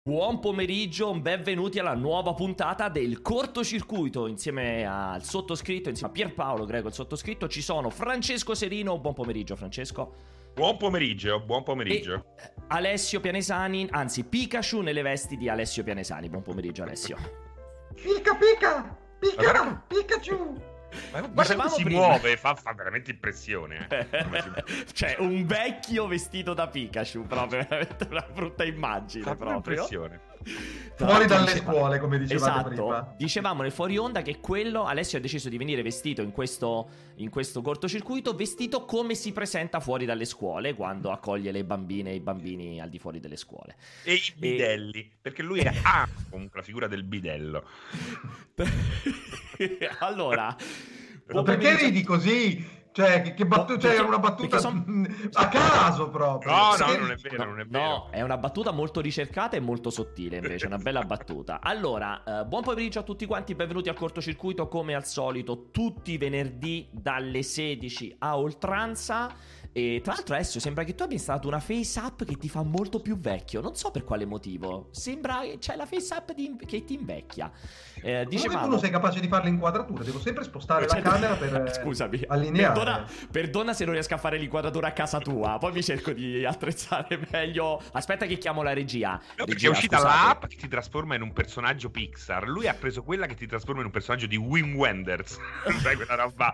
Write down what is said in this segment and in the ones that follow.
Buon pomeriggio, benvenuti alla nuova puntata del Cortocircuito. Insieme al sottoscritto, insieme a Pierpaolo Greco, il sottoscritto, ci sono Francesco Serino. Buon pomeriggio, Francesco. Buon pomeriggio, buon pomeriggio. E Alessio Pianesani, anzi Pikachu nelle vesti di Alessio Pianesani. Buon pomeriggio, Alessio. Pikachu! Ma guarda come si muove, fa veramente impressione. Cioè, un vecchio vestito da Pikachu, proprio veramente una brutta immagine. Fa proprio impressione. Fuori dalle scuole, come dicevate esatto, prima. Dicevamo nel fuori onda che quello, Alessio ha deciso di venire vestito in questo cortocircuito, vestito come si presenta fuori dalle scuole quando accoglie le bambine e i bambini al di fuori delle scuole. E i bidelli, perché lui ha comunque la figura del bidello. Allora, Ma perché ridi così? Cioè, che battuta, cioè, una battuta a caso proprio. No, non è vero, non è vero. No, è una battuta molto ricercata e molto sottile, invece, una bella battuta. Allora, buon pomeriggio a tutti quanti, benvenuti al cortocircuito, come al solito, tutti i venerdì dalle 16 a oltranza. E tra l'altro, Alessio, sembra che tu abbia installato una face app che ti fa molto più vecchio. Non so per quale motivo. Sembra che c'è la face app che ti invecchia. Dicevamo, tu non sei capace di fare l'inquadratura. Devo sempre spostare la camera per scusami, allineare. Perdona se non riesco a fare l'inquadratura a casa tua. Poi mi cerco di attrezzare meglio. Aspetta che chiamo la regia. No, perché è uscita l'app che ti trasforma in un personaggio Pixar. Lui ha preso quella che ti trasforma in un personaggio di Wim Wenders. Sai quella roba.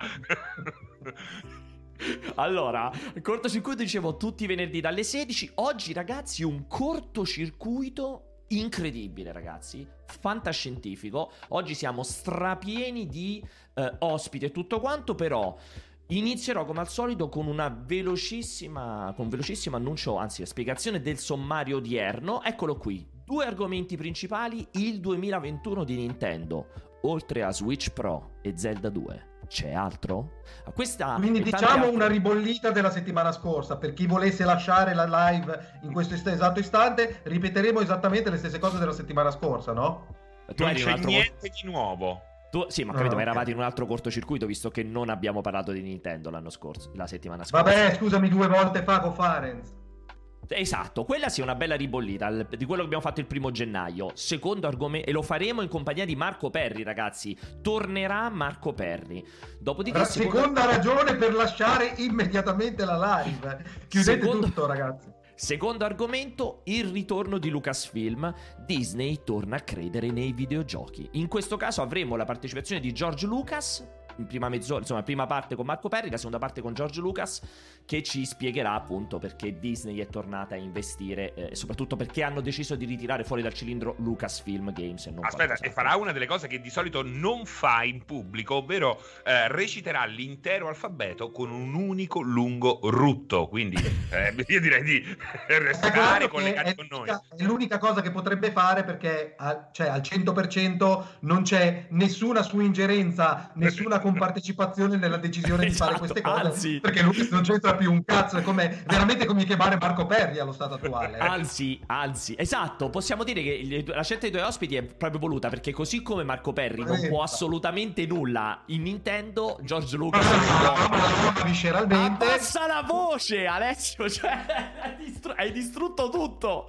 Allora, cortocircuito, dicevo, tutti i venerdì dalle 16. Oggi, ragazzi, un cortocircuito incredibile, ragazzi, fantascientifico. Oggi siamo strapieni di ospiti e tutto quanto, però inizierò come al solito con un velocissimo annuncio, anzi spiegazione del sommario odierno. Eccolo qui, 2 argomenti principali: il 2021 di Nintendo, oltre a Switch Pro e Zelda 2. C'è altro? Quindi diciamo una ribollita della settimana scorsa. Per chi volesse lasciare la live in questo esatto istante, ripeteremo esattamente le stesse cose della settimana scorsa, no? Non c'è niente di nuovo. Sì, ma capito, ma eravate in un altro cortocircuito, visto che non abbiamo parlato di Nintendo la settimana scorsa. Vabbè, scusami, 2 volte fa con Farenz. Esatto, quella sia una bella ribollita di quello che abbiamo fatto il 1° gennaio. Secondo argomento, e lo faremo in compagnia di Marco Perri, ragazzi. Tornerà Marco Perri. Dopodiché seconda ragione per lasciare immediatamente la live. Chiudete tutto, ragazzi. Secondo argomento, il ritorno di Lucasfilm. Disney torna a credere nei videogiochi. In questo caso avremo la partecipazione di George Lucas in prima mezz'ora, insomma, prima parte con Marco Perri, la seconda parte con George Lucas, che ci spiegherà appunto perché Disney è tornata a investire e soprattutto perché hanno deciso di ritirare fuori dal cilindro Lucasfilm Games e non e farà una delle cose che di solito non fa in pubblico, ovvero reciterà l'intero alfabeto con un unico lungo rutto. Quindi io direi di restare collegati con noi. È l'unica cosa che potrebbe fare, perché cioè, al 100% non c'è nessuna sua ingerenza, nessuna compartecipazione nella decisione di fare queste cose, anzi, perché lui non c'entra più un cazzo. È veramente come chiamare Marco Perri allo stato attuale. Anzi, esatto, possiamo dire che la scelta dei 2 ospiti è proprio voluta, perché così come Marco Perri non può assolutamente nulla in Nintendo, George Lucas visceralmente. Abbassa la voce, Alessio, cioè hai distrutto tutto.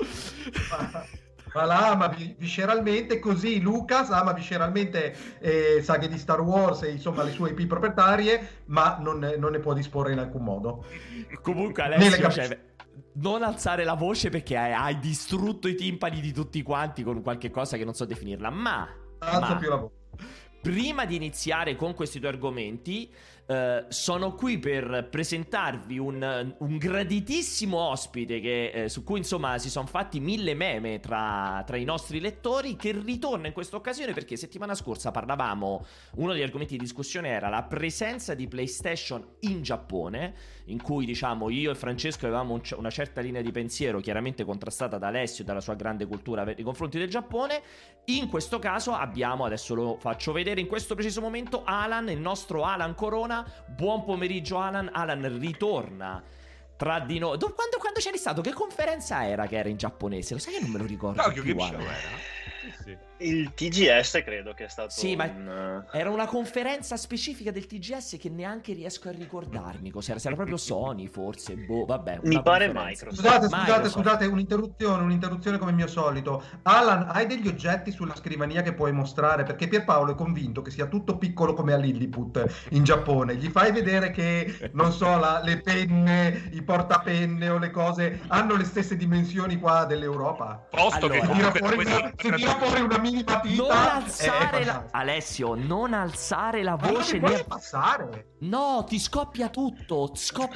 Ma la ama visceralmente, così Lucas ama visceralmente saghe di Star Wars e insomma le sue IP proprietarie, ma non ne può disporre in alcun modo. Comunque, Alessio, cioè, non alzare la voce, perché hai distrutto i timpani di tutti quanti con qualche cosa che non so definirla. Alzo più la voce. Prima di iniziare con questi 2 argomenti, sono qui per presentarvi un graditissimo ospite che, su cui insomma si sono fatti 1000 meme tra i nostri lettori, che ritorna in questa occasione perché settimana scorsa parlavamo, uno degli argomenti di discussione era la presenza di PlayStation in Giappone, in cui diciamo io e Francesco avevamo una certa linea di pensiero, chiaramente contrastata da Alessio e dalla sua grande cultura nei confronti del Giappone. In questo caso abbiamo, adesso lo faccio vedere in questo preciso momento, Alan, il nostro Alan Corona. Buon pomeriggio Alan. Alan ritorna tra di noi. Quando c'eri stato? Che conferenza era che era in giapponese? Lo sai che non me lo ricordo più, che show era? Sì. Il TGS credo che è stato Sì, ma era una conferenza specifica del TGS che neanche riesco a ricordarmi cos'era. Se era proprio Sony, forse. Boh, vabbè. Mi una pare conferenza. Microsoft. Scusate, un'interruzione come mio solito. Alan, hai degli oggetti sulla scrivania che puoi mostrare? Perché Pierpaolo è convinto che sia tutto piccolo come a Lilliput in Giappone. Gli fai vedere che, non so, le penne, i portapenne o le cose hanno le stesse dimensioni qua dell'Europa? Posto che Allora, Se tira fuori una minima tita, Non alzare fantastico. Alessio, non alzare la Ma non voce. ti puoi passare. No, ti scoppia tutto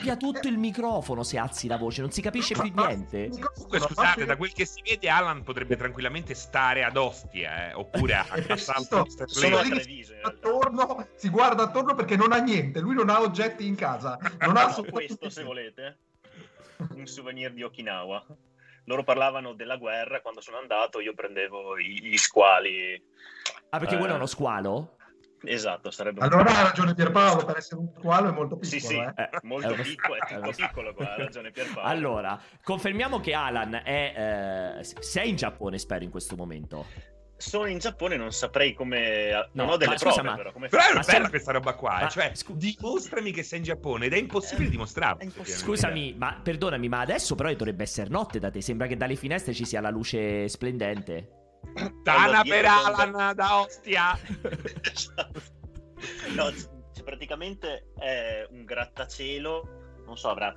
il microfono se alzi la voce, non si capisce più niente. Comunque, scusate, da quel che si vede Alan potrebbe tranquillamente stare ad Ostia, oppure a Cassalto. Sono a Treviso in realtà. Attorno, si guarda attorno perché non ha niente, lui non ha oggetti in casa, non ha No, questo se volete, un souvenir di Okinawa. Loro parlavano della guerra, quando sono andato io prendevo gli squali. Ah, perché quello è uno squalo? Esatto, sarebbe Allora ha ragione Pierpaolo, per essere un squalo è molto piccolo. Sì, molto uno- piccolo, è tutto piccolo qua, ha ragione Pierpaolo. Allora, confermiamo che Alan è sei in Giappone, spero, in questo momento. Sono in Giappone, non saprei come... Non No, ho delle ma scusa, prove, ma- però. Come Però è Ma bella se- questa roba qua, Ma- cioè dimostrami che sei in Giappone ed è impossibile dimostrarlo. È impossibile. Scusami, ma perdonami, ma adesso però dovrebbe essere notte da te. Sembra che dalle finestre ci sia la luce splendente. Tana Dietro per con- Alan da Ostia. Esatto. No, praticamente è un grattacielo, non so, avrà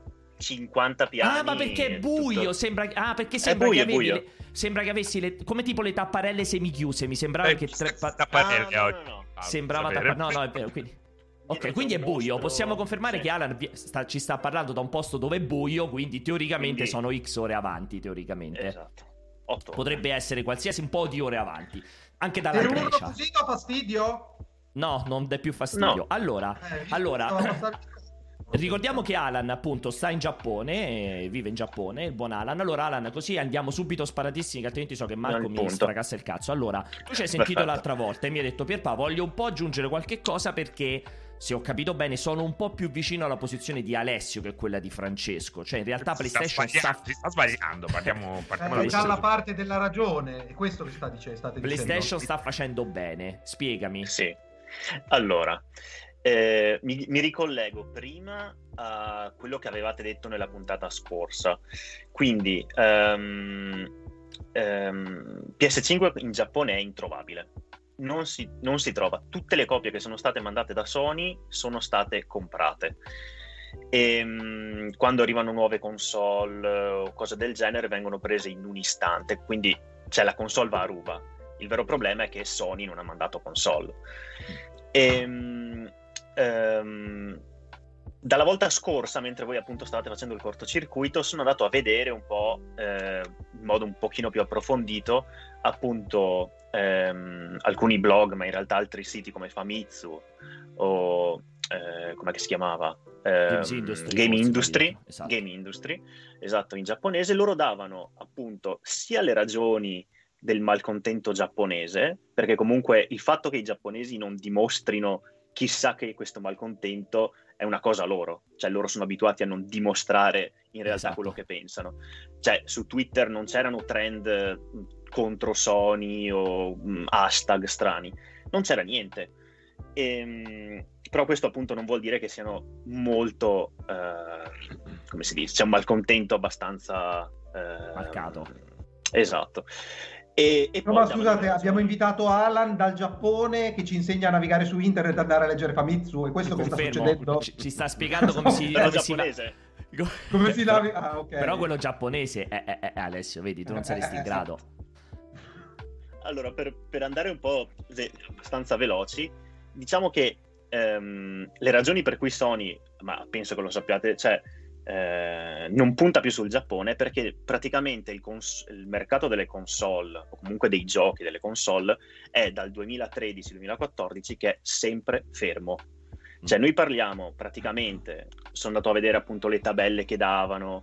50 piani. Ah, ma perché è buio? tutto- Sembra... Ah, perché sembra buio, che è avevi buio. sembra che avessi come tipo le tapparelle semichiuse. Mi sembrava che tapparelle Ah, no, oggi. no, no. sembrava sapere. No, è vero, quindi... Ok, Dietro quindi c'è è un buio. mostro- Possiamo confermare sì. che Alan ci sta parlando da un posto dove è buio, quindi teoricamente Quindi- sono X ore avanti, teoricamente. Esatto. 8 Potrebbe essere qualsiasi un po' di ore avanti. Anche dalla Per uno Grecia. così dà fastidio? No, non dà più fastidio. No. Allora, Stava passando- ricordiamo che Alan appunto sta in Giappone, vive in Giappone, il buon Alan. Allora Alan, così andiamo subito sparatissimi, che altrimenti so che Marco Al mi punto. stracassa il cazzo. Allora, tu ci hai sentito Perfetto. l'altra volta e mi hai detto: Pierpa, voglio un po' aggiungere qualche cosa perché, se ho capito bene, sono un po' più vicino alla posizione di Alessio che quella di Francesco. Cioè in realtà PlayStation si sta sbagliando, parliamo Sta alla parte della ragione, è questo che state dicendo. PlayStation sta facendo bene. Spiegami. Sì. Allora, mi ricollego prima a quello che avevate detto nella puntata scorsa. Quindi, PS5 in Giappone è introvabile. Non si trova. Tutte le copie che sono state mandate da Sony sono state comprate. E quando arrivano nuove console o cose del genere vengono prese in un istante, quindi la console va a ruba. Il vero problema è che Sony non ha mandato console. Dalla volta scorsa, mentre voi appunto stavate facendo il cortocircuito, sono andato a vedere un po' in modo un pochino più approfondito appunto alcuni blog, ma in realtà altri siti come Famitsu o come si chiamava? Game Industry, esatto. Game Industry, esatto, in giapponese. Loro davano appunto sia le ragioni del malcontento giapponese, perché comunque il fatto che i giapponesi non dimostrino chissà che questo malcontento è una cosa loro, cioè loro sono abituati a non dimostrare in realtà quello che pensano. Cioè su Twitter non c'erano trend contro Sony o hashtag strani, non c'era niente. Però questo appunto non vuol dire che siano molto come si dice, c'è un malcontento abbastanza marcato. Esatto. No, ma scusate, abbiamo invitato Alan dal Giappone che ci insegna a navigare su internet e andare a leggere Famitsu, e questo che sta succedendo ci sta spiegando come si giapponese. come si naviga. Ah, ok. Però quello giapponese Alessio, vedi, tu non saresti in grado. Allora, per andare un po' abbastanza veloci, diciamo che le ragioni per cui Sony, ma penso che lo sappiate, cioè non punta più sul Giappone perché praticamente il mercato delle console o comunque dei giochi delle console è dal 2013-2014 che è sempre fermo. Cioè noi parliamo praticamente, sono andato a vedere appunto le tabelle che davano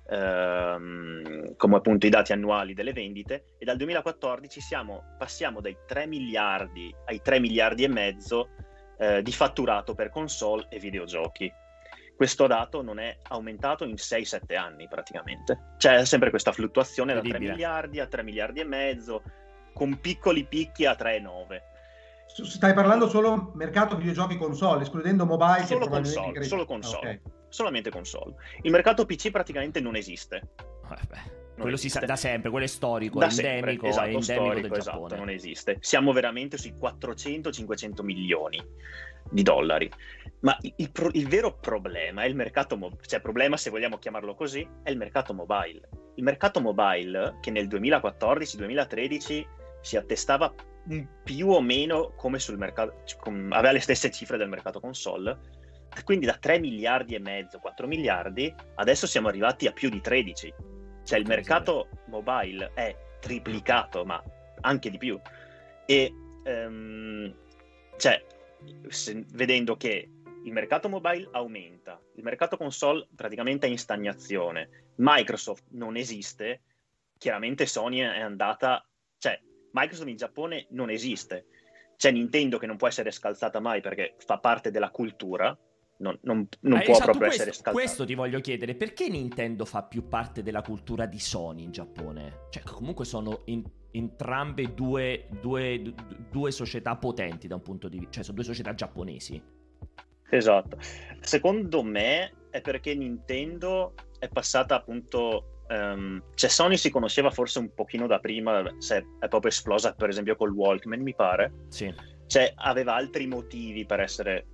come appunto i dati annuali delle vendite, e dal 2014 passiamo dai 3 miliardi ai 3 miliardi e mezzo di fatturato per console e videogiochi. Questo dato non è aumentato in 6-7 anni praticamente. C'è sempre questa fluttuazione da 3 miliardi a 3 miliardi e mezzo. con piccoli picchi a 3,9. Stai parlando solo mercato videogiochi console, escludendo mobile? Solo console, okay. Solamente console. Il mercato PC praticamente non esiste. Quello si sa da sempre, quello è storico, da è endemico, sempre, è endemico storico, del esatto, Giappone. non esiste. Siamo veramente sui 400-500 milioni di dollari. Ma il vero problema è il mercato cioè problema, se vogliamo chiamarlo così, è il mercato mobile. Il mercato mobile, che nel 2014-2013 si attestava più o meno come sul mercato, aveva le stesse cifre del mercato console, quindi da 3 miliardi e mezzo, 4 miliardi, adesso siamo arrivati a più di 13. Cioè il mercato mobile è triplicato, ma anche di più. E cioè, vedendo che il mercato mobile aumenta, il mercato console praticamente è in stagnazione, Microsoft non esiste, chiaramente Sony è andata, cioè Microsoft in Giappone non esiste, c'è Nintendo che non può essere scalzata mai perché fa parte della cultura, non può esatto, proprio essere scalzata. Questo ti voglio chiedere, perché Nintendo fa più parte della cultura di Sony in Giappone? Cioè comunque sono entrambe due società potenti da un punto di vista, cioè sono due società giapponesi. Esatto, secondo me è perché Nintendo è passata appunto cioè Sony si conosceva forse un pochino da prima, è proprio esplosa per esempio col Walkman, mi pare. Sì. Cioè aveva altri motivi per essere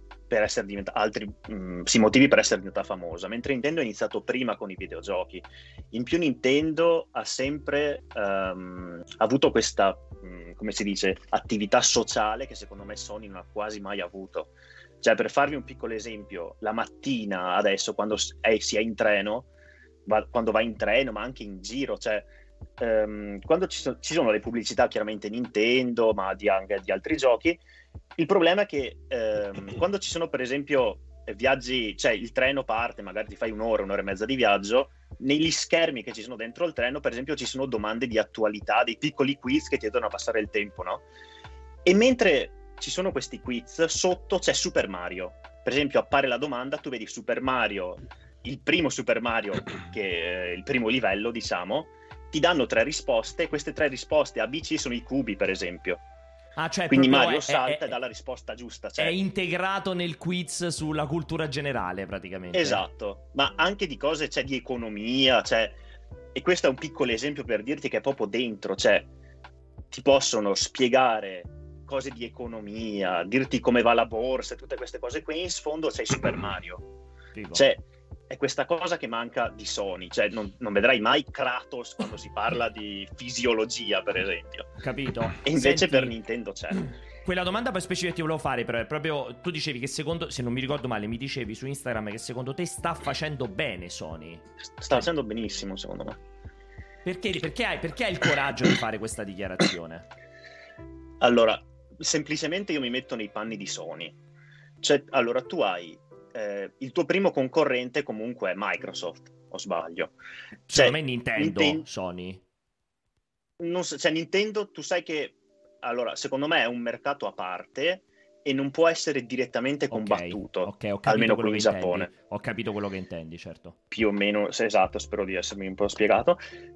motivi per essere diventata famosa, mentre Nintendo ha iniziato prima con i videogiochi. In più Nintendo ha sempre avuto questa come si dice, attività sociale che secondo me Sony non ha quasi mai avuto. Cioè, per farvi un piccolo esempio, la mattina adesso quando si è in treno, quando vai in treno ma anche in giro, cioè quando ci sono le pubblicità chiaramente Nintendo ma anche di altri giochi, il problema è che quando ci sono per esempio viaggi, cioè il treno parte, magari ti fai un'ora e mezza di viaggio, negli schermi che ci sono dentro il treno per esempio ci sono domande di attualità, dei piccoli quiz che ti aiutano a passare il tempo, no? E mentre ci sono questi quiz, sotto c'è Super Mario. Per esempio appare la domanda, tu vedi Super Mario, il primo Super Mario, che è il primo livello, diciamo, ti danno 3 risposte, e queste 3 risposte A, B, C sono i cubi, per esempio. Cioè quindi Mario salta e dà la risposta giusta. Cioè, è integrato nel quiz sulla cultura generale, praticamente. Esatto, ma anche di cose, cioè, di economia, cioè, e questo è un piccolo esempio per dirti che è proprio dentro, cioè, ti possono spiegare cose di economia, dirti come va la borsa, tutte queste cose qui, in sfondo c'è Super Mario. Figo. Cioè, è questa cosa che manca di Sony, cioè non vedrai mai Kratos quando si parla di fisiologia, per esempio. Capito. E invece Senti, per Nintendo c'è. Quella domanda poi specifica ti volevo fare, però è proprio, tu dicevi che secondo, se non mi ricordo male, mi dicevi su Instagram che secondo te sta facendo bene Sony. Sta facendo benissimo, secondo me. Perché hai il coraggio di fare questa dichiarazione? Allora, semplicemente io mi metto nei panni di Sony. Cioè, allora tu hai il tuo primo concorrente comunque è Microsoft, o sbaglio? Secondo me Nintendo, Sony. Non so, cioè Nintendo, tu sai che, allora, secondo me è un mercato a parte e non può essere direttamente combattuto, okay, almeno qui in Giappone. Ho capito quello che intendi, certo. Più o meno, esatto, spero di essermi un po' spiegato.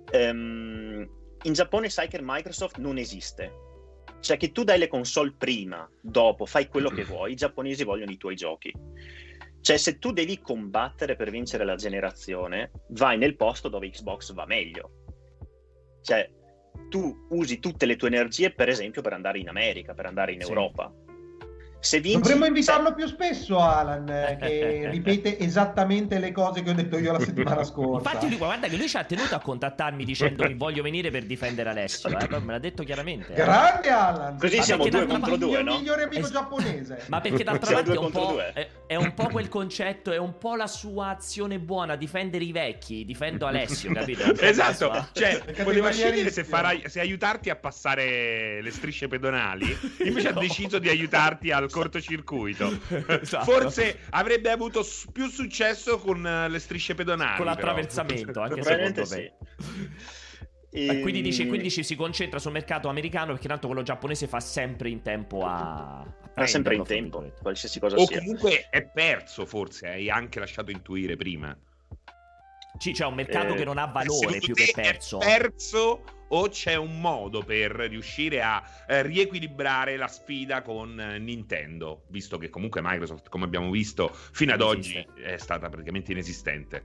In Giappone sai che Microsoft non esiste. Cioè che tu dai le console prima, dopo, fai quello che vuoi, i giapponesi vogliono i tuoi giochi. Cioè se tu devi combattere per vincere la generazione, vai nel posto dove Xbox va meglio. Cioè tu usi tutte le tue energie, per esempio, per andare in America, per andare in Europa. Se vinci, dovremmo invitarlo più spesso, Alan, che ripete esattamente le cose che ho detto io la settimana scorsa. Infatti guarda che lui ci ha tenuto a contattarmi dicendo che voglio venire per difendere Alessio, me l'ha detto chiaramente. Grande Alan! Così siamo 2 contro 2, no? Il migliore amico giapponese. Ma perché d'altra parte è un po' quel concetto, è un po' la sua azione buona, difendere i vecchi, difendo Alessio, capito? Esatto, cioè poteva scegliere se se aiutarti a passare le strisce pedonali, invece ha deciso di aiutarti al cortocircuito. Esatto. Forse avrebbe avuto più successo con le strisce pedonali, con l'attraversamento, anche secondo me. Sì. Quindi ci si concentra sul mercato americano, perché tanto quello giapponese fa sempre in tempo fa sempre in tempo, qualsiasi cosa o sia. Comunque è perso, forse hai anche lasciato intuire prima. Sì, c'è un mercato che non ha valore più che perso. È perso, o c'è un modo per riuscire a riequilibrare la sfida con Nintendo, visto che comunque Microsoft, come abbiamo visto, fino ad oggi è stata praticamente inesistente?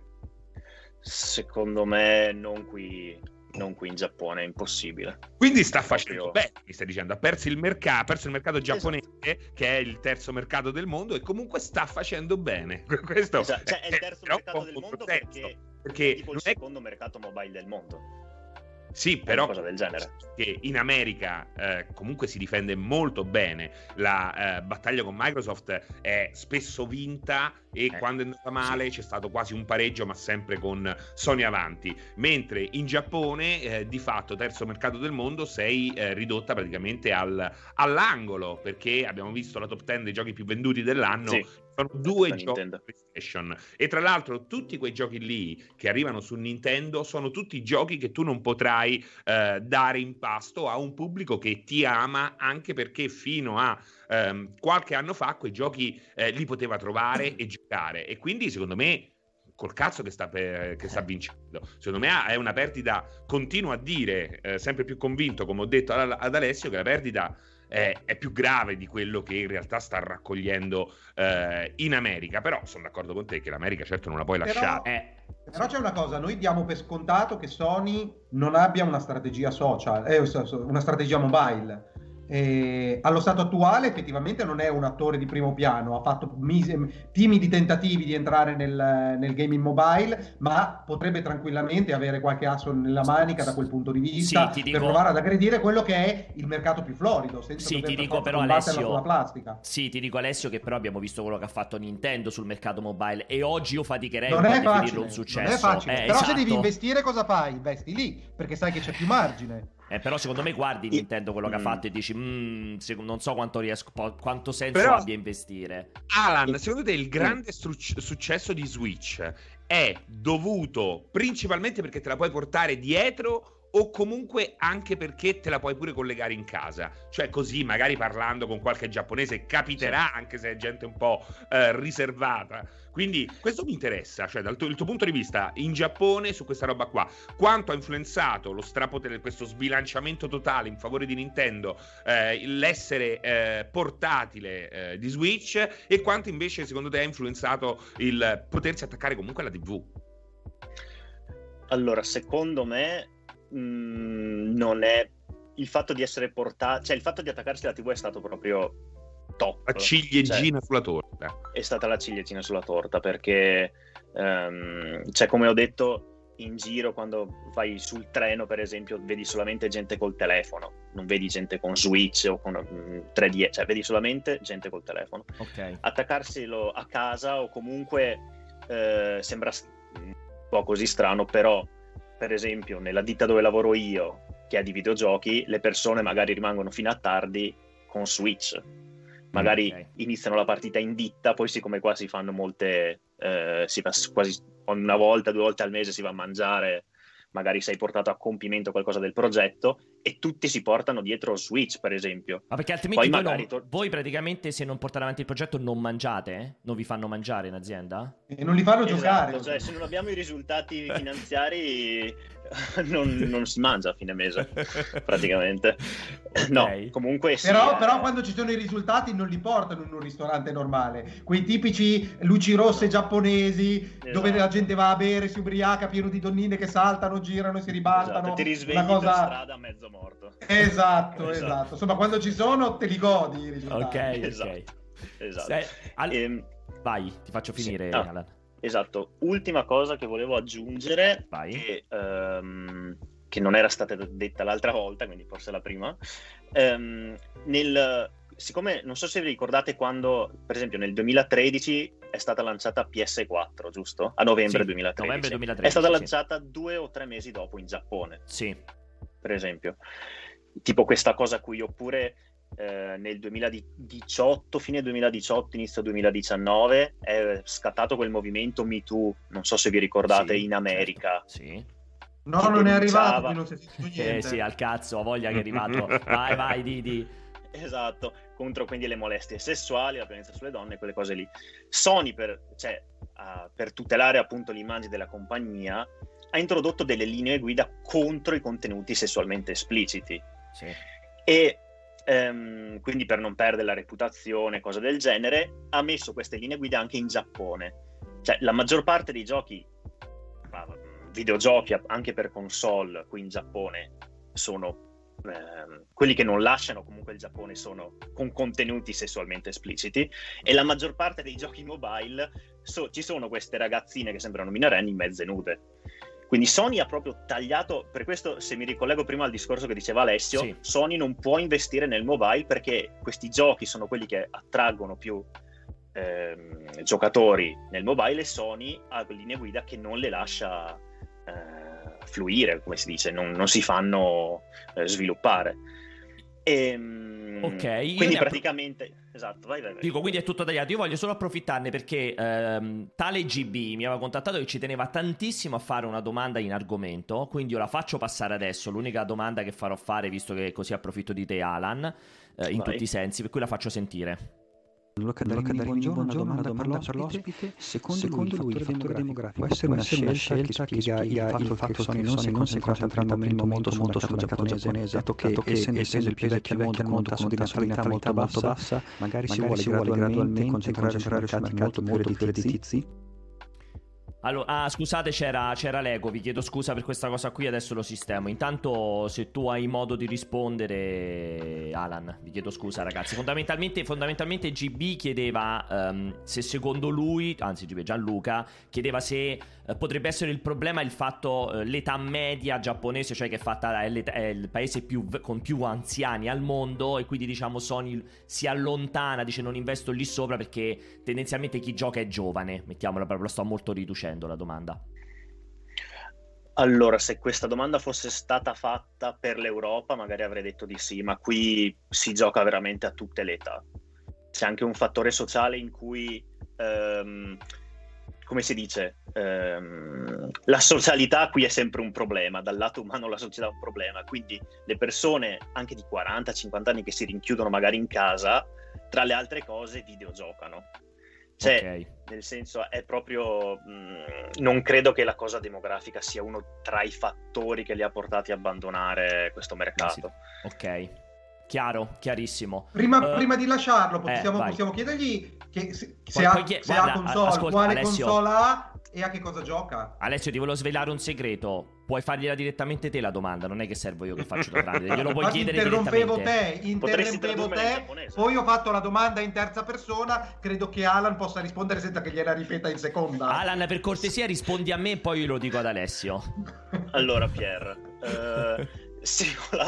Secondo me non qui in Giappone, è impossibile. Quindi sta facendo bene, mi stai dicendo, ha perso il mercato giapponese, esatto, che è il terzo mercato del mondo, e comunque sta facendo bene. Questo esatto. Cioè, è il terzo mercato del mondo perché è tipo il secondo mercato mobile del mondo. Sì, però cosa del genere. Che in America comunque si difende molto bene. La battaglia con Microsoft è spesso vinta, e quando è andata male c'è stato quasi un pareggio, ma sempre con Sony avanti. Mentre in Giappone, di fatto, terzo mercato del mondo, sei ridotta praticamente all'angolo, perché abbiamo visto la top 10 dei giochi più venduti dell'anno. Sì. Sono 2 giochi PlayStation, e tra l'altro tutti quei giochi lì che arrivano su Nintendo sono tutti giochi che tu non potrai dare in pasto a un pubblico che ti ama, anche perché fino a qualche anno fa quei giochi li poteva trovare e giocare, e quindi secondo me col cazzo che sta vincendo, secondo me è una perdita. Continuo a dire, sempre più convinto, come ho detto ad Alessio, che la perdita è più grave di quello che in realtà sta raccogliendo in America. Però sono d'accordo con te che l'America certo non la puoi lasciare. Però c'è una cosa: noi diamo per scontato che Sony non abbia una strategia social, una strategia mobile. Allo stato attuale effettivamente non è un attore di primo piano, ha fatto timidi tentativi di entrare nel gaming mobile, ma potrebbe tranquillamente avere qualche asso nella manica da quel punto di vista, per provare ad aggredire quello che è il mercato più florido, senza dover combatterla sulla plastica. Sì, ti dico, Alessio, che però abbiamo visto quello che ha fatto Nintendo sul mercato mobile, e oggi io faticherei a definirlo un successo. Non è facile, però esatto. Se devi investire, cosa fai? Investi lì, perché sai che c'è più margine. Però secondo me guardi Nintendo quello che ha fatto e dici non so quanto senso abbia investire. Alan, secondo te il grande successo di Switch è dovuto principalmente perché te la puoi portare dietro, o comunque anche perché te la puoi pure collegare in casa? Cioè, così magari parlando con qualche giapponese capiterà, anche se è gente un po' riservata. Quindi questo mi interessa, cioè dal tuo punto di vista in Giappone su questa roba qua, quanto ha influenzato lo questo sbilanciamento totale in favore di Nintendo, l'essere portatile di Switch, e quanto invece secondo te ha influenzato il potersi attaccare comunque alla TV? Allora, secondo me non è il fatto di essere portati, cioè il fatto di attaccarsi alla TV è stato proprio top. La ciliegina sulla torta. È stata la ciliegina sulla torta, perché cioè, come ho detto, in giro quando vai sul treno, per esempio, vedi solamente gente col telefono, non vedi gente con Switch o con 3D, cioè vedi solamente gente col telefono. Okay. Attaccarselo a casa, o comunque sembra un po' così strano, però per esempio nella ditta dove lavoro io, che è di videogiochi, le persone magari rimangono fino a tardi con Switch, magari iniziano la partita in ditta, poi siccome qua si fanno molte si va quasi una volta, 2 volte al mese si va a mangiare, magari sei portato a compimento qualcosa del progetto, e tutti si portano dietro Switch, per esempio. Ma perché altrimenti voi praticamente, se non portate avanti il progetto, non mangiate? Non vi fanno mangiare in azienda? E non li fanno giocare. Cioè, se non abbiamo i risultati finanziari non si mangia a fine mese, praticamente. No, comunque sì. Però quando ci sono i risultati non li portano in un ristorante normale. Quei tipici luci rosse giapponesi, dove la gente va a bere, si ubriaca, pieno di donnine che saltano, girano e si ribaltano. Esatto, ti risvegli per strada mezzo morto. Esatto. Insomma, quando ci sono te li godi i risultati. Ok. Esatto. Vai, ti faccio finire, Alan. Esatto. Ultima cosa che volevo aggiungere, che non era stata detta l'altra volta, quindi forse la prima. Siccome non so se vi ricordate quando, per esempio, nel 2013 è stata lanciata PS4, giusto? A novembre 2013. Novembre 2013. È stata lanciata 2 o 3 mesi dopo in Giappone. Sì. Per esempio. Tipo questa cosa qui, oppure nel 2018, fine 2018, inizio 2019 è scattato quel movimento Me Too, non so se vi ricordate, in America. Certo. Sì. No, non è arrivato, qui non si è sentito niente. Sì, al cazzo, ho voglia che è arrivato. Vai, di. Esatto, contro quindi le molestie sessuali, la violenza sulle donne, quelle cose lì. Sony, per tutelare appunto l'immagine della compagnia, ha introdotto delle linee guida contro i contenuti sessualmente espliciti. Sì. E quindi, per non perdere la reputazione, cose del genere, ha messo queste linee guida anche in Giappone. Cioè, la maggior parte dei giochi, videogiochi anche per console qui in Giappone, sono quelli che non lasciano comunque il Giappone sono con contenuti sessualmente espliciti, e la maggior parte dei giochi mobile ci sono queste ragazzine che sembrano minorenni mezze nude. Quindi Sony ha proprio tagliato, per questo, se mi ricollego prima al discorso che diceva Alessio, sì, Sony non può investire nel mobile perché questi giochi sono quelli che attraggono più giocatori nel mobile, e Sony ha linee guida che non le lascia fluire, come si dice, non si fanno sviluppare. Ok, quindi praticamente esatto, vai. Dico, quindi è tutto tagliato. Io voglio solo approfittarne perché tale GB mi aveva contattato e ci teneva tantissimo a fare una domanda in argomento, quindi io la faccio passare adesso, l'unica domanda che farò fare, visto che così approfitto di te, Alan, in tutti i sensi, per cui la faccio sentire. Buongiorno, una domanda per l'ospite. Secondo lui il fattore demografico può essere una scelta che spiega il fatto che Sony non si è concentrando per il momento sul mercato giapponese, dato che essendo il più vecchio al mondo con una solidità molto bassa, magari si vuole gradualmente concentrare sul mercati molto più redditizi. Allora, scusate, c'era l'eco, vi chiedo scusa per questa cosa qui, adesso lo sistemo. Intanto, se tu hai modo di rispondere, Alan, vi chiedo scusa, ragazzi. Fondamentalmente GB chiedeva se secondo lui, anzi Gianluca, chiedeva se potrebbe essere il problema il fatto, l'età media giapponese, cioè che è il paese con più anziani al mondo, e quindi diciamo Sony si allontana, dice non investo lì sopra perché tendenzialmente chi gioca è giovane, mettiamola proprio, lo sto molto riducendo la domanda. Allora, se questa domanda fosse stata fatta per l'Europa magari avrei detto di sì, ma qui si gioca veramente a tutte le età. C'è anche un fattore sociale in cui come si dice, la socialità qui è sempre un problema, dal lato umano la società è un problema, quindi le persone anche di 40-50 anni che si rinchiudono magari in casa, tra le altre cose videogiocano. Cioè, okay, nel senso, è proprio non credo che la cosa demografica sia uno tra i fattori che li ha portati a abbandonare questo mercato. Sì. Ok, chiarissimo. Prima di lasciarlo possiamo chiedergli che se ha console, ascolta, quale Alessio, console ha e a che cosa gioca. Alessio, ti volevo svelare un segreto. Puoi fargliela direttamente te la domanda, non è che servo io che faccio da grande, glielo puoi chiedere interrompevo direttamente. te, poi ho fatto la domanda in terza persona, credo che Alan possa rispondere senza che gliela ripeta in seconda. Alan, per cortesia rispondi a me e poi io lo dico ad Alessio. Allora, Pier, sì,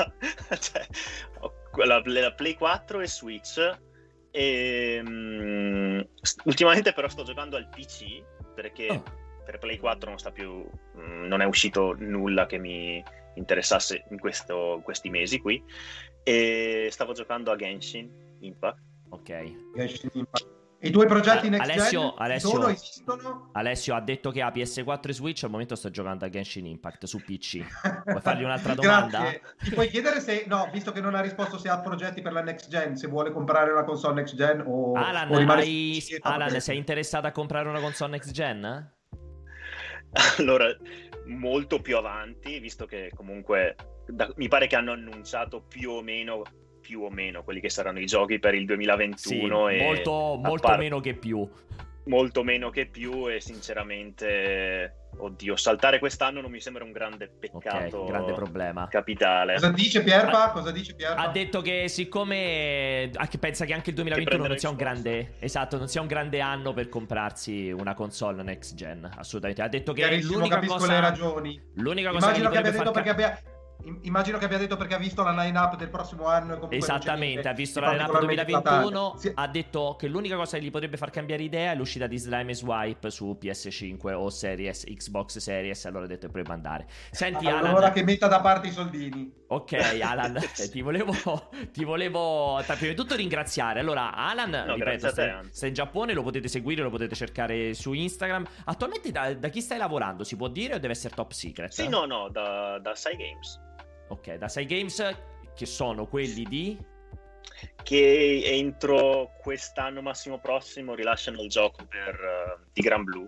la Play 4 e Switch, e ultimamente però sto giocando al PC perché per Play 4 non è uscito nulla che mi interessasse in questi mesi qui, e stavo giocando a Genshin Impact. Ok. Genshin Impact. I tuoi progetti next gen esistono? Alessio ha detto che ha PS4 e Switch, al momento sto giocando a Genshin Impact su PC. Vuoi fargli un'altra domanda? Grazie. Ti puoi chiedere se, no, visto che non ha risposto, se ha progetti per la next gen, se vuole comprare una console next gen o Alan, sei interessato a comprare una console next gen? Allora, molto più avanti, visto che comunque mi pare che hanno annunciato più o meno quelli che saranno i giochi per il 2021. Sì, e molto meno che più. Molto meno che più, e sinceramente, oddio, saltare quest'anno non mi sembra un grande peccato. Okay, grande problema capitale. Cosa dice Pierpa? Ha detto che siccome pensa che anche il 2021 non sia un grande, non sia un grande anno per comprarsi una console next gen, assolutamente. Ha detto che capisco le ragioni. L'unica cosa che abbia detto immagino che abbia detto perché ha visto la line-up del prossimo anno. Esattamente, ha visto la line-up 2021. Ha detto che l'unica cosa che gli potrebbe far cambiare idea è l'uscita di Slime e Swipe su PS5 o Series, Xbox Series. Allora ha detto che potrebbe andare. Senti, allora Alan, che metta da parte i soldini. Ok, Alan, ti volevo prima di tutto ringraziare. Allora, Alan, ripeto, stai in Giappone, lo potete seguire, lo potete cercare su Instagram. Attualmente da chi stai lavorando? Si può dire o deve essere top secret? Sì, no, da Cygames. Ok, da Cygames, che sono quelli di? che entro quest'anno, massimo prossimo, rilasciano il gioco di Gran Blue.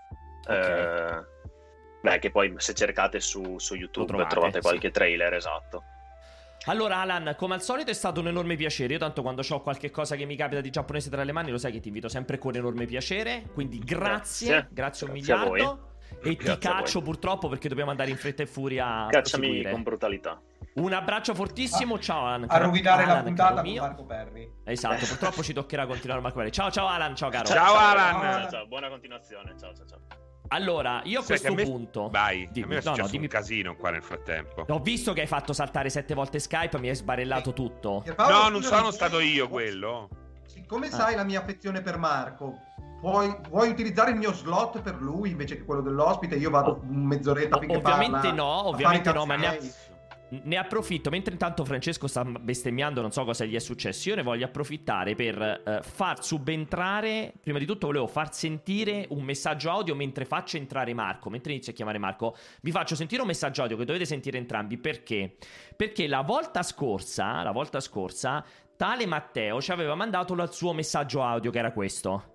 Che poi se cercate su YouTube trovate qualche trailer, esatto. Allora Alan, come al solito è stato un enorme piacere. Io tanto quando ho qualche cosa che mi capita di giapponese tra le mani, lo sai che ti invito sempre con enorme piacere. Quindi grazie un miliardo. E ti caccio purtroppo perché dobbiamo andare in fretta e furia. Cacciami con brutalità. Un abbraccio fortissimo, ciao Alan. A rovinare la Alan, puntata con Marco Perri. Esatto, purtroppo ci toccherà continuare Marco Perri. Ciao Alan, ciao caro. Ciao Alan. Ciao, buona continuazione. Ciao. Allora, io a questo punto... Vai, a me è successo un casino qua nel frattempo. Ho visto che hai fatto saltare 7 volte Skype, mi hai sbarellato tutto. Paolo, no, non sono stato io quello. Siccome sai la mia affezione per Marco, vuoi utilizzare il mio slot per lui invece che quello dell'ospite? Io vado mezz'oretta finché ovviamente no, ma ne approfitto. Mentre intanto Francesco sta bestemmiando, non so cosa gli è successo, io ne voglio approfittare per far subentrare. Prima di tutto volevo far sentire un messaggio audio mentre faccio entrare Marco. Mentre inizio a chiamare Marco vi faccio sentire un messaggio audio che dovete sentire entrambi. Perché? Perché la volta scorsa tale Matteo ci aveva mandato il suo messaggio audio, che era questo.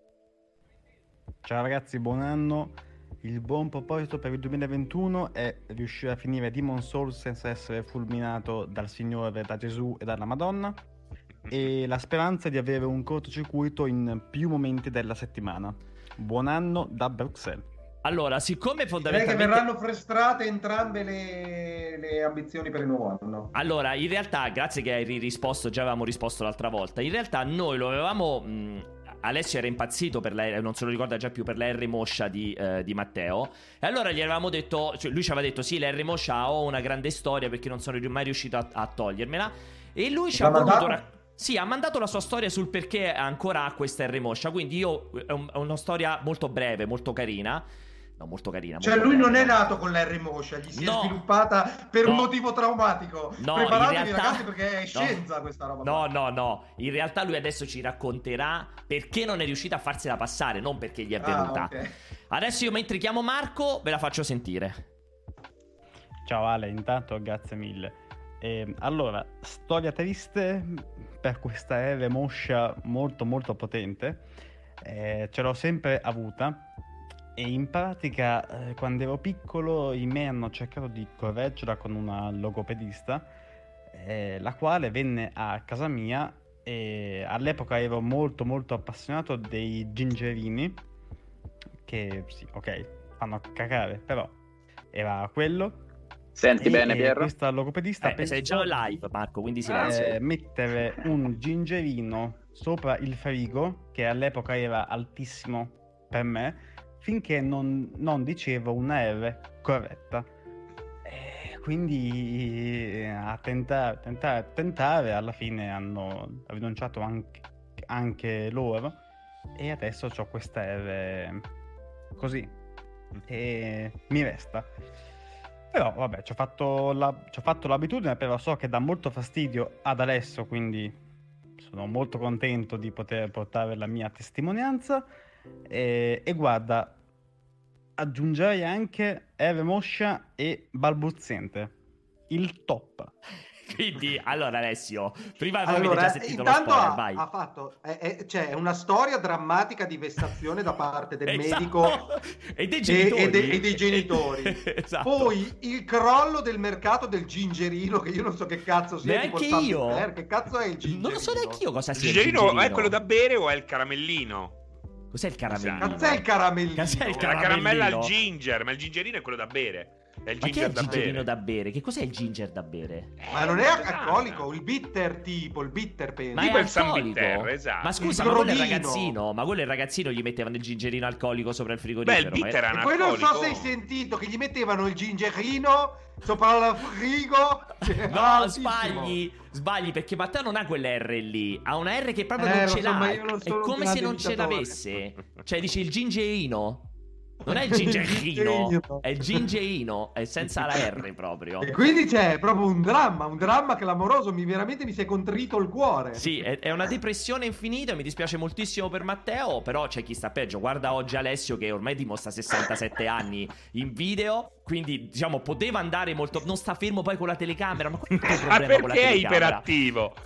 Ciao ragazzi, buon anno. Il buon proposito per il 2021 è riuscire a finire Demon's Souls senza essere fulminato dal Signore, da Gesù e dalla Madonna, e la speranza di avere un cortocircuito in più momenti della settimana. Buon anno da Bruxelles. Allora, siccome direi fondamentalmente che verranno frustrate entrambe le ambizioni per il nuovo anno. Allora, in realtà, grazie che hai risposto, già avevamo risposto l'altra volta. In realtà noi lo avevamo... Alessio era impazzito per la non se lo ricorda già più, per la R moscia di Matteo. E allora gli avevamo detto, cioè lui ci aveva detto: sì, la R moscia ho una grande storia perché non sono mai riuscito a togliermela. E lui ci ha voluto sì, ha mandato la sua storia sul perché ancora ha questa R moscia. Quindi io è una storia molto breve, molto carina. No, molto carina. Cioè molto lui breve, non è nato con la R moscia, gli si è sviluppata per un motivo traumatico. No, preparatevi in realtà... ragazzi perché è scienza questa roba. No. In realtà lui adesso ci racconterà perché non è riuscita a farsela passare, non perché gli è venuta. Okay. Adesso io mentre chiamo Marco ve la faccio sentire. Ciao Ale, intanto grazie mille. Allora, storia triste per questa R moscia molto molto potente. Ce l'ho sempre avuta. E in pratica quando ero piccolo i miei hanno cercato di correggerla con una logopedista, la quale venne a casa mia, e all'epoca ero molto molto appassionato dei gingerini, che sì, ok, fanno cagare, però era quello. Senti bene Piero? Questa logopedista sei già live Marco, quindi silenzio. Mettere un gingerino sopra il frigo, che all'epoca era altissimo per me, finché non dicevo una R corretta. Quindi a tentare alla fine hanno rinunciato anche loro, e adesso ho questa R così e mi resta. Però vabbè, ci ho fatto l'abitudine, però so che dà molto fastidio ad Alessio, quindi sono molto contento di poter portare la mia testimonianza. E guarda, aggiungerei anche R moscia e balbuziente, il top. Quindi allora Alessio, prima allora, già sentito lo intanto spoiler, vai. ha fatto c'è una storia drammatica di vessazione da parte del Esatto. medico e dei genitori, e dei genitori. Esatto. Poi il crollo del mercato del gingerino, che io non so che cazzo sia. Neanche io. Che cazzo è il gingerino? Non lo so neanche io cosa sia il gingerino. È quello da bere o è il caramellino? Cos'è il caramellino? Caz'è il caramellino? La caramella al ginger, ma il gingerino è quello da bere. È il ginger ma che è il gingerino da bere? Che cos'è il ginger da bere? Ma non è alcolico, il bitter tipo, il bitter penso. Ma tipo è il San alcolico? Bitter, esatto. Ma scusa, ma quello è il ragazzino gli mettevano il gingerino alcolico sopra il frigorifero. Beh, il bitter è e poi non so se hai sentito che gli mettevano il gingerino sopra il frigo. No, sbagli perché Matteo non ha quella R lì, ha una R che proprio non ce l'ha. È come se non ce l'avesse. Cioè dice il gingerino. Non è il gingerino, è il gingerino, è senza la R proprio. E quindi c'è proprio un dramma clamoroso, veramente mi si è contrito il cuore. Sì, è una depressione infinita, mi dispiace moltissimo per Matteo, però c'è chi sta peggio. Guarda oggi Alessio che ormai dimostra 67 anni in video, quindi diciamo poteva andare molto... Non sta fermo poi con la telecamera, ma qual è il problema con la telecamera? Perché è iperattivo?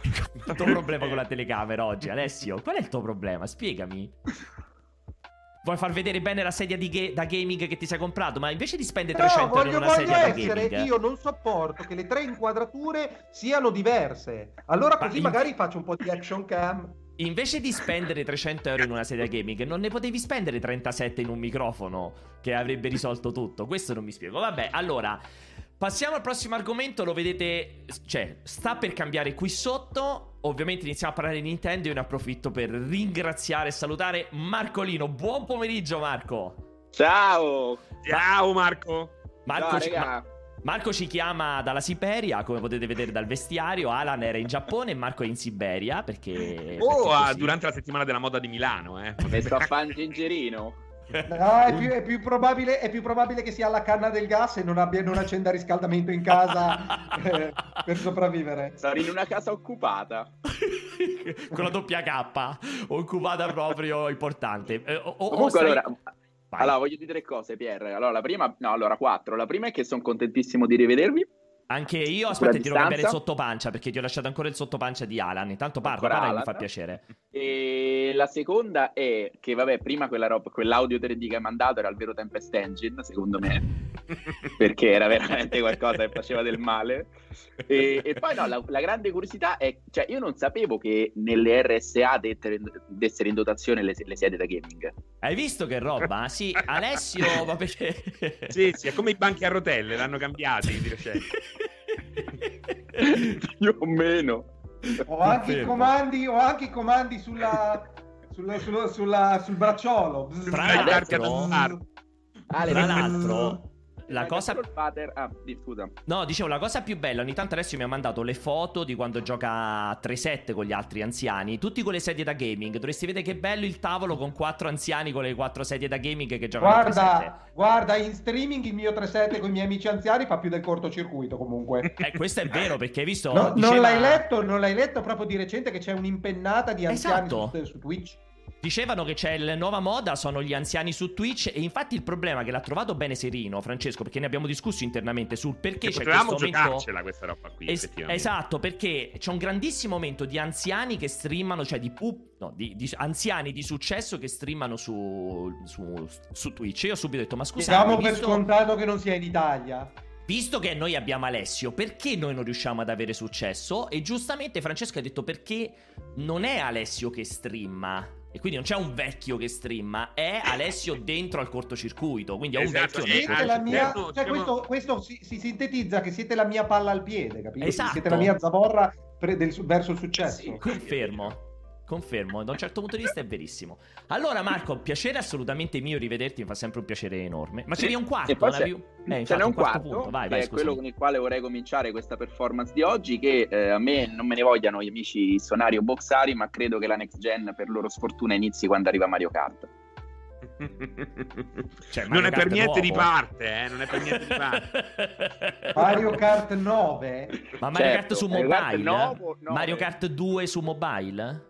il tuo problema con la telecamera oggi, Alessio? Qual è il tuo problema? Spiegami. Vuoi far vedere bene la sedia da gaming che ti sei comprato? Ma invece di spendere 300 euro in una sedia da gaming... Io non sopporto che le 3 inquadrature siano diverse. Allora così magari faccio un po' di action cam. Invece di spendere 300 euro in una sedia gaming, non ne potevi spendere 37 in un microfono che avrebbe risolto tutto? Questo non mi spiego. Vabbè, allora... passiamo al prossimo argomento, lo vedete, cioè, sta per cambiare qui sotto. Ovviamente iniziamo a parlare di Nintendo. Io ne approfitto per ringraziare e salutare Marcolino. Buon pomeriggio, Marco. Ciao. Ciao Marco. Marco ci chiama dalla Siberia, come potete vedere dal vestiario. Alan era in Giappone e Marco è in Siberia perché durante la settimana della moda di Milano, E sto a fare un gingerino. No, è più probabile che sia alla canna del gas e non accenda riscaldamento in casa per sopravvivere. Sarò in una casa occupata con la doppia K, occupata proprio, importante. Comunque allora voglio dire 3 cose, Pierre. Allora 4. La prima è che sono contentissimo di rivedervi. Anche io, aspetta, ti devo cambiare il sottopancia perché ti ho lasciato ancora il sottopancia di Alan. Intanto parla, mi fa piacere. E la seconda è che, vabbè, prima quell'audio 3D che hai mandato era il vero Tempest Engine, secondo me, perché era veramente qualcosa che faceva del male. E poi no, la grande curiosità è, cioè, io non sapevo che nelle RSA dessero in dotazione le sedie da gaming. Hai visto che roba? Sì, Alessio, ma perché? Sì, è come i banchi a rotelle, l'hanno cambiati di recente. Più o meno. Ho anche i comandi sul bracciolo. Tra l'altro la cosa... scusa. No, dicevo, la cosa più bella, ogni tanto Alessio mi ha mandato le foto di quando gioca a 3-7 con gli altri anziani, tutti con le sedie da gaming. Dovresti vedere che bello il tavolo con 4 anziani con le 4 sedie da gaming che giocano a 3-7. Guarda, in streaming il mio 3-7 con i miei amici anziani fa più del cortocircuito comunque. Questo è vero, perché hai visto... Non l'hai letto proprio di recente che c'è un'impennata di anziani su Twitch? Dicevano che c'è la nuova moda, sono gli anziani su Twitch. E infatti il problema che l'ha trovato bene Serino, Francesco, perché ne abbiamo discusso internamente sul perché c'è questo momento... giocarcela questa roba qui, effettivamente. Esatto, perché c'è un grandissimo aumento di anziani che streamano, cioè di anziani di successo che streamano su Twitch. Io ho subito detto, ma scusate, Diamo per scontato che non sia in Italia. Visto che noi abbiamo Alessio, perché noi non riusciamo ad avere successo? E giustamente Francesco ha detto perché non è Alessio che streama. E quindi non c'è un vecchio che streama, è Alessio dentro al cortocircuito. Quindi è un vecchio. Questo si sintetizza che siete la mia palla al piede, capito? Esatto. Siete la mia zavorra verso il successo. Sì, confermo, da un certo punto di vista è verissimo. Allora Marco, piacere assolutamente mio rivederti, mi fa sempre un piacere enorme. Ma c'è un quarto, ce n'è un quarto punto. Vai, è quello con il quale vorrei cominciare questa performance di oggi, che a me non me ne vogliano gli amici sonari o boxari, ma credo che la next gen per loro sfortuna inizi quando arriva Mario Kart. Cioè, non è per niente di parte, non è per niente di parte. Mario Kart 9? Ma Mario Kart su mobile? Kart 9. Mario Kart 2 su mobile?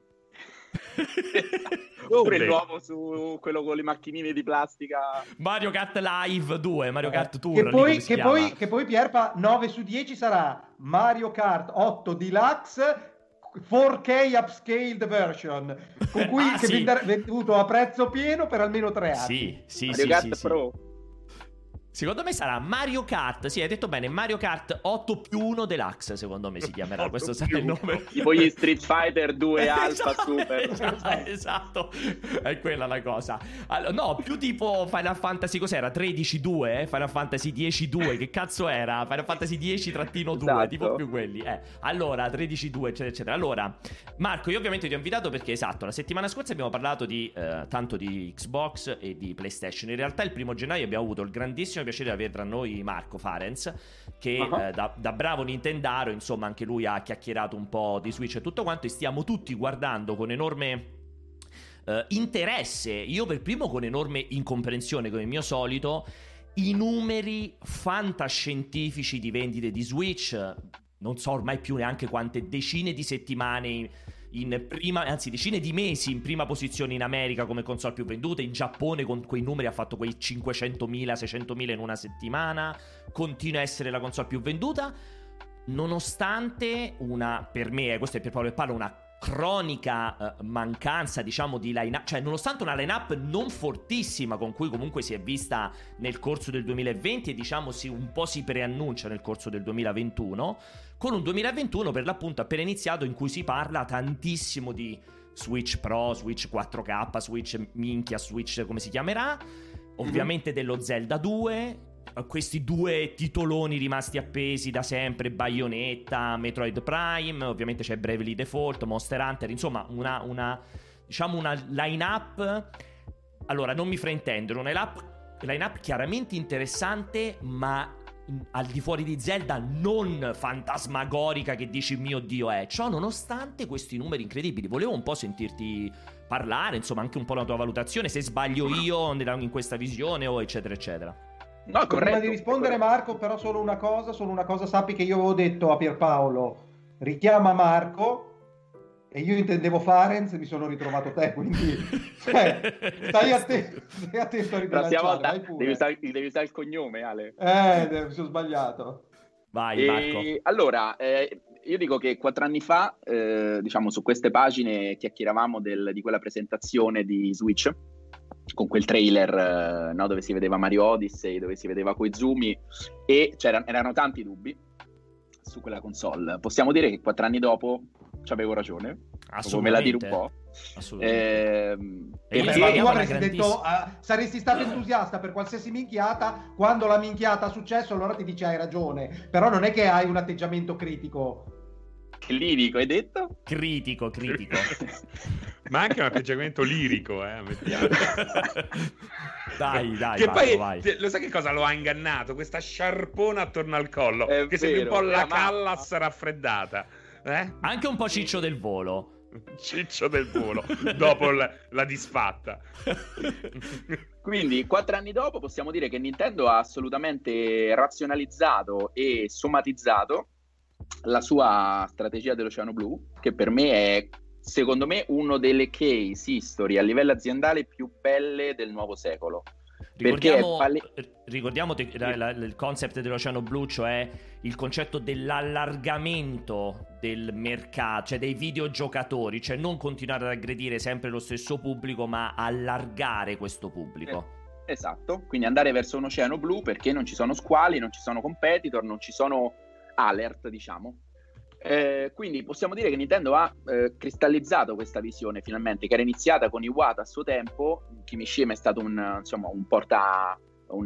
Oppure il nuovo su quello con le macchinine di plastica, Mario Kart Live 2, Mario Kart Tour, che poi Pierpa 9 su 10 sarà Mario Kart 8 Deluxe 4K upscaled version, con cui venduto a prezzo pieno per almeno 3 anni. Mario Kart Pro. Secondo me sarà Mario Kart, sì, hai detto bene, Mario Kart 8+1 Deluxe, secondo me si chiamerà, questo sarà il nome. Tipo gli Street Fighter 2 Alpha Super. Esatto, è quella la cosa. Allora, no, più tipo Final Fantasy, cos'era? 13-2? Final Fantasy 10-2, che cazzo era? Final Fantasy 10-2, esatto. Tipo più quelli. Allora, 13-2, eccetera, eccetera. Allora, Marco, io ovviamente ti ho invitato perché, esatto, la settimana scorsa abbiamo parlato di tanto di Xbox e di PlayStation. In realtà il 1° gennaio abbiamo avuto il grandissimo piacere di avere tra noi Marco Farenz, che da bravo nintendaro, insomma, anche lui ha chiacchierato un po' di Switch e tutto quanto, e stiamo tutti guardando con enorme interesse, io per primo con enorme incomprensione come mio solito, i numeri fantascientifici di vendite di Switch. Non so ormai più neanche quante decine di settimane decine di mesi in prima posizione in America come console più venduta. In Giappone con quei numeri ha fatto quei 500.000, 600.000 in una settimana. Continua a essere la console più venduta. nonostante per me, questo è per Paolo e Paolo, una cronica mancanza, diciamo, di line-up, cioè nonostante una line-up non fortissima con cui comunque si è vista nel corso del 2020 e diciamo un po' si preannuncia nel corso del 2021, con un 2021 per l'appunto appena iniziato in cui si parla tantissimo di Switch Pro, Switch 4K, Switch minchia, Switch come si chiamerà, ovviamente dello Zelda 2, questi 2 titoloni rimasti appesi da sempre, Bayonetta, Metroid Prime, ovviamente c'è Bravely Default, Monster Hunter, insomma una line-up, allora non mi fraintendere, una line-up chiaramente interessante, ma al di fuori di Zelda non fantasmagorica che dici mio Dio è. Ciò nonostante questi numeri incredibili, volevo un po' sentirti parlare, insomma anche un po' la tua valutazione, se sbaglio io in questa visione o eccetera eccetera. No, prima di rispondere Marco, però solo una cosa, sappi che io avevo detto a Pierpaolo richiama Marco e io intendevo Farenz e mi sono ritrovato te, quindi stai attento a rilanciare. La volta devi usare il cognome, Ale. Mi sono sbagliato. Vai Marco. Allora, io dico che 4 anni fa, diciamo su queste pagine chiacchieravamo di quella presentazione di Switch, con quel trailer dove si vedeva Mario Odyssey, dove si vedeva Koizumi, e erano tanti dubbi su quella console. Possiamo dire che 4 anni dopo c'avevo ragione, me la dire un po'. Assolutamente. Ma tu avresti detto, saresti stato entusiasta per qualsiasi minchiata, quando la minchiata ha successo allora ti dice hai ragione, però non è che hai un atteggiamento critico. Lirico, hai detto? Critico. Ma anche un atteggiamento lirico, Dai, che poi vai. Lo sai che cosa lo ha ingannato? Questa sciarpona attorno al collo, che vero, sembra un po' la Callas raffreddata. Anche un po' Ciccio del Volo. Dopo la disfatta. Quindi 4 anni dopo possiamo dire che Nintendo ha assolutamente razionalizzato e somatizzato la sua strategia dell'Oceano Blu, che per me è, secondo me, uno delle case history a livello aziendale più belle del nuovo secolo. Ricordiamo il concept dell'Oceano Blu, cioè il concetto dell'allargamento del mercato, cioè dei videogiocatori, cioè non continuare ad aggredire sempre lo stesso pubblico, ma allargare questo pubblico. Esatto, quindi andare verso un Oceano Blu perché non ci sono squali, non ci sono competitor, non ci sono alert, diciamo. Quindi possiamo dire che Nintendo ha cristallizzato questa visione finalmente, che era iniziata con Iwata a suo tempo. Kimishima è stato un porta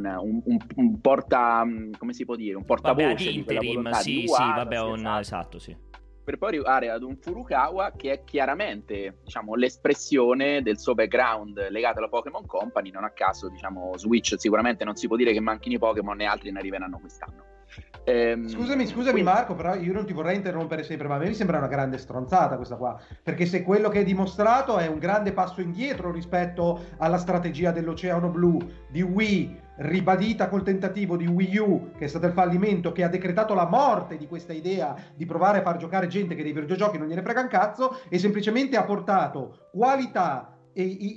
come si può dire, un portavoce di quella volontà di Iwata, esatto, sì. Per poi arrivare ad un Furukawa che è chiaramente, diciamo, l'espressione del suo background legato alla Pokémon Company. Non a caso, diciamo, Switch sicuramente non si può dire che manchino i Pokémon e altri ne arriveranno quest'anno. Scusami quindi... Marco, però io non ti vorrei interrompere sempre, ma a me mi sembra una grande stronzata questa qua, perché se quello che è dimostrato è un grande passo indietro rispetto alla strategia dell'Oceano Blu di Wii, ribadita col tentativo di Wii U, che è stato il fallimento, che ha decretato la morte di questa idea di provare a far giocare gente che dei videogiochi non gliene frega un cazzo, e semplicemente ha portato qualità e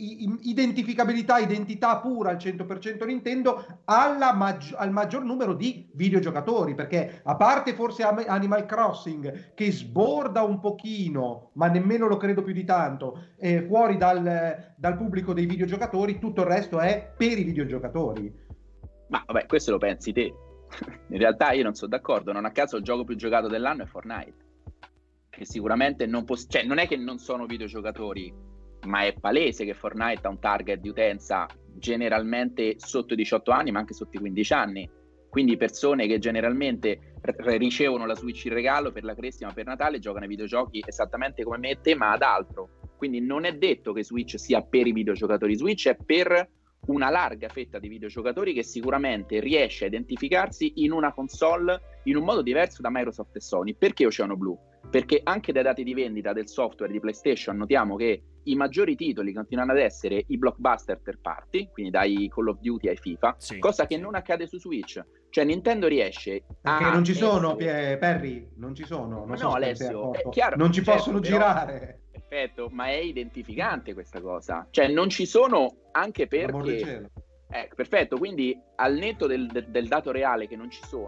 identità pura al 100% Nintendo al maggior numero di videogiocatori, perché a parte forse Animal Crossing che sborda un pochino, ma nemmeno lo credo più di tanto, fuori dal pubblico dei videogiocatori, tutto il resto è per i videogiocatori. Ma vabbè, questo lo pensi te. In realtà io non sono d'accordo, non a caso il gioco più giocato dell'anno è Fortnite, che sicuramente non è che non sono videogiocatori, ma è palese che Fortnite ha un target di utenza generalmente sotto i 18 anni, ma anche sotto i 15 anni, quindi persone che generalmente ricevono la Switch in regalo per la cresima, per Natale, giocano ai videogiochi esattamente come me e te, ma ad altro. Quindi non è detto che Switch sia per i videogiocatori, Switch è per una larga fetta di videogiocatori che sicuramente riesce a identificarsi in una console in un modo diverso da Microsoft e Sony. Perché Oceano Blu? Perché anche dai dati di vendita del software di PlayStation notiamo che i maggiori titoli continuano ad essere i blockbuster third party, quindi dai Call of Duty ai FIFA, sì, cosa che non accade su Switch. Cioè Nintendo riesce a... Perché non ci sono, Perry, non ci sono. Non so, Alessio, è chiaro, non ci possono girare. Perfetto, ma è identificante questa cosa. Cioè non ci sono anche perché... Perfetto, quindi al netto del dato reale che non ci sono,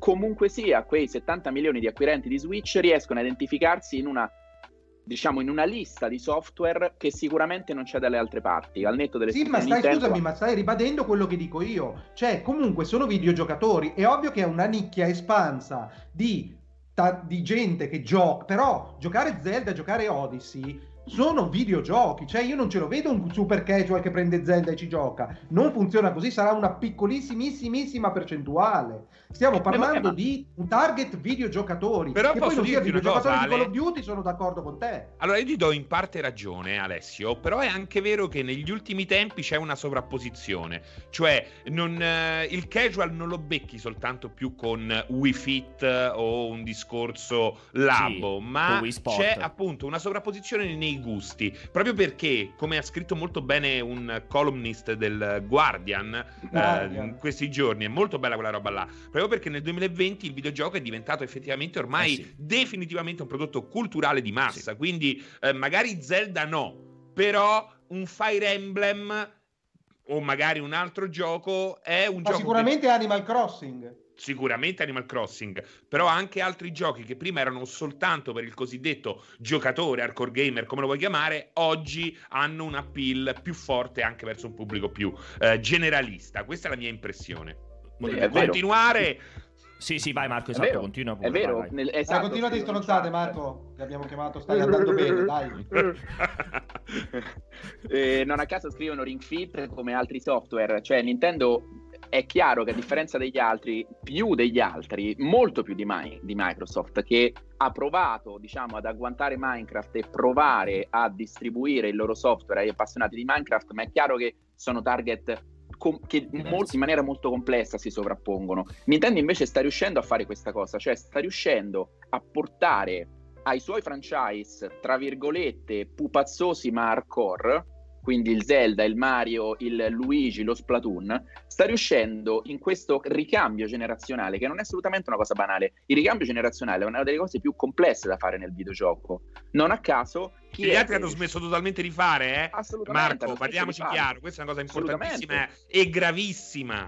comunque sia, quei 70 milioni di acquirenti di Switch riescono a identificarsi in una lista di software che sicuramente non c'è dalle altre parti, al netto delle Sì, ma stai ribadendo quello che dico io. Cioè, comunque sono videogiocatori. È ovvio che è una nicchia espansa di gente che gioca, però giocare Zelda, giocare Odyssey sono videogiochi, cioè io non ce lo vedo un super casual che prende Zelda e ci gioca, non funziona così, sarà una piccolissimissima percentuale. Stiamo parlando di un target videogiocatori, però che poi non sia videogiocatori di Call of Duty, sono d'accordo con te. Allora io ti do in parte ragione, Alessio, però è anche vero che negli ultimi tempi c'è una sovrapposizione, cioè il casual non lo becchi soltanto più con Wii Fit o un discorso Labo, ma c'è appunto una sovrapposizione nei gusti, proprio perché, come ha scritto molto bene un columnist del Guardian in questi giorni, è molto bella quella roba là, proprio perché nel 2020 il videogioco è diventato effettivamente ormai definitivamente un prodotto culturale di massa, quindi magari Zelda no, però un Fire Emblem o magari un altro gioco è un gioco sicuramente Animal Crossing. Sicuramente Animal Crossing, però anche altri giochi che prima erano soltanto per il cosiddetto giocatore, hardcore gamer, come lo vuoi chiamare, oggi hanno un appeal più forte anche verso un pubblico più generalista. Questa è la mia impressione. Volete continuare? Sì, vai Marco, esatto, continua pure. È vero, vai. Esatto, continua di stronzate, Marco, ti abbiamo chiamato, stai andando bene, dai. Non a caso scrivono Ring Fit come altri software, cioè Nintendo è chiaro che a differenza degli altri, molto più di Microsoft, che ha provato, diciamo, ad agguantare Minecraft e provare a distribuire il loro software agli appassionati di Minecraft, ma è chiaro che sono target che in maniera molto complessa si sovrappongono. Nintendo invece sta riuscendo a fare questa cosa, cioè sta riuscendo a portare ai suoi franchise, tra virgolette, pupazzosi ma hardcore, quindi il Zelda, il Mario, il Luigi, lo Splatoon, sta riuscendo in questo ricambio generazionale, che non è assolutamente una cosa banale. Il ricambio generazionale è una delle cose più complesse da fare nel videogioco. Non a caso gli altri hanno smesso totalmente di fare, Assolutamente. Marco, parliamoci chiaro, questa è una cosa importantissima e gravissima,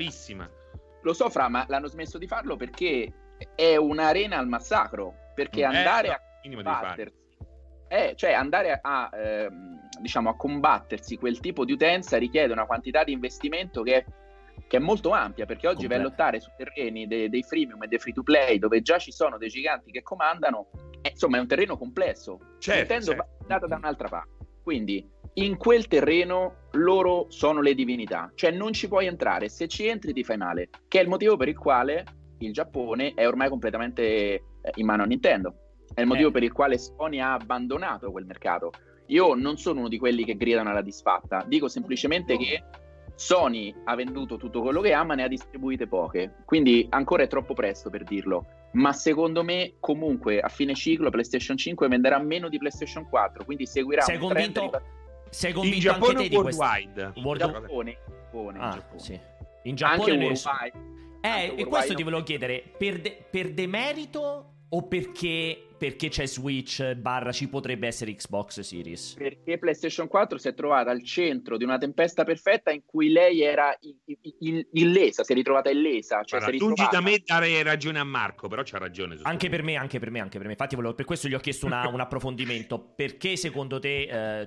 Lo so, Fra, ma l'hanno smesso di farlo perché è un'arena al massacro, perché andare a combattersi, cioè andare a diciamo a combattersi quel tipo di utenza richiede una quantità di investimento che è molto ampia, perché oggi vai a lottare su terreni dei freemium e dei free to play dove già ci sono dei giganti che comandano, insomma è un terreno complesso. Nintendo va andata da un'altra parte, quindi in quel terreno loro sono le divinità, cioè non ci puoi entrare, se ci entri ti fai male, che è il motivo per il quale il Giappone è ormai completamente in mano a Nintendo. È il motivo per il quale Sony ha abbandonato quel mercato. Io non sono uno di quelli che gridano alla disfatta, dico semplicemente che Sony ha venduto tutto quello che ha, ma ne ha distribuite poche, quindi ancora è troppo presto per dirlo, ma secondo me comunque a fine ciclo PlayStation 5 venderà meno di PlayStation 4, quindi seguirà sei convinto in Giappone anche te di worldwide? Giappone. Sì. In Giappone anche worldwide. E questo ti volevo chiedere, per demerito o perché c'è Switch / ci potrebbe essere Xbox Series? Perché PlayStation 4 si è trovata al centro di una tempesta perfetta in cui lei era illesa, si è ritrovata illesa. Cioè lungi da me dare ragione a Marco, però c'ha ragione. Anche per me. Infatti per questo gli ho chiesto un approfondimento. Perché secondo te,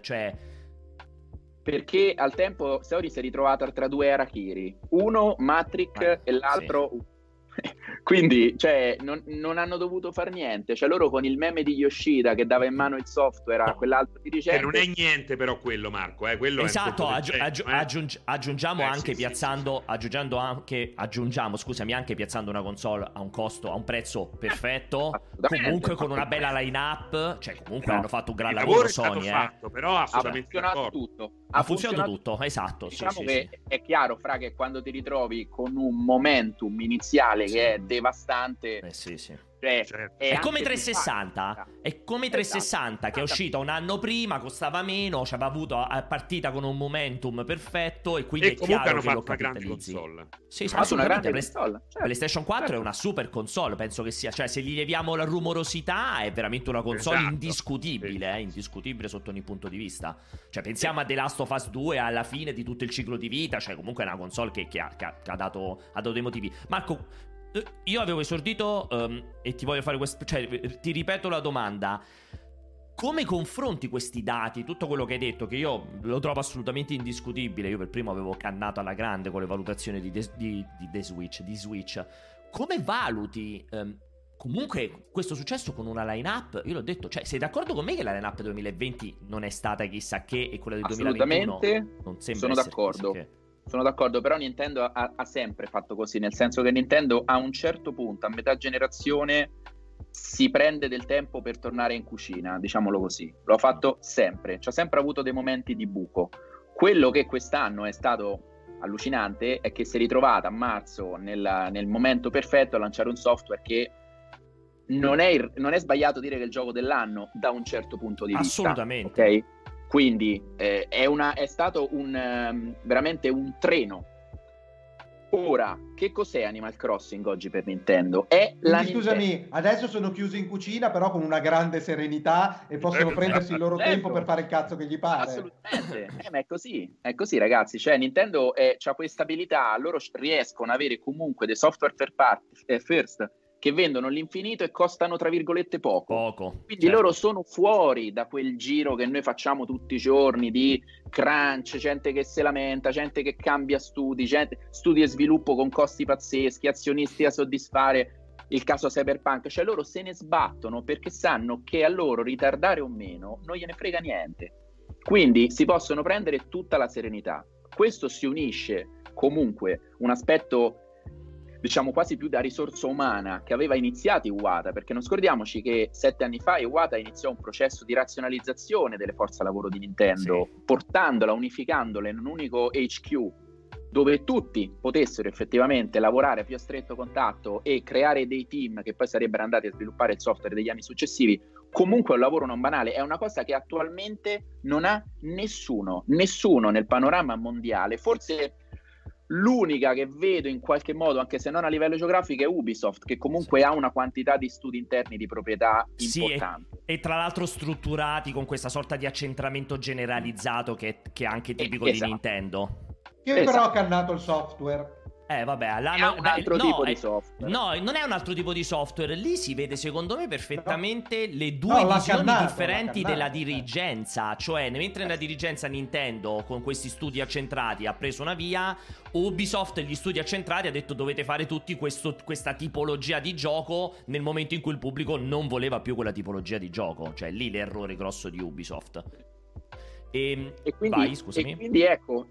Perché al tempo Saori si è ritrovata tra due Harakiri, uno Matrix e l'altro... Sì. Quindi, cioè, non hanno dovuto far niente. Cioè, loro con il meme di Yoshida che dava in mano il software a quell'altro dirigente. Che non è niente, però, quello, Marco. Quello esatto, aggiungiamo anche anche piazzando una console a un costo, a un prezzo perfetto. Comunque con una bella line-up. Cioè, comunque hanno fatto un gran lavoro Sony. Fatto, però assolutamente ha funzionato tutto. Ha funzionato tutto, esatto. Diciamo che è chiaro, Fra, che quando ti ritrovi con un momentum iniziale che è devastante, cioè, è come 360. È come 360 che è uscita un anno prima, costava meno, ci aveva avuto partita con un momentum perfetto e quindi è chiaro che lo capitalizzi. Sì, assolutamente. PlayStation 4 è una super console, penso che sia, cioè se gli leviamo la rumorosità è veramente una console indiscutibile, indiscutibile sotto ogni punto di vista. Cioè pensiamo a The Last of Us 2 alla fine di tutto il ciclo di vita, cioè comunque è una console che ha dato dei motivi. Marco, io avevo esordito e ti voglio fare questo, cioè ti ripeto la domanda. Come confronti questi dati, tutto quello che hai detto, che io lo trovo assolutamente indiscutibile, io per primo avevo cannato alla grande con le valutazioni di Switch, come valuti comunque questo successo con una line-up? Io l'ho detto, cioè sei d'accordo con me che la line-up 2020 non è stata chissà che e quella del 2021 non sembra sono d'accordo. Sono d'accordo, però Nintendo ha sempre fatto così, nel senso che Nintendo a un certo punto, a metà generazione, si prende del tempo per tornare in cucina, diciamolo così. Lo ha fatto sempre, c'ha sempre avuto dei momenti di buco. Quello che quest'anno è stato allucinante è che si è ritrovata a marzo nel momento perfetto a lanciare un software che non è sbagliato dire che è il gioco dell'anno da un certo punto di vista. Assolutamente. Ok? Quindi è stato veramente un treno. Ora, che cos'è Animal Crossing oggi per Nintendo? Scusami, adesso sono chiusi in cucina, però con una grande serenità e possono prendersi il loro tempo per fare il cazzo che gli pare. Assolutamente, ma è così ragazzi, cioè Nintendo c'ha questa abilità, loro riescono ad avere comunque dei software first che vendono l'infinito e costano tra virgolette poco. Quindi certo, loro sono fuori da quel giro che noi facciamo tutti i giorni di crunch, gente che si lamenta, gente che cambia studi e sviluppo con costi pazzeschi, azionisti da soddisfare, il caso Cyberpunk, cioè loro se ne sbattono perché sanno che a loro ritardare o meno non gliene frega niente, quindi si possono prendere tutta la serenità. Questo si unisce comunque un aspetto diciamo quasi più da risorsa umana che aveva iniziato Iwata, perché non scordiamoci che 7 anni fa Iwata iniziò un processo di razionalizzazione delle forze lavoro di Nintendo, portandola, unificandola in un unico HQ dove tutti potessero effettivamente lavorare a più stretto contatto e creare dei team che poi sarebbero andati a sviluppare il software degli anni successivi. Comunque un lavoro non banale, è una cosa che attualmente non ha nessuno nel panorama mondiale. Forse l'unica che vedo in qualche modo, anche se non a livello geografico, è Ubisoft, che comunque ha una quantità di studi interni di proprietà importante. E tra l'altro strutturati con questa sorta di accentramento generalizzato che è anche tipico di Nintendo. Che però ha cannato il software. Vabbè, è un altro tipo di software. No, non è un altro tipo di software. Lì si vede, secondo me, perfettamente le due visioni differenti della dirigenza. Cioè, mentre nella dirigenza Nintendo, con questi studi accentrati, ha preso una via, Ubisoft e gli studi accentrati ha detto dovete fare tutti questa tipologia di gioco nel momento in cui il pubblico non voleva più quella tipologia di gioco. Cioè, lì l'errore grosso di Ubisoft. E quindi, vai, scusami. E quindi ecco...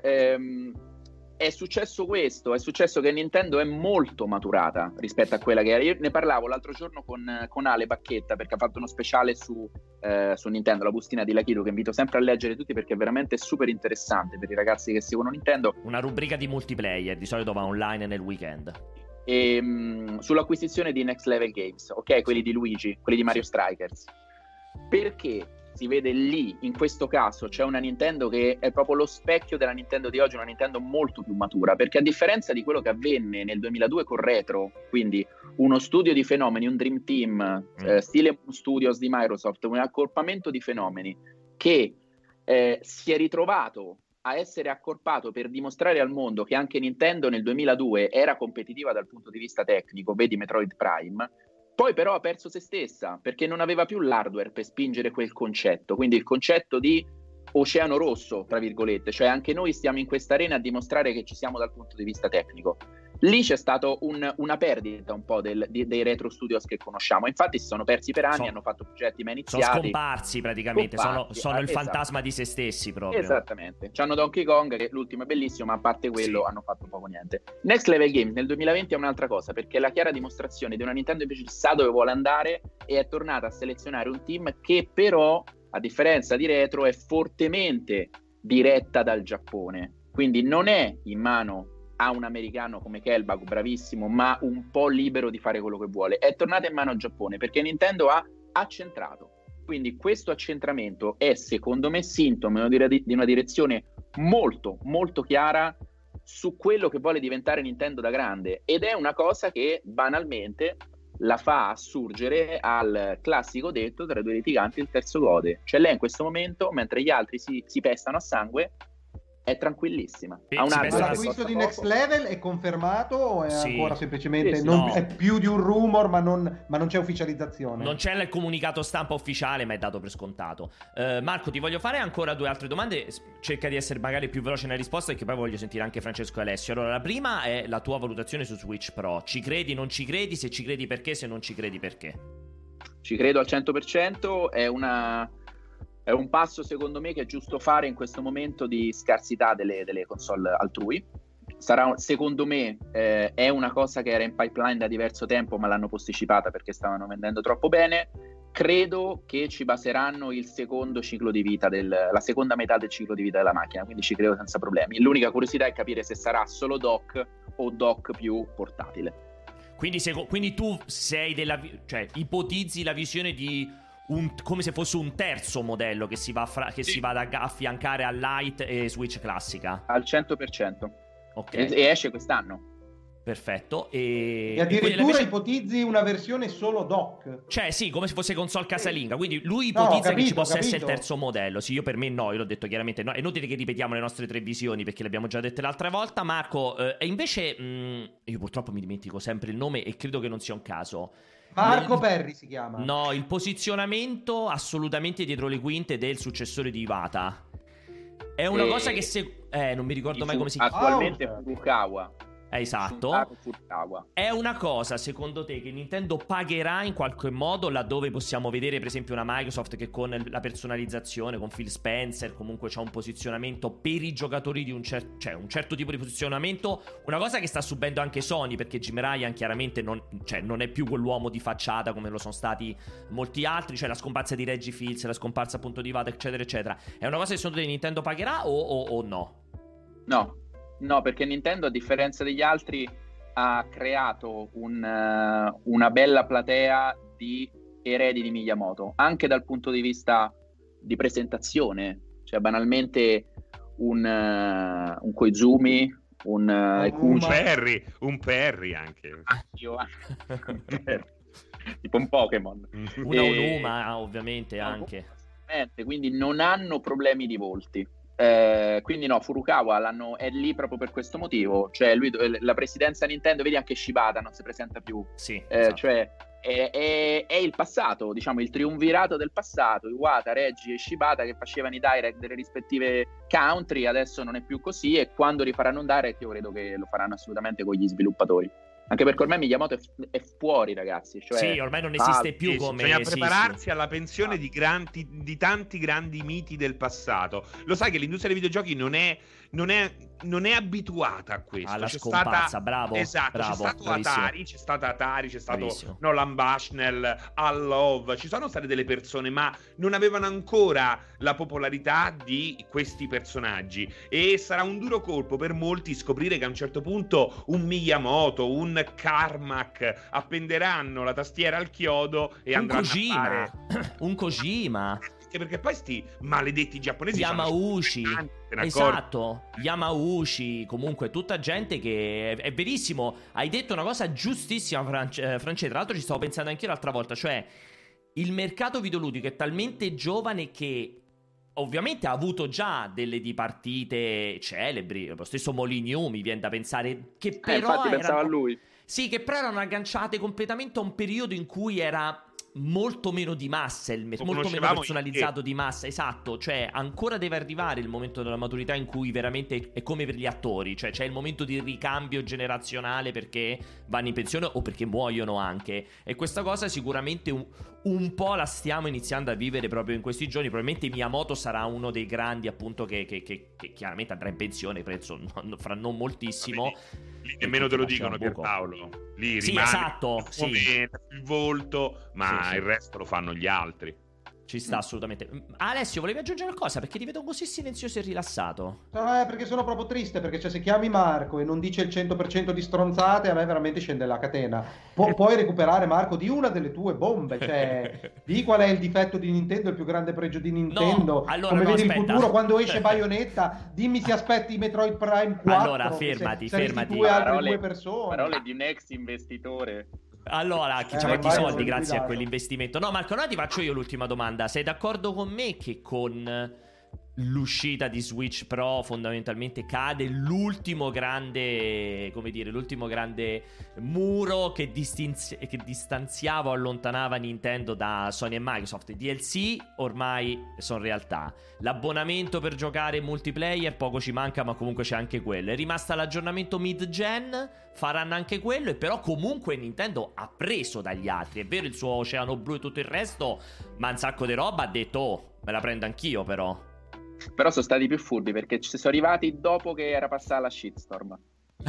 è successo questo, è successo che Nintendo è molto maturata rispetto a quella che era. Io ne parlavo l'altro giorno con Ale Bacchetta, perché ha fatto uno speciale su Nintendo, la bustina di Lakido, che invito sempre a leggere tutti perché è veramente super interessante per i ragazzi che seguono Nintendo. Una rubrica di multiplayer, di solito va online nel weekend. E sull'acquisizione di Next Level Games, ok, quelli di Luigi, quelli di Mario Strikers. Perché si vede lì, in questo caso, c'è una Nintendo che è proprio lo specchio della Nintendo di oggi, una Nintendo molto più matura, perché a differenza di quello che avvenne nel 2002 con Retro, quindi uno studio di fenomeni, un Dream Team, stile Studios di Microsoft, un accorpamento di fenomeni che si è ritrovato a essere accorpato per dimostrare al mondo che anche Nintendo nel 2002 era competitiva dal punto di vista tecnico, vedi Metroid Prime. Poi però ha perso se stessa perché non aveva più l'hardware per spingere quel concetto, quindi il concetto di oceano rosso, tra virgolette, cioè anche noi stiamo in questa arena a dimostrare che ci siamo dal punto di vista tecnico. Lì c'è stato una perdita un po' dei retro studios che conosciamo, infatti si sono persi per anni, hanno fatto progetti mai iniziati. Sono scomparsi praticamente, sono il fantasma di se stessi proprio. Esattamente, c'hanno Donkey Kong che l'ultimo è bellissimo, ma a parte quello hanno fatto poco niente. Next Level Games nel 2020 è un'altra cosa, perché è la chiara dimostrazione di una Nintendo invece sa dove vuole andare e è tornata a selezionare un team che però, a differenza di Retro, è fortemente diretta dal Giappone, quindi non è in mano a un americano come Kelbach, bravissimo, ma un po' libero di fare quello che vuole. È tornata in mano al Giappone perché Nintendo ha accentrato. Quindi questo accentramento è, secondo me, sintomo di una direzione molto, molto chiara su quello che vuole diventare Nintendo da grande, ed è una cosa che banalmente la fa assurgere al classico detto tra due litiganti il terzo gode. Cioè lei in questo momento, mentre gli altri si pestano a sangue, è tranquillissima. Sì, Ha un si hardware pensa- che L'acquisto costa di Next poco. Level è confermato o è Sì. ancora semplicemente Sì, sì. non- No. è più di un rumor, ma non c'è ufficializzazione? Non c'è il comunicato stampa ufficiale, ma è dato per scontato. Marco, ti voglio fare ancora 2 altre domande. Cerca di essere magari più veloce nella risposta, perché poi voglio sentire anche Francesco e Alessio. Allora, la prima è la tua valutazione su Switch Pro. Ci credi, non ci credi? Se ci credi, perché? Se non ci credi, perché? Ci credo al 100%, è un passo secondo me che è giusto fare in questo momento di scarsità delle console altrui. Secondo me è una cosa che era in pipeline da diverso tempo, ma l'hanno posticipata perché stavano vendendo troppo bene. Credo che ci baseranno il secondo ciclo di vita la seconda metà del ciclo di vita della macchina, quindi ci credo senza problemi. L'unica curiosità è capire se sarà solo dock o dock più portatile. Quindi tu sei cioè ipotizzi la visione di come se fosse un terzo modello che si va si va ad affiancare a Lite e Switch classica. Al 100%. Ok, E esce quest'anno. perfetto. E addirittura ipotizzi una versione solo dock. Cioè sì, come se fosse console casalinga. Quindi lui No, ipotizza che capito, ci possa essere il capito. terzo modello. Sì, io per me no, io l'ho detto chiaramente no. È inutile che ripetiamo le nostre 3 visioni, perché le abbiamo già dette l'altra volta. Marco, e invece io purtroppo mi dimentico sempre il nome e credo che non sia un caso. Marco Perri si chiama. No, il posizionamento assolutamente dietro le quinte del successore di Iwata. È una cosa che non mi ricordo mai come si chiama. Attualmente Furukawa. Esatto. Furukawa. È una cosa, secondo te, che Nintendo pagherà in qualche modo, laddove possiamo vedere per esempio una Microsoft che con la personalizzazione, con Phil Spencer, comunque c'ha un posizionamento per i giocatori di un certo tipo di posizionamento. Una cosa che sta subendo anche Sony, perché Jim Ryan chiaramente non è più quell'uomo di facciata come lo sono stati molti altri. Cioè la scomparsa di Reggie Fils, la scomparsa appunto di Iwata, eccetera eccetera. È una cosa che secondo te Nintendo pagherà o no? No, perché Nintendo, a differenza degli altri, ha creato una bella platea di eredi di Miyamoto, anche dal punto di vista di presentazione. Cioè, banalmente, un Koizumi, un Perry anche. Tipo un Pokémon. Una Onuma, ovviamente, anche. Quindi non hanno problemi di volti. Quindi no, Furukawa è lì proprio per questo motivo. Cioè lui, la presidenza Nintendo, vedi anche Shibata non si presenta più. Sì, esatto. Cioè è il passato, diciamo il triumvirato del passato. Iwata, Reggie e Shibata che facevano i direct delle rispettive country. Adesso non è più così, e quando rifaranno un direct io credo che lo faranno assolutamente con gli sviluppatori. Anche perché ormai Miyamoto è fuori, ragazzi. Cioè, sì, ormai non esiste più come... Bisogna prepararsi alla pensione di tanti grandi miti del passato. Lo sai che l'industria dei videogiochi non è abituata a questo. Alla scomparsa, bravo. Esatto, bravo, c'è stato Atari, c'è stato bravissimo. Nolan Bushnell, Al Love, ci sono state delle persone, ma non avevano ancora la popolarità di questi personaggi, e sarà un duro colpo per molti scoprire che a un certo punto un Miyamoto, un Carmack appenderanno la tastiera al chiodo e andranno a fare un Kojima, perché poi sti maledetti giapponesi Yamauchi, esatto, Yamauchi, comunque tutta gente che è verissimo. Hai detto una cosa giustissima, Francesco. Tra l'altro ci stavo pensando anch'io l'altra volta, cioè il mercato videoludico è talmente giovane che ovviamente ha avuto già delle dipartite celebri. Lo stesso Molyneux mi viene da pensare, che però infatti pensavo a lui. Sì, che però erano agganciate completamente a un periodo in cui era molto meno di massa, molto meno personalizzato di massa, esatto. Cioè ancora deve arrivare il momento della maturità in cui veramente è come per gli attori, cioè c'è il momento di ricambio generazionale perché vanno in pensione o perché muoiono anche, e questa cosa sicuramente un po' la stiamo iniziando a vivere proprio in questi giorni. Probabilmente Miyamoto sarà uno dei grandi, appunto, che chiaramente andrà in pensione, penso fra non moltissimo. Lì nemmeno te lo dicono, Pierpaolo. Lì sì, rimane esatto, il volto, ma il resto lo fanno gli altri. Ci sta assolutamente. Alessio, volevi aggiungere qualcosa? Perché ti vedo così silenzioso e rilassato. Perché sono proprio triste, perché se chiami Marco e non dice il 100% di stronzate, a me veramente scende la catena. Puoi recuperare, Marco, di una delle tue bombe, cioè di qual è il difetto di Nintendo, il più grande pregio di Nintendo. Come vedi il futuro, quando esce Bayonetta, dimmi se aspetti Metroid Prime 4. Allora, fermati. Tu e altre due persone. Parole di un ex investitore. Allora, chi ci ha fatto i soldi grazie a quell'investimento. No, Marco, allora ti faccio io l'ultima domanda. Sei d'accordo con me che con l'uscita di Switch Pro fondamentalmente cade l'ultimo grande, come dire, l'ultimo grande muro che distanziava o allontanava Nintendo da Sony e Microsoft. I DLC ormai sono realtà, l'abbonamento per giocare multiplayer poco ci manca, ma comunque c'è anche quello. È rimasta l'aggiornamento mid-gen, faranno anche quello, e però comunque Nintendo ha preso dagli altri. È vero il suo Oceano Blu e tutto il resto, ma un sacco di roba ha detto me la prendo anch'io però. Però sono stati più furbi perché ci sono arrivati dopo che era passata la shitstorm.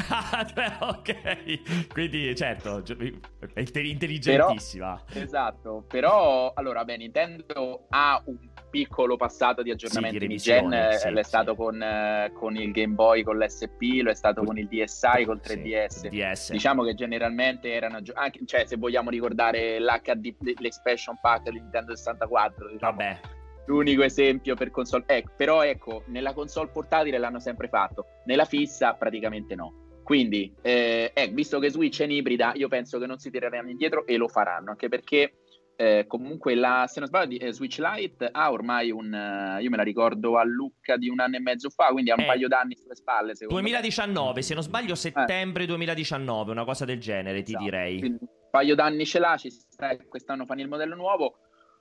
Ok, quindi certo, è intelligentissima. Però, esatto, però allora Nintendo ha un piccolo passato di aggiornamento di gen, l'è stato con il Game Boy con l'SP, lo è stato con il DSi, col 3DS. DS. Diciamo che generalmente erano anche, cioè se vogliamo ricordare l'HD, l'expansion pack di Nintendo 64, diciamo. Vabbè. L'unico esempio per console, però ecco, nella console portatile l'hanno sempre fatto, nella fissa praticamente no. Quindi, visto che Switch è in ibrida, io penso che non si tireranno indietro e lo faranno, anche perché comunque se non sbaglio, Switch Lite ha ormai io me la ricordo a Lucca di 1 anno e mezzo fa, quindi ha un paio d'anni sulle spalle. 2019, me. Se non sbaglio settembre 2019, una cosa del genere, esatto. Ti direi. Quindi, un paio d'anni ce l'ha, ci sta, quest'anno fanno il modello nuovo.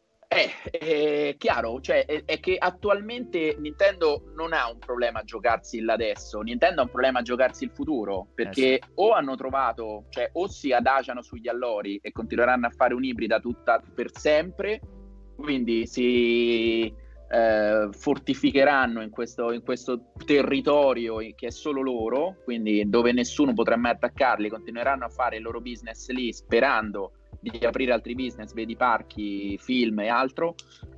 È chiaro, cioè è che attualmente Nintendo non ha un problema a giocarsi l'adesso, Nintendo ha un problema a giocarsi il futuro, perché o hanno trovato, cioè o si adagiano sugli allori e continueranno a fare un'ibrida tutta per sempre, quindi si fortificheranno in questo territorio che è solo loro, quindi dove nessuno potrà mai attaccarli, continueranno a fare il loro business lì sperando di aprire altri business, vedi parchi, film e altro,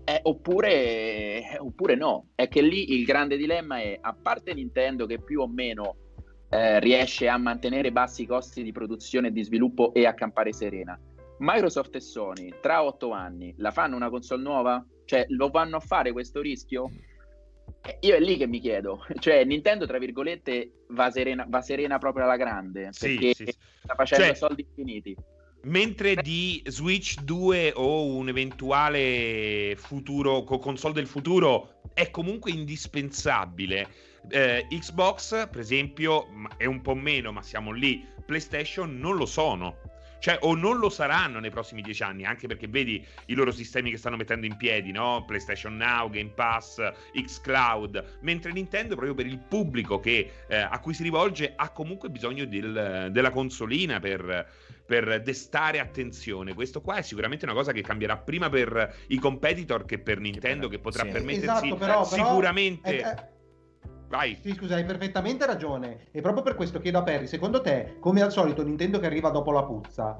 oppure no. È che lì il grande dilemma è, a parte Nintendo che più o meno riesce a mantenere bassi costi di produzione e di sviluppo e a campare serena, Microsoft e Sony tra 8 anni la fanno una console nuova? Cioè lo vanno a fare questo rischio? Io è lì che mi chiedo, cioè Nintendo tra virgolette va serena proprio alla grande, perché sta facendo soldi infiniti. Mentre di Switch 2 o un eventuale futuro console del futuro è comunque indispensabile. Xbox, per esempio, è un po' meno, ma siamo lì. PlayStation non lo sono. Cioè, o non lo saranno nei prossimi 10 anni, anche perché vedi i loro sistemi che stanno mettendo in piedi, no? PlayStation Now, Game Pass, xCloud, mentre Nintendo, proprio per il pubblico a cui si rivolge, ha comunque bisogno della consolina per destare attenzione. Questo qua è sicuramente una cosa che cambierà prima per i competitor che per Nintendo, che potrà permettersi sicuramente... Vai. Sì, scusa, hai perfettamente ragione. E proprio per questo chiedo a Perry, secondo te, come al solito Nintendo che arriva dopo la puzza,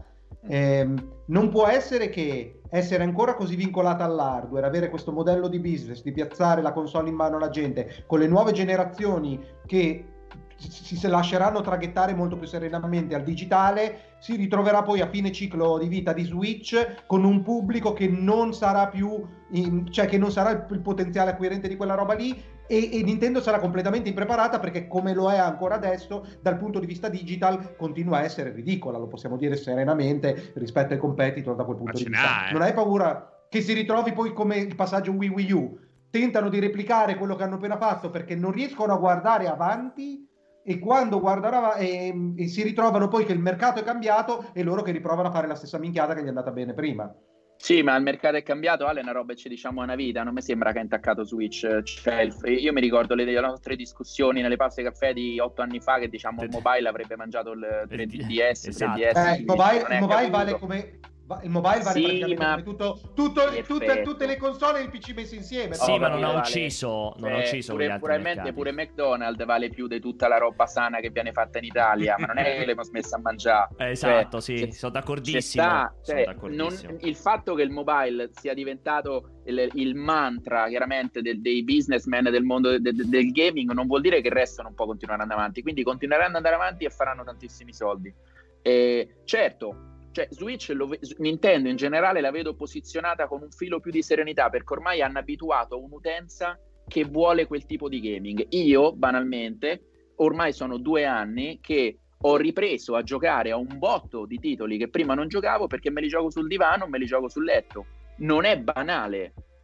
non può essere che essere ancora così vincolata all'hardware, avere questo modello di business, di piazzare la console in mano alla gente, con le nuove generazioni che si lasceranno traghettare molto più serenamente al digitale, si ritroverà poi a fine ciclo di vita di Switch con un pubblico che non sarà più che non sarà il potenziale acquirente di quella roba lì, e Nintendo sarà completamente impreparata, perché come lo è ancora adesso dal punto di vista digital continua a essere ridicola, lo possiamo dire serenamente, rispetto ai competitor da quel punto di vista. Non hai paura che si ritrovi poi come il passaggio Wii U? Tentano di replicare quello che hanno appena fatto perché non riescono a guardare avanti, e quando guardano e si ritrovano poi che il mercato è cambiato e loro che riprovano a fare la stessa minchiata che gli è andata bene prima. Sì, ma il mercato è cambiato, Ale, è una roba che ci diciamo una vita, non mi sembra che ha intaccato Switch. Cioè, io mi ricordo le nostre discussioni nelle pause caffè di 8 anni fa che diciamo il mobile avrebbe mangiato il 3DS, esatto. 3DS. Il mobile vale come... Il mobile vale praticamente come tutte le console e il PC messi insieme. Sì, ma non ha ucciso probabilmente pure McDonald's vale più di tutta la roba sana che viene fatta in Italia, ma non è che l'abbiamo smessa a mangiare. Esatto, sono d'accordissimo. Il fatto che il mobile sia diventato il mantra chiaramente dei businessmen del mondo del gaming non vuol dire che il resto non può continuare ad andare avanti, quindi continueranno ad andare avanti e faranno tantissimi soldi. Certo, cioè Switch, Nintendo in generale la vedo posizionata con un filo più di serenità, perché ormai hanno abituato un'utenza che vuole quel tipo di gaming. Io banalmente ormai sono 2 anni che ho ripreso a giocare a un botto di titoli che prima non giocavo, perché me li gioco sul divano, me li gioco sul letto. Non è banale,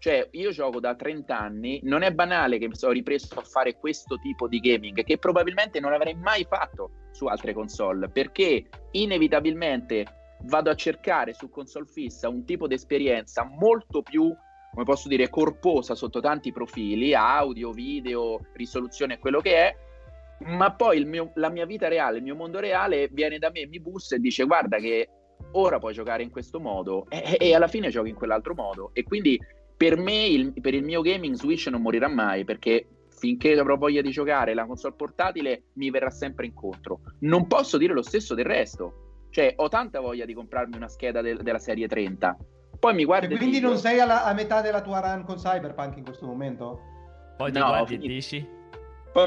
Cioè, io gioco da 30 anni, non è banale che mi sono ripreso a fare questo tipo di gaming, che probabilmente non avrei mai fatto su altre console, perché inevitabilmente vado a cercare su console fissa un tipo di esperienza molto più, come posso dire, corposa sotto tanti profili, audio, video, risoluzione, quello che è, ma poi la mia vita reale, il mio mondo reale viene da me, mi bussa e dice guarda che ora puoi giocare in questo modo e alla fine giochi in quell'altro modo. E quindi per me, per il mio gaming, Switch non morirà mai, perché finché avrò voglia di giocare la console portatile mi verrà sempre incontro. Non posso dire lo stesso del resto, cioè ho tanta voglia di comprarmi una scheda della serie 30, poi mi guardi quindi dico, non sei a metà della tua run con Cyberpunk in questo momento? Poi ti guardi e dici? Poi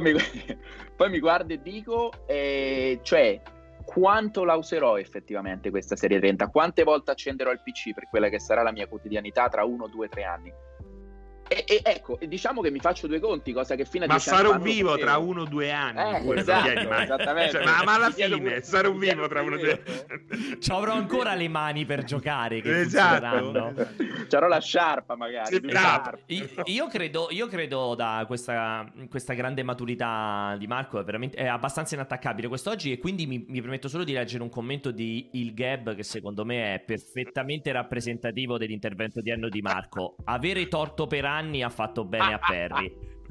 mi guardo e dico cioè quanto la userò effettivamente questa serie 30, quante volte accenderò il PC per quella che sarà la mia quotidianità tra 1, 2, 3 anni. E ecco, diciamo che mi faccio due conti, cosa che fino a 10 anni sarò vivo tra 1 o 2 anni. Esatto, esattamente. Cioè, ma alla fine sarò vivo tra 1 o 2 anni. Ci avrò ancora le mani per giocare, che esatto. C'avrò la sciarpa magari. Esatto. Io credo da questa grande maturità di Marco è abbastanza inattaccabile quest'oggi, e quindi mi permetto solo di leggere un commento di Il Gab, che secondo me è perfettamente rappresentativo dell'intervento di Enno Di Marco. Avere torto per anni ha fatto bene a Perry.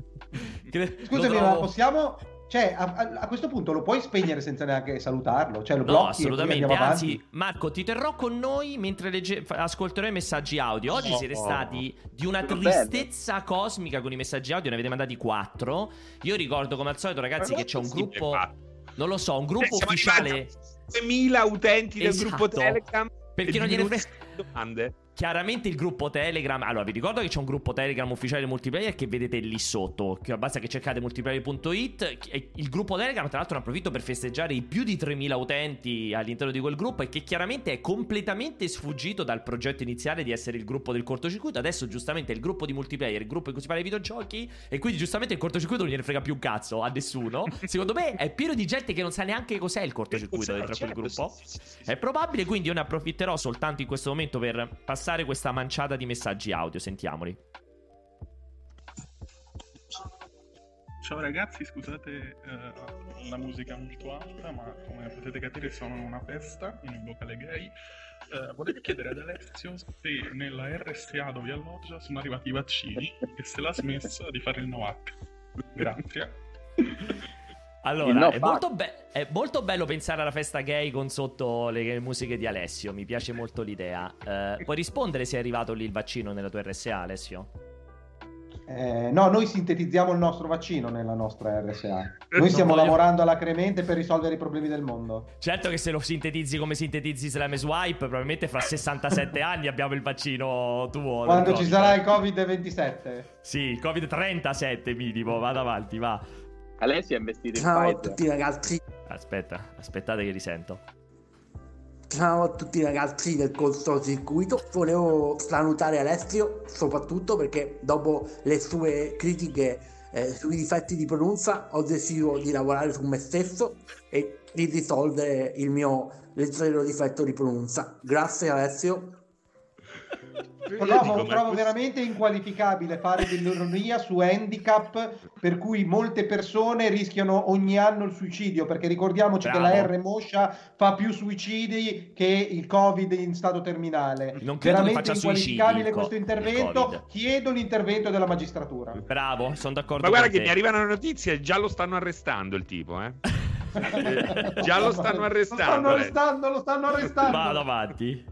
Scusami, ma possiamo... Cioè, a questo punto lo puoi spegnere senza neanche salutarlo? Cioè, lo blocchi? No, assolutamente. Anzi, Marco, ti terrò con noi mentre ascolterò i messaggi audio. Oggi siete stati di una tristezza cosmica con i messaggi audio. Ne avete mandati 4. Io ricordo, come al solito, ragazzi, che c'è un gruppo... Non lo so, un gruppo ufficiale... 6.000 utenti del gruppo Telegram. Perché non gliene frega domande. Chiaramente il gruppo Telegram. Allora, vi ricordo che c'è un gruppo Telegram ufficiale di multiplayer che vedete lì sotto, che basta che cercate multiplayer.it. Il gruppo Telegram, tra l'altro, ne approfitto per festeggiare i più di 3.000 utenti all'interno di quel gruppo, e che chiaramente è completamente sfuggito dal progetto iniziale di essere il gruppo del cortocircuito. Adesso giustamente è il gruppo di multiplayer, il gruppo in cui si parla di videogiochi, e quindi giustamente il cortocircuito non gliene frega più un cazzo a nessuno. Secondo me è pieno di gente che non sa neanche cos'è il cortocircuito dentro a quel gruppo. È probabile, quindi io ne approfitterò soltanto in questo momento per passare questa manciata di messaggi audio. Sentiamoli. Ciao ragazzi, scusate la musica molto alta, ma come potete capire sono in una festa in un locale gay. Volevo chiedere ad Alessio se nella RSA dove alloggia sono arrivati i vaccini e se l'ha smessa di fare il Novac. Grazie. Allora, è molto bello pensare alla festa gay con sotto le musiche di Alessio. Mi piace molto l'idea. Puoi rispondere se è arrivato lì il vaccino nella tua RSA, Alessio? No, noi sintetizziamo il nostro vaccino nella nostra RSA. Noi stiamo lavorando alacremente per risolvere i problemi del mondo. Certo che se lo sintetizzi come sintetizzi Slime Swipe, probabilmente fra 67 anni abbiamo il vaccino tuo. Quando ci sarà il Covid-27. Sì, il Covid-37 minimo. Vado avanti, va. Alessio è investito in Ciao Pfizer. a tutti ragazzi. Aspettate che risento. Ciao a tutti ragazzi del cortocircuito. Volevo salutare Alessio soprattutto perché dopo le sue critiche sui difetti di pronuncia ho deciso di lavorare su me stesso e di risolvere il mio leggero difetto di pronuncia. Grazie Alessio. Trovo veramente inqualificabile fare dell'ironia su handicap per cui molte persone rischiano ogni anno il suicidio, perché ricordiamoci che la R moscia fa più suicidi che il Covid in stato terminale. Non credo veramente che faccia inqualificabile questo intervento. Chiedo l'intervento della magistratura. Bravo, sono d'accordo. Ma guarda che mi arrivano le notizie, già lo stanno arrestando il tipo, già lo stanno arrestando. Lo stanno arrestando. Vado avanti.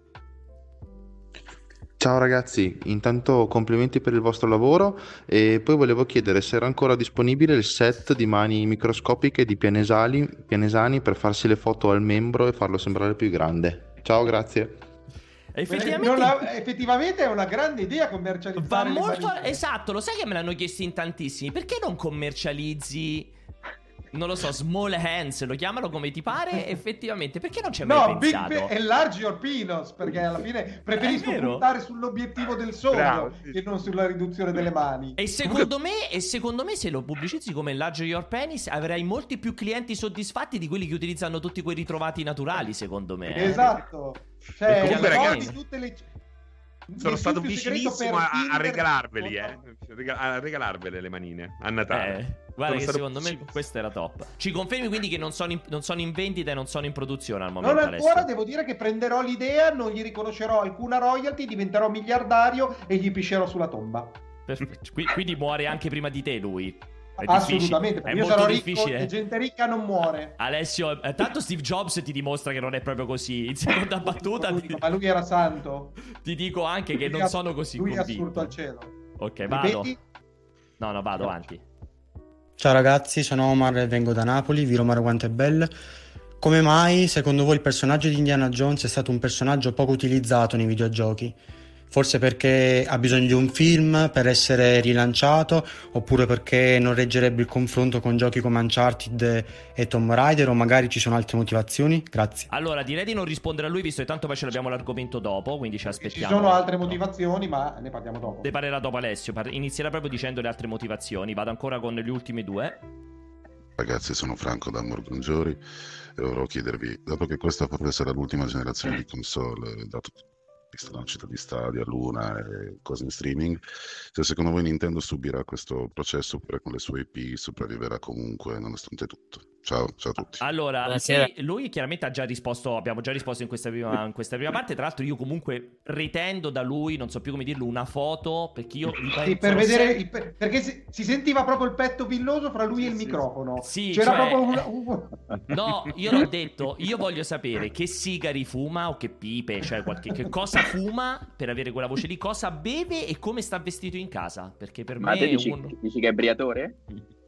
Ciao ragazzi, intanto complimenti per il vostro lavoro, e poi volevo chiedere se era ancora disponibile il set di mani microscopiche di Pianesani per farsi le foto al membro e farlo sembrare più grande. Ciao, grazie. Effettivamente è una grande idea commercializzare. Esatto, lo sai che me l'hanno chiesto in tantissimi. Perché non commercializzi, non lo so, small hands, lo chiamano come ti pare, effettivamente, perché non c'è mai pensato? No, big enlarge your penis, perché alla fine preferisco puntare sull'obiettivo del sogno che non sulla riduzione delle mani. E secondo me se lo pubblicizzi come enlarge your penis avrai molti più clienti soddisfatti di quelli che utilizzano tutti quei ritrovati naturali, secondo me. Esatto. Cioè, tutte le... Sono stato più segreto vicinissimo per a Tinder. regalarveli, a regalarvele le manine a Natale. Guarda Sono che stato secondo me vicinissimo. questa era top. Ci confermi quindi che non sono in vendita e non sono in produzione al momento, Non ancora, Alessio? devo dire che prenderò l'idea, non gli riconoscerò alcuna royalty, diventerò miliardario e gli piscerò sulla tomba. Perfetto. Quindi muore anche prima di te lui. È Assolutamente, difficile. perché È io molto sarò ricco difficile. e gente ricca non muore. Alessio, tanto Steve Jobs ti dimostra che non è proprio così. In seconda battuta Ma lui era santo. ti dico anche che non sono così lui è convinto. assurdo al cielo. Ok, vado. Ripeti? No, vado avanti. Ciao ragazzi, sono Omar e vengo da Napoli, Viro Quanto è Belle. Come mai, secondo voi, il personaggio di Indiana Jones è stato un personaggio poco utilizzato nei videogiochi? Forse perché ha bisogno di un film per essere rilanciato, oppure perché non reggerebbe il confronto con giochi come Uncharted e Tomb Raider, o magari ci sono altre motivazioni? Grazie. Allora, direi di non rispondere a lui, visto che tanto poi ce l'abbiamo l'argomento dopo, quindi ci Ci aspettiamo. sono altre motivazioni, ma ne parliamo dopo. Ne parlerà dopo Alessio. Inizierà proprio dicendo le altre motivazioni. Vado ancora con gli ultimi due. Ragazzi, sono Franco da Morgongiori e volevo chiedervi, dato che questa potrebbe essere l'ultima generazione di console, dato vista la nascita di Stadia, Luna e cose in streaming, se secondo voi Nintendo subirà questo processo oppure con le sue IP sopravviverà comunque nonostante tutto. Ciao a tutti. Allora, sì, lui chiaramente ha già risposto, abbiamo già risposto in questa prima parte. Tra l'altro io comunque retendo da lui, non so più come dirlo, una foto, perché io sì, per vedere perché si sentiva proprio il petto villoso fra lui e il microfono. Sì, c'era cioè... proprio No, io l'ho detto, io voglio sapere che sigari fuma o che pipe, cioè che cosa fuma per avere quella voce lì, cosa beve e come sta vestito in casa, perché per Ma me te dici che è briatore?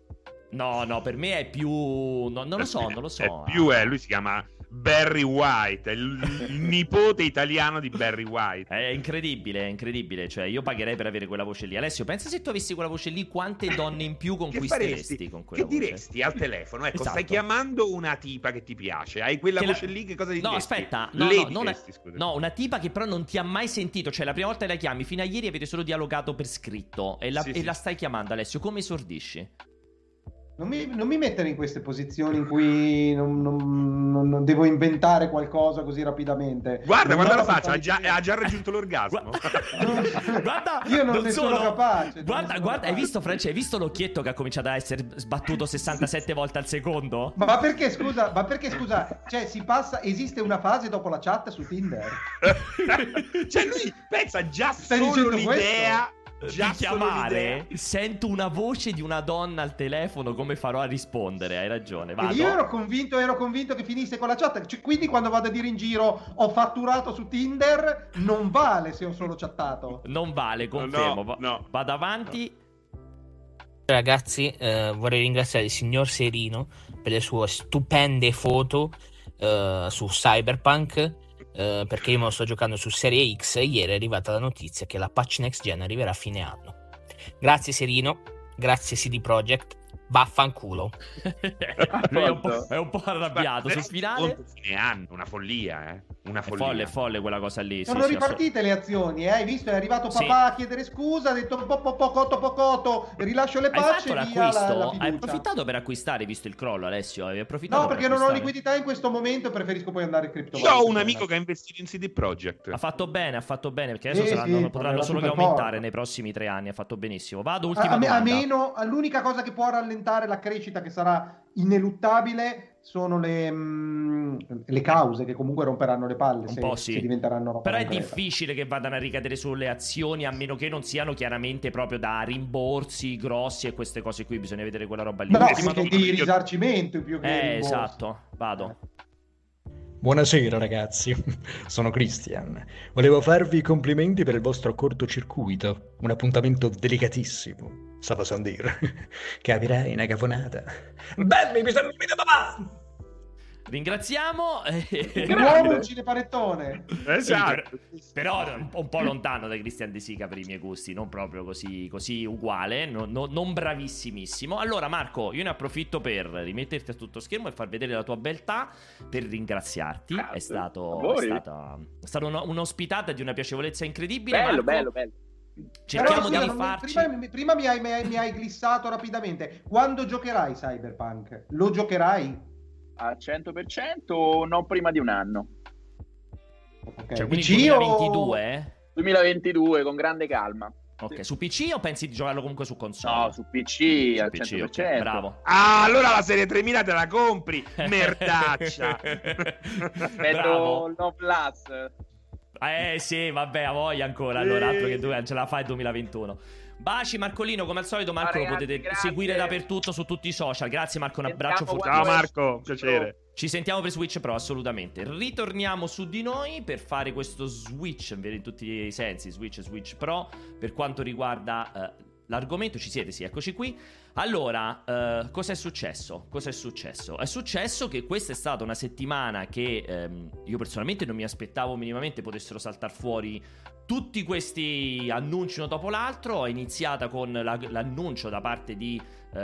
No, per me è più... non lo so. Lui si chiama Barry White, è il nipote italiano di Barry White. È incredibile. Cioè, io pagherei per avere quella voce lì. Alessio, pensa se tu avessi quella voce lì, quante donne in più conquisteresti con quella che voce? diresti al telefono? Ecco, Esatto. stai chiamando una tipa che ti piace, hai quella voce lì, che cosa diresti? No, aspetta, no, una tipa che però non ti ha mai sentito. Cioè, la prima volta che la chiami, fino a ieri avete solo dialogato per scritto e la stai chiamando, Alessio. Come esordisci? Non mi mettere in queste posizioni in cui non devo inventare qualcosa così rapidamente. Guarda la faccia, ha già raggiunto l'orgasmo. Guarda, io non ne sono capace. Guarda, hai visto Francia? Hai visto l'occhietto che ha cominciato a essere sbattuto 67 volte al secondo? Ma perché scusa? Cioè, esiste una fase dopo la chat su Tinder? Cioè, lui pensa già Stai solo dicendo l'idea. Di chiamare, sento una voce di una donna al telefono, come farò a rispondere? Hai ragione, vado. Io ero convinto che finisse con la chat, cioè, quindi quando vado a dire in giro ho fatturato su Tinder, non vale se ho solo chattato. Non vale, confermo. No. Vado avanti. Ragazzi, vorrei ringraziare il signor Serino per le sue stupende foto su Cyberpunk, perché io me lo sto giocando su Serie X e ieri è arrivata la notizia che la patch next gen arriverà a fine anno. Grazie Serino, grazie CD Projekt, vaffanculo. Lui è un po' arrabbiato sul finale. Fine anno, una follia, una follia. È folle quella cosa lì. Sono ripartite le azioni, hai visto? È arrivato papà a chiedere scusa, ha detto pocotto, rilascio le patch e via la hai approfittato per acquistare, visto il crollo, Alessio? Hai approfittato? No, perché non ho liquidità in questo momento e preferisco poi andare in criptovaluta. Io ho un amico che ha investito in CD Projekt. Ha fatto bene, perché adesso potranno solo che aumentare nei prossimi 3 anni. Ha fatto benissimo. Vado, ultima domanda. L'unica cosa che può rallentare la crescita, che sarà ineluttabile, sono le cause che comunque romperanno le palle se diventeranno roba. Però è difficile che vadano a ricadere sulle azioni, a meno che non siano chiaramente proprio da rimborsi grossi e queste cose qui. Bisogna vedere quella roba lì. No, di risarcimento più che rimborsi. Esatto, vado. Buonasera ragazzi, sono Christian. Volevo farvi i complimenti per il vostro cortocircuito, un appuntamento delicatissimo. Stavo a dire, capirai, una cafonata. Belli, mi sono da papà! Ringraziamo. Nuovo cinepanettone. Esatto. Però un po' lontano da Christian De Sica per i miei gusti, non proprio così uguale, non bravissimissimo. Allora Marco, io ne approfitto per rimetterti a tutto schermo e far vedere la tua beltà, per ringraziarti. È stata un'ospitata di una piacevolezza incredibile. Bello. Cerchiamo di farci. Prima mi hai glissato rapidamente. Quando giocherai Cyberpunk? Lo giocherai? Al 100% non prima di un anno. Okay. Cioè, quindi 2022? 2022 con grande calma. Ok, su PC o pensi di giocarlo comunque su console? No, su PC Su al PC, 100%. ok, bravo. Ah, allora la serie 3000 te la compri, merdaccia. Aspetto il No Plus. Sì, vabbè, a voglia ancora. Allora, altro che ce la fai il 2021. Baci Marcolino, come al solito Marco Ciao, lo ragazzi, potete grazie. seguire dappertutto su tutti i social. Grazie Marco, un abbraccio Sentiamo fortissimo. Ciao Marco, piacere. Ci sentiamo per Switch Pro, assolutamente. Ritorniamo su di noi per fare questo switch in tutti i sensi, Switch Pro, per quanto riguarda l'argomento. Ci siete? Sì, eccoci qui. Allora, cos'è successo? È successo che questa è stata una settimana che io personalmente non mi aspettavo minimamente potessero saltare fuori tutti questi annunci uno dopo l'altro. È iniziata con l'annuncio da parte di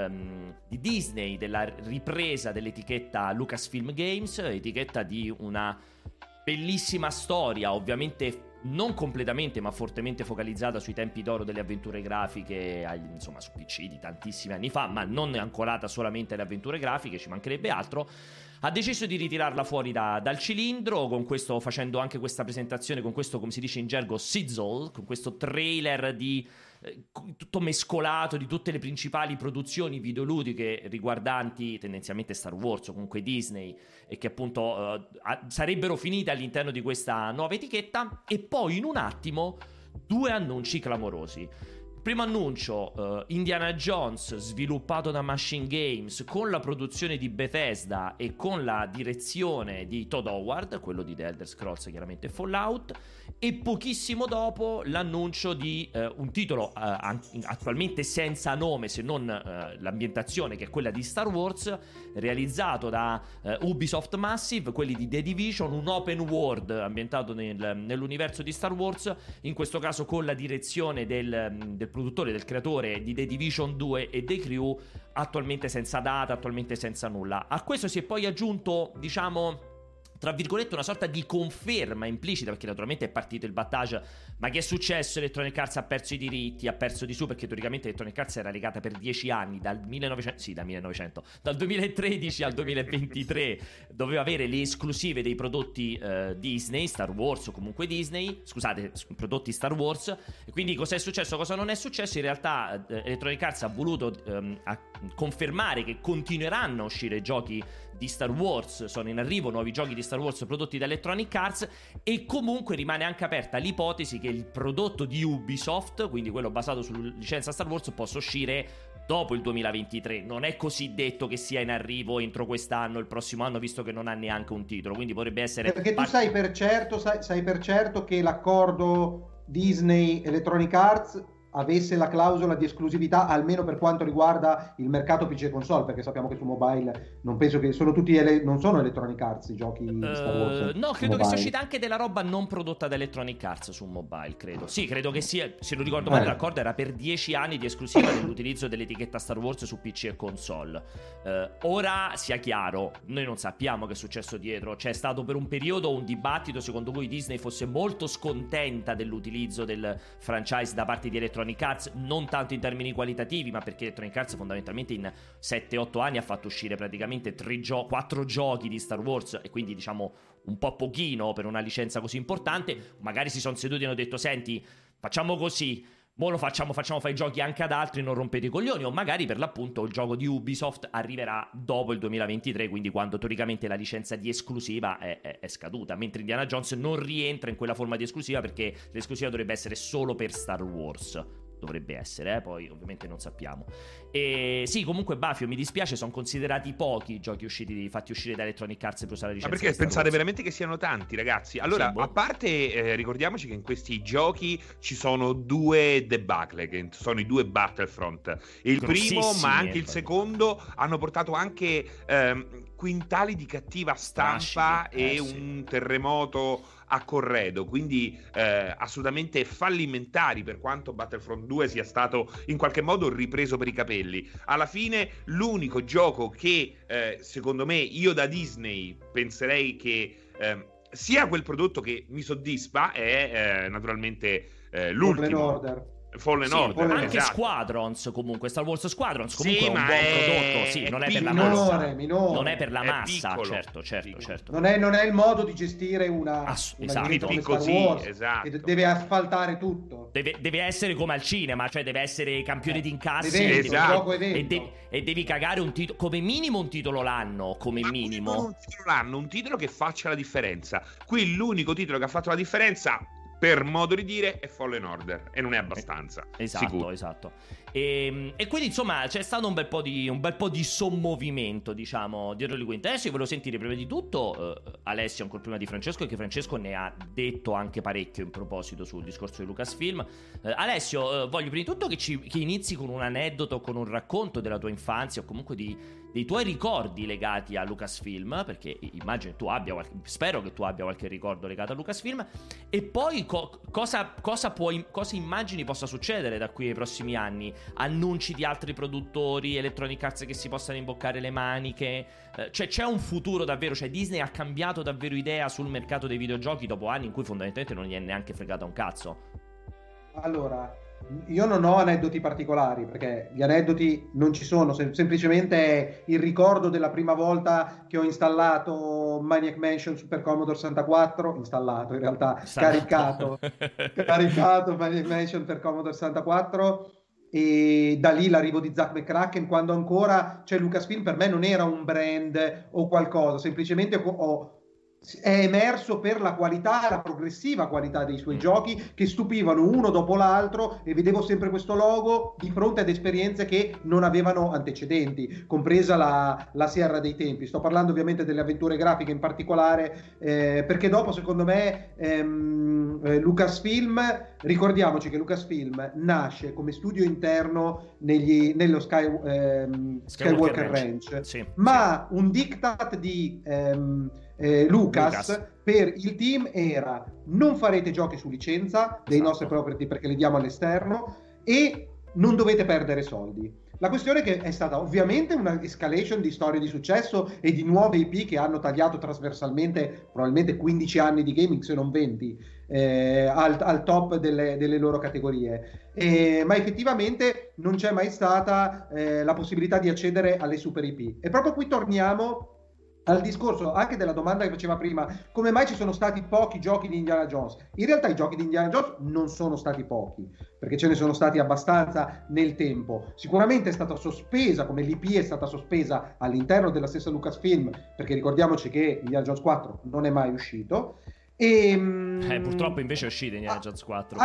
Disney della ripresa dell'etichetta Lucasfilm Games, etichetta di una bellissima storia, ovviamente non completamente ma fortemente focalizzata sui tempi d'oro delle avventure grafiche, insomma su PC di tantissimi anni fa, ma non ancorata solamente alle avventure grafiche, ci mancherebbe altro. Ha deciso di ritirarla fuori dal cilindro, con questo, facendo anche questa presentazione con questo, come si dice in gergo, sizzle, con questo trailer di tutto mescolato di tutte le principali produzioni videoludiche riguardanti tendenzialmente Star Wars o comunque Disney, e che appunto sarebbero finite all'interno di questa nuova etichetta. E poi in un attimo 2 annunci clamorosi. Primo annuncio, Indiana Jones, sviluppato da Machine Games, con la produzione di Bethesda e con la direzione di Todd Howard, quello di The Elder Scrolls chiaramente Fallout. E pochissimo dopo l'annuncio di un titolo attualmente senza nome se non l'ambientazione, che è quella di Star Wars, realizzato da Ubisoft Massive, quelli di The Division, un open world ambientato nell'universo di Star Wars, in questo caso con la direzione del produttore, del creatore di The Division 2 e The Crew, attualmente senza data, attualmente senza nulla. A questo si è poi aggiunto, diciamo, tra virgolette, una sorta di conferma implicita, perché naturalmente è partito il battage. Ma che è successo? Electronic Arts ha perso i diritti, ha perso di su, perché teoricamente Electronic Arts era legata per 10 anni, dal 2013 al 2023 doveva avere le esclusive dei prodotti Disney, Star Wars o comunque Disney, scusate, prodotti Star Wars. E quindi cos'è successo, cosa non è successo? In realtà Electronic Arts ha voluto confermare che continueranno a uscire giochi di Star Wars, sono in arrivo nuovi giochi di Star Wars prodotti da Electronic Arts, e comunque rimane anche aperta l'ipotesi che il prodotto di Ubisoft, quindi quello basato sulla licenza Star Wars, possa uscire dopo il 2023. Non è così detto che sia in arrivo entro quest'anno, il prossimo anno, visto che non ha neanche un titolo, quindi potrebbe essere... Perché tu sai per certo che l'accordo Disney Electronic Arts avesse la clausola di esclusività, almeno per quanto riguarda il mercato PC e console, perché sappiamo che su mobile non penso che sono tutti non sono Electronic Arts i giochi di Star Wars. No, credo che sia uscita anche della roba non prodotta da Electronic Arts su mobile, credo. Sì, credo che sia, se non ricordo male, l'accordo era per 10 anni di esclusiva dell'utilizzo dell'etichetta Star Wars su PC e console. Ora sia chiaro, noi non sappiamo che è successo dietro. C'è stato per un periodo un dibattito secondo cui Disney fosse molto scontenta dell'utilizzo del franchise da parte di Electronic Arts, non tanto in termini qualitativi, ma perché Electronic Arts fondamentalmente in 7-8 anni ha fatto uscire praticamente 4 giochi di Star Wars, e quindi diciamo un po' pochino per una licenza così importante. Magari si sono seduti e hanno detto: senti, facciamo così, mo lo facciamo fare i giochi anche ad altri, non rompete i coglioni. O magari per l'appunto il gioco di Ubisoft arriverà dopo il 2023, quindi quando teoricamente la licenza di esclusiva è scaduta, mentre Indiana Jones non rientra in quella forma di esclusiva, perché l'esclusiva dovrebbe essere solo per Star Wars. Dovrebbe essere, poi ovviamente non sappiamo. E sì, comunque Bafio, mi dispiace, sono considerati pochi i giochi fatti uscire da Electronic Arts per usare la licenza. Ma perché pensate veramente che siano tanti, ragazzi? Allora, a parte ricordiamoci che in questi giochi ci sono 2 debacle, che sono i 2 Battlefront. Il primo, ma anche il secondo, hanno portato anche quintali di cattiva stampa e un terremoto a corredo, quindi assolutamente fallimentari, per quanto Battlefront 2 sia stato in qualche modo ripreso per i capelli. Alla fine l'unico gioco che secondo me io da Disney penserei che sia quel prodotto che mi soddisfa è naturalmente l'ultimo Fallen Sì, Order, anche esatto. Squadrons, comunque Star Wars Squadrons comunque Sì, è un ma buon è- prodotto, sì, non è per la minore, massa, minore. non è per la È massa, piccolo, certo. Non è il modo di gestire una esatto. unità come Star Così, Wars, esatto. che deve asfaltare tutto. Deve essere come al cinema, cioè deve essere campione di incassi evento, e esatto. gioco evento. e devi cagare un titolo, come minimo un titolo l'anno, come Non minimo. un titolo l'anno, un titolo che faccia la differenza. Qui l'unico titolo che ha fatto la differenza, per modo di dire, è Fallen Order, e non è abbastanza. Esatto, sicuro. esatto. E quindi insomma c'è stato un bel po' di sommovimento, diciamo, dietro di quinto. Adesso io volevo sentire prima di tutto Alessio, ancora prima di Francesco, che Francesco ne ha detto anche parecchio in proposito sul discorso di Lucasfilm. Alessio, voglio prima di tutto che inizi con un aneddoto, con un racconto della tua infanzia o comunque dei tuoi ricordi legati a Lucasfilm, perché immagino tu abbia spero che tu abbia qualche ricordo legato a Lucasfilm, e poi cosa immagini possa succedere da qui ai prossimi anni. Annunci di altri produttori, Electronic Arts che si possano imboccare le maniche, cioè c'è un futuro davvero, cioè Disney ha cambiato davvero idea sul mercato dei videogiochi dopo anni in cui fondamentalmente non gli è neanche fregata un cazzo. Allora, io non ho aneddoti particolari, perché gli aneddoti non ci sono, semplicemente è il ricordo della prima volta che ho installato Maniac Mansion Super Commodore 64, installato in realtà, caricato Maniac Mansion per Commodore 64, e da lì l'arrivo di Zack McCracken, quando ancora, cioè, Lucasfilm per me non era un brand o qualcosa, semplicemente è emerso per la qualità, la progressiva qualità dei suoi giochi, che stupivano uno dopo l'altro, e vedevo sempre questo logo di fronte ad esperienze che non avevano antecedenti, compresa la Sierra dei Tempi. Sto parlando ovviamente delle avventure grafiche in particolare, perché dopo, secondo me, Lucasfilm, ricordiamoci che Lucasfilm nasce come studio interno nello Skywalker Ranch, sì, ma un diktat di Lucas per il team era: non farete giochi su licenza dei nostri property perché li diamo all'esterno, e non dovete perdere soldi. La questione è che è stata ovviamente una escalation di storie di successo e di nuove IP che hanno tagliato trasversalmente probabilmente 15 anni di gaming, se non 20, al top delle loro categorie, ma effettivamente non c'è mai stata la possibilità di accedere alle super IP. E proprio qui torniamo al discorso anche della domanda che faceva prima: come mai ci sono stati pochi giochi di Indiana Jones? In realtà i giochi di Indiana Jones non sono stati pochi, perché ce ne sono stati abbastanza nel tempo. Sicuramente è stata sospesa, come l'IP è stata sospesa all'interno della stessa Lucasfilm, perché ricordiamoci che Indiana Jones 4 non è mai uscito, e purtroppo invece è uscito Indiana Jones 4.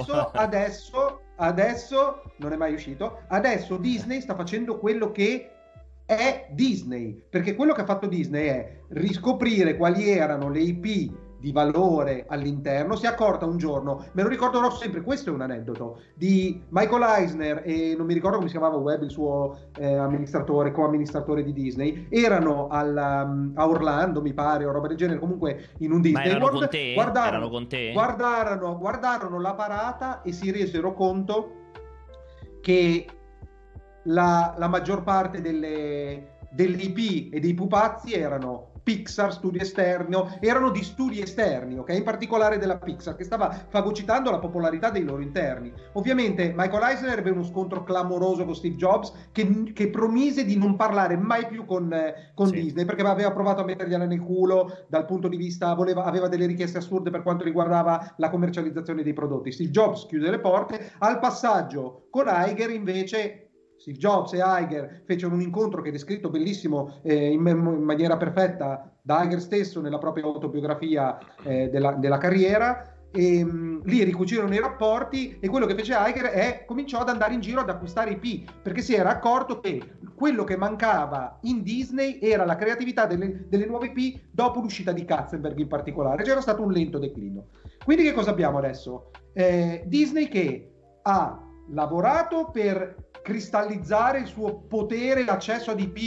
Adesso non è mai uscito. Adesso Disney sta facendo quello che è Disney, perché quello che ha fatto Disney è riscoprire quali erano le IP di valore all'interno. Si è accorta un giorno, me lo ricorderò sempre, questo è un aneddoto, di Michael Eisner e non mi ricordo come si chiamava Webb, il suo co-amministratore di Disney, erano a Orlando, mi pare, o roba del genere, comunque in un Disney World. Guardarono la parata e si resero conto che la maggior parte delle IP e dei pupazzi erano Pixar, studio esterno, erano di studi esterni, ok? In particolare della Pixar, che stava fagocitando la popolarità dei loro interni. Ovviamente Michael Eisner ebbe uno scontro clamoroso con Steve Jobs, che promise di non parlare mai più con Disney, perché aveva provato a mettergliela nel culo dal punto di vista, aveva delle richieste assurde per quanto riguardava la commercializzazione dei prodotti. Steve Jobs chiuse le porte. Al passaggio con Iger invece Steve Jobs e Iger fecero un incontro che è descritto bellissimo in maniera perfetta da Iger stesso nella propria autobiografia della carriera, e lì ricucirono i rapporti, e quello che fece Iger è cominciò ad andare in giro ad acquistare IP, perché si era accorto che quello che mancava in Disney era la creatività delle nuove IP dopo l'uscita di Katzenberg in particolare. C'era stato un lento declino. Quindi che cosa abbiamo adesso? Disney che ha lavorato per cristallizzare il suo potere e accesso ad IP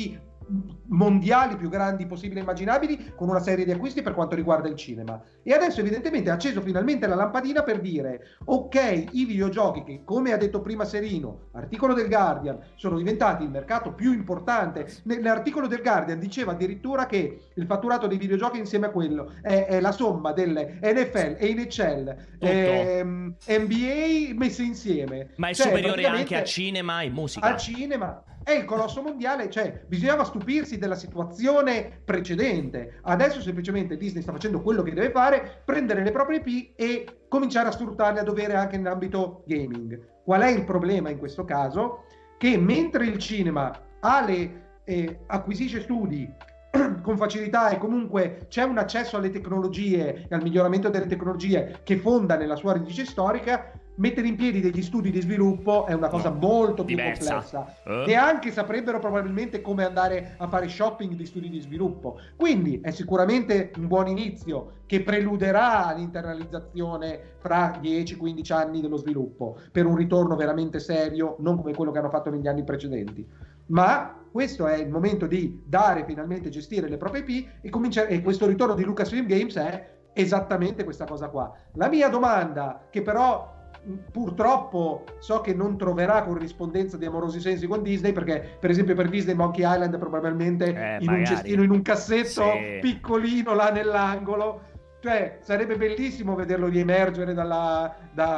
mondiali più grandi possibili e immaginabili, con una serie di acquisti per quanto riguarda il cinema. E adesso evidentemente ha acceso finalmente la lampadina per dire: ok, i videogiochi che, come ha detto prima Serino, articolo del Guardian, sono diventati il mercato più importante. Nell'articolo del Guardian diceva addirittura che il fatturato dei videogiochi insieme a quello è la somma delle NFL e NHL, NBA messe insieme. Ma è superiore anche a cinema e musica. Al cinema. È il colosso mondiale, cioè bisognava stupirsi della situazione precedente. Adesso semplicemente Disney sta facendo quello che deve fare, prendere le proprie IP e cominciare a sfruttarle a dovere anche nell'ambito gaming. Qual è il problema in questo caso? Che mentre il cinema ha acquisisce studi con facilità e comunque c'è un accesso alle tecnologie e al miglioramento delle tecnologie che fonda nella sua radice storica, mettere in piedi degli studi di sviluppo è una cosa molto più complessa. E anche saprebbero probabilmente come andare a fare shopping di studi di sviluppo. Quindi è sicuramente un buon inizio che preluderà l'internalizzazione fra 10-15 anni dello sviluppo per un ritorno veramente serio, non come quello che hanno fatto negli anni precedenti. Ma questo è il momento di dare finalmente, gestire le proprie IP e cominciare, e questo ritorno di Lucasfilm Games è esattamente questa cosa qua. La mia domanda, che però purtroppo so che non troverà corrispondenza di amorosi sensi con Disney, perché per esempio per Disney Monkey Island è probabilmente in un cestino, in un cassetto piccolino là nell'angolo. Cioè sarebbe bellissimo vederlo riemergere dalla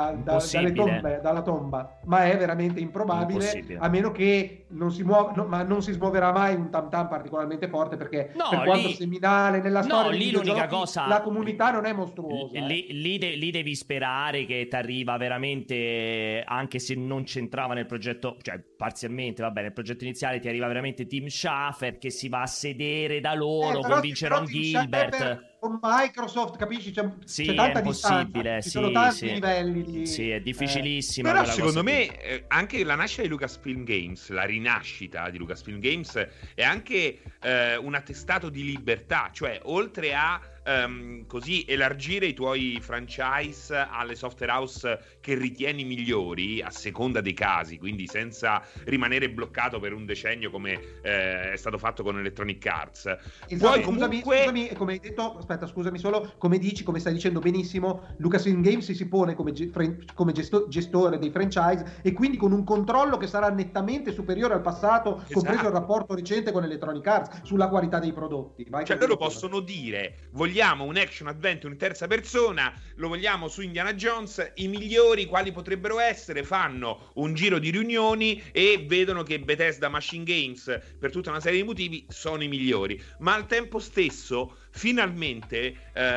tomba, ma è veramente improbabile, a meno che non si muova, ma non si smuoverà mai un tam tam particolarmente forte, perché per quanto seminale nella storia dei l'unica cosa, la comunità non è mostruosa. Lì devi sperare che ti arriva veramente, anche se non c'entrava nel progetto, cioè parzialmente, vabbè, nel progetto iniziale ti arriva veramente Tim Schafer che si va a sedere da loro, convince Ron Gilbert. Con Microsoft, capisci? C'è tanta distanza, ci sono tanti livelli di... Sì, è difficilissimo. Però secondo me anche la nascita di Lucasfilm Games, la rinascita di Lucasfilm Games è anche un attestato di libertà, cioè oltre a così elargire i tuoi franchise alle software house che ritieni migliori a seconda dei casi, quindi senza rimanere bloccato per un decennio come è stato fatto con Electronic Arts. Esatto, scusami, come hai detto, aspetta, scusami solo, come stai dicendo benissimo, Lucasfilm Games si pone come gestore dei franchise e quindi con un controllo che sarà nettamente superiore al passato, compreso il rapporto recente con Electronic Arts sulla qualità dei prodotti. Cioè loro possono dire: vogliamo un action adventure in terza persona, lo vogliamo su Indiana Jones, i migliori quali potrebbero essere, fanno un giro di riunioni e vedono che Bethesda Machine Games, per tutta una serie di motivi, sono i migliori, ma al tempo stesso finalmente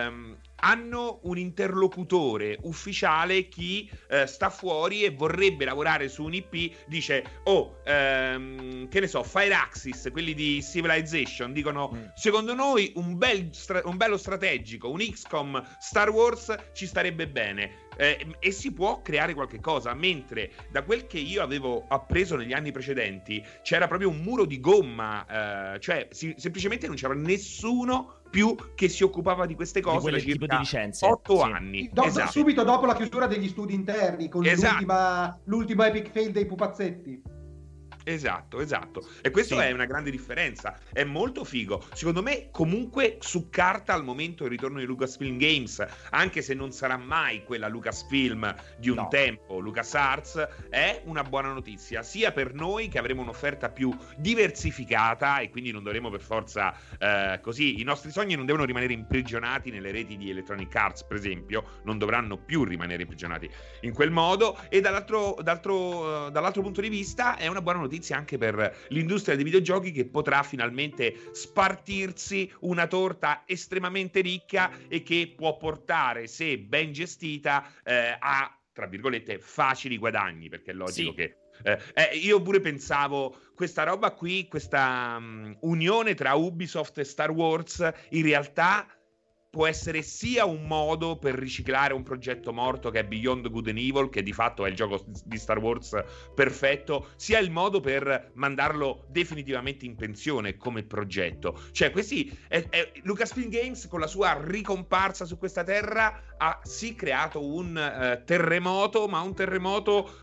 hanno un interlocutore ufficiale. Chi sta fuori e vorrebbe lavorare su un IP dice: che ne so, Firaxis, quelli di Civilization, dicono secondo noi un bello strategico, un XCOM Star Wars ci starebbe bene, e si può creare qualche cosa, mentre da quel che io avevo appreso negli anni precedenti c'era proprio un muro di gomma, cioè semplicemente non c'era nessuno più che si occupava di queste cose da circa 8 anni. Esatto. Subito dopo la chiusura degli studi interni, con l'ultima epic fail dei pupazzetti. Esatto. E questo è una grande differenza. È molto figo. Secondo me, comunque, su carta al momento il ritorno di Lucasfilm Games, anche se non sarà mai quella Lucasfilm di un tempo, LucasArts, è una buona notizia, sia per noi che avremo un'offerta più diversificata e quindi non dovremo per forza così, i nostri sogni non devono rimanere imprigionati nelle reti di Electronic Arts, per esempio, non dovranno più rimanere imprigionati in quel modo, e dall'altro punto di vista è una buona notizia anche per l'industria dei videogiochi, che potrà finalmente spartirsi una torta estremamente ricca e che può portare, se ben gestita, a, tra virgolette, facili guadagni, perché è logico che io pure pensavo questa roba qui, questa unione tra Ubisoft e Star Wars, in realtà può essere sia un modo per riciclare un progetto morto che è Beyond Good and Evil, che di fatto è il gioco di Star Wars perfetto, sia il modo per mandarlo definitivamente in pensione come progetto. Cioè Lucasfilm Games, con la sua ricomparsa su questa terra, ha sì creato un terremoto, ma un terremoto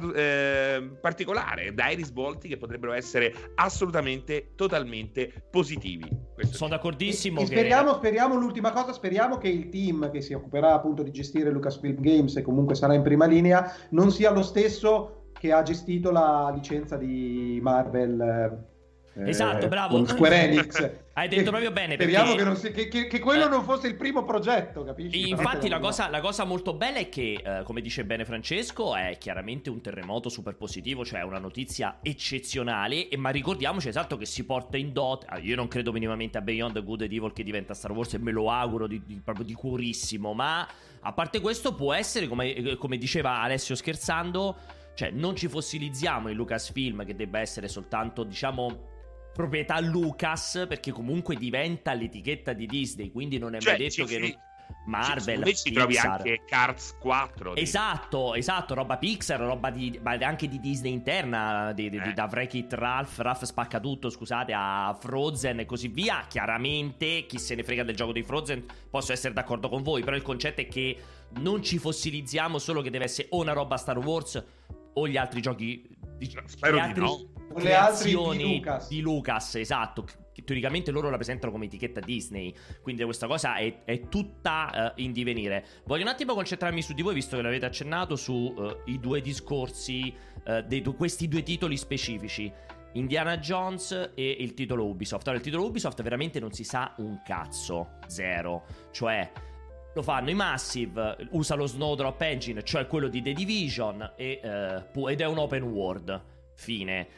particolare, dai risvolti che potrebbero essere assolutamente, totalmente positivi. Sono d'accordissimo. E speriamo l'ultima cosa, speriamo che il team che si occuperà appunto di gestire Lucasfilm Games, e comunque sarà in prima linea, non sia lo stesso che ha gestito la licenza di Marvel. Esatto, bravo. Con Square Enix. Hai detto proprio bene. Speriamo perché... che quello non fosse il primo progetto, capisci? Infatti la cosa molto bella è che, come dice bene Francesco, è chiaramente un terremoto super positivo, cioè una notizia eccezionale, ma ricordiamoci esatto che si porta in dote. Io non credo minimamente a Beyond Good and Evil che diventa Star Wars, e me lo auguro proprio di cuorissimo, ma a parte questo può essere, come diceva Alessio scherzando, cioè non ci fossilizziamo in Lucasfilm che debba essere soltanto, diciamo, proprietà Lucas, perché comunque diventa l'etichetta di Disney, quindi non è mai detto che Marvel, ci trovi anche Cars 4 esatto, roba Pixar, roba anche di Disney interna, da Wreck-It Ralph spacca tutto, scusate, a Frozen e così via. Chiaramente chi se ne frega del gioco di Frozen, posso essere d'accordo con voi, però il concetto è che non ci fossilizziamo solo che deve essere o una roba Star Wars o gli altri giochi spero di no, le altre di Lucas, esatto, che teoricamente loro la presentano come etichetta Disney, quindi questa cosa è tutta in divenire. Voglio un attimo concentrarmi su di voi, visto che l'avete accennato, su i due discorsi questi due titoli specifici, Indiana Jones e il titolo Ubisoft. Allora, il titolo Ubisoft veramente non si sa un cazzo, zero, cioè lo fanno i Massive, usa lo Snowdrop Engine, cioè quello di The Division, ed è un open world. Fine.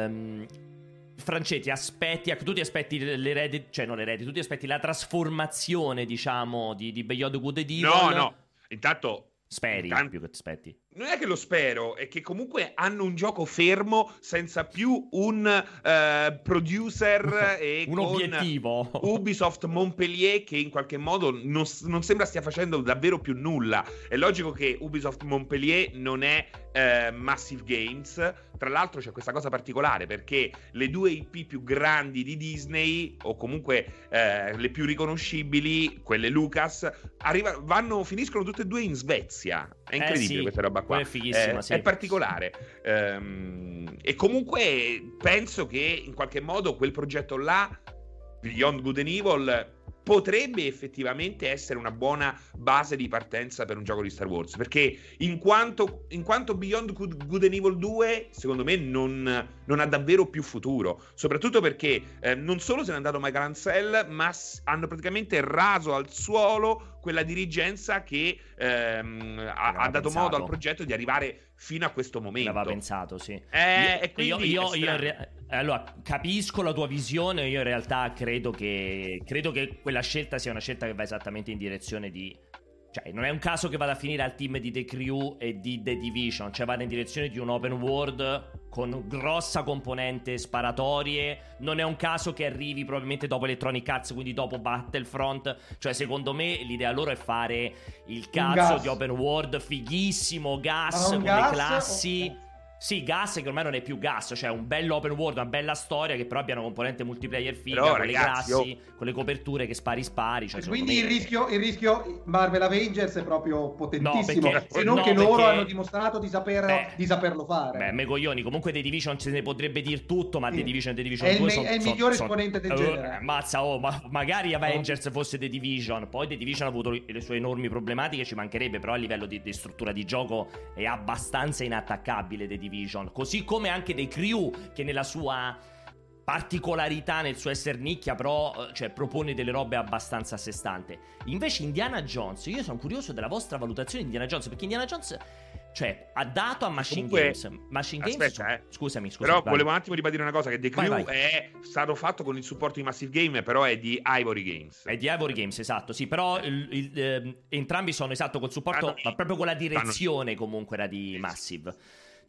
Francetti, tu ti aspetti tu ti aspetti la trasformazione, diciamo, di Beyond Good and Evil? No, intanto speri più che ti aspetti. Non è che lo spero, è che comunque hanno un gioco fermo senza più un producer e un obiettivo. Ubisoft Montpellier che in qualche modo non sembra stia facendo davvero più nulla. È logico che Ubisoft Montpellier non è Massive Games. Tra l'altro c'è questa cosa particolare perché le due IP più grandi di Disney, o comunque le più riconoscibili, quelle Lucas, finiscono tutte e due in Svezia. È incredibile, sì, questa roba qua. È fighissima, sì. È particolare. E comunque penso che in qualche modo quel progetto là, Beyond Good and Evil, potrebbe effettivamente essere una buona base di partenza per un gioco di Star Wars, perché in quanto Beyond Good and Evil 2 secondo me non ha davvero più futuro, soprattutto perché non solo se n'è andato Michael Ansel, ma hanno praticamente raso al suolo quella dirigenza che ha dato modo al progetto di arrivare fino a questo momento. L'aveva pensato, sì. Allora, capisco la tua visione. Io in realtà credo che quella scelta sia una scelta che va esattamente in direzione di... Cioè, non è un caso che vada a finire al team di The Crew e di The Division. Cioè, vada in direzione di un open world con grossa componente sparatorie. Non è un caso che arrivi probabilmente dopo Electronic Arts, quindi dopo Battlefront. Cioè, secondo me, l'idea loro è fare il cazzo di open world fighissimo, gas, con le classi... Okay. Sì, gas che ormai non è più gas, cioè un bello open world, una bella storia che però abbia una componente multiplayer figa, però, con ragazzi, le classi, con le coperture che spari, cioè, quindi il rischio Marvel Avengers è proprio potentissimo, se non che loro hanno dimostrato di saperlo fare. Beh, me coglioni, comunque The Division se ne potrebbe dire tutto, ma sì. The Division 2 è il migliore esponente del genere. Mazza, magari Avengers fosse The Division, poi The Division ha avuto le sue enormi problematiche, ci mancherebbe, però a livello di struttura di gioco è abbastanza inattaccabile The Division. Così come anche dei Crew, che nella sua particolarità, nel suo essere nicchia, però propone delle robe abbastanza a sé stante. Invece Indiana Jones, io sono curioso della vostra valutazione di Indiana Jones, perché Indiana Jones ha dato a Machine Games. Scusami. Però volevo un attimo ribadire una cosa, che The Crew è stato fatto con il supporto di Massive Game, però è di Ivory Games. È di Ivory Games, esatto, sì, però entrambi sono, esatto, col supporto, ma proprio con la direzione comunque era di Massive.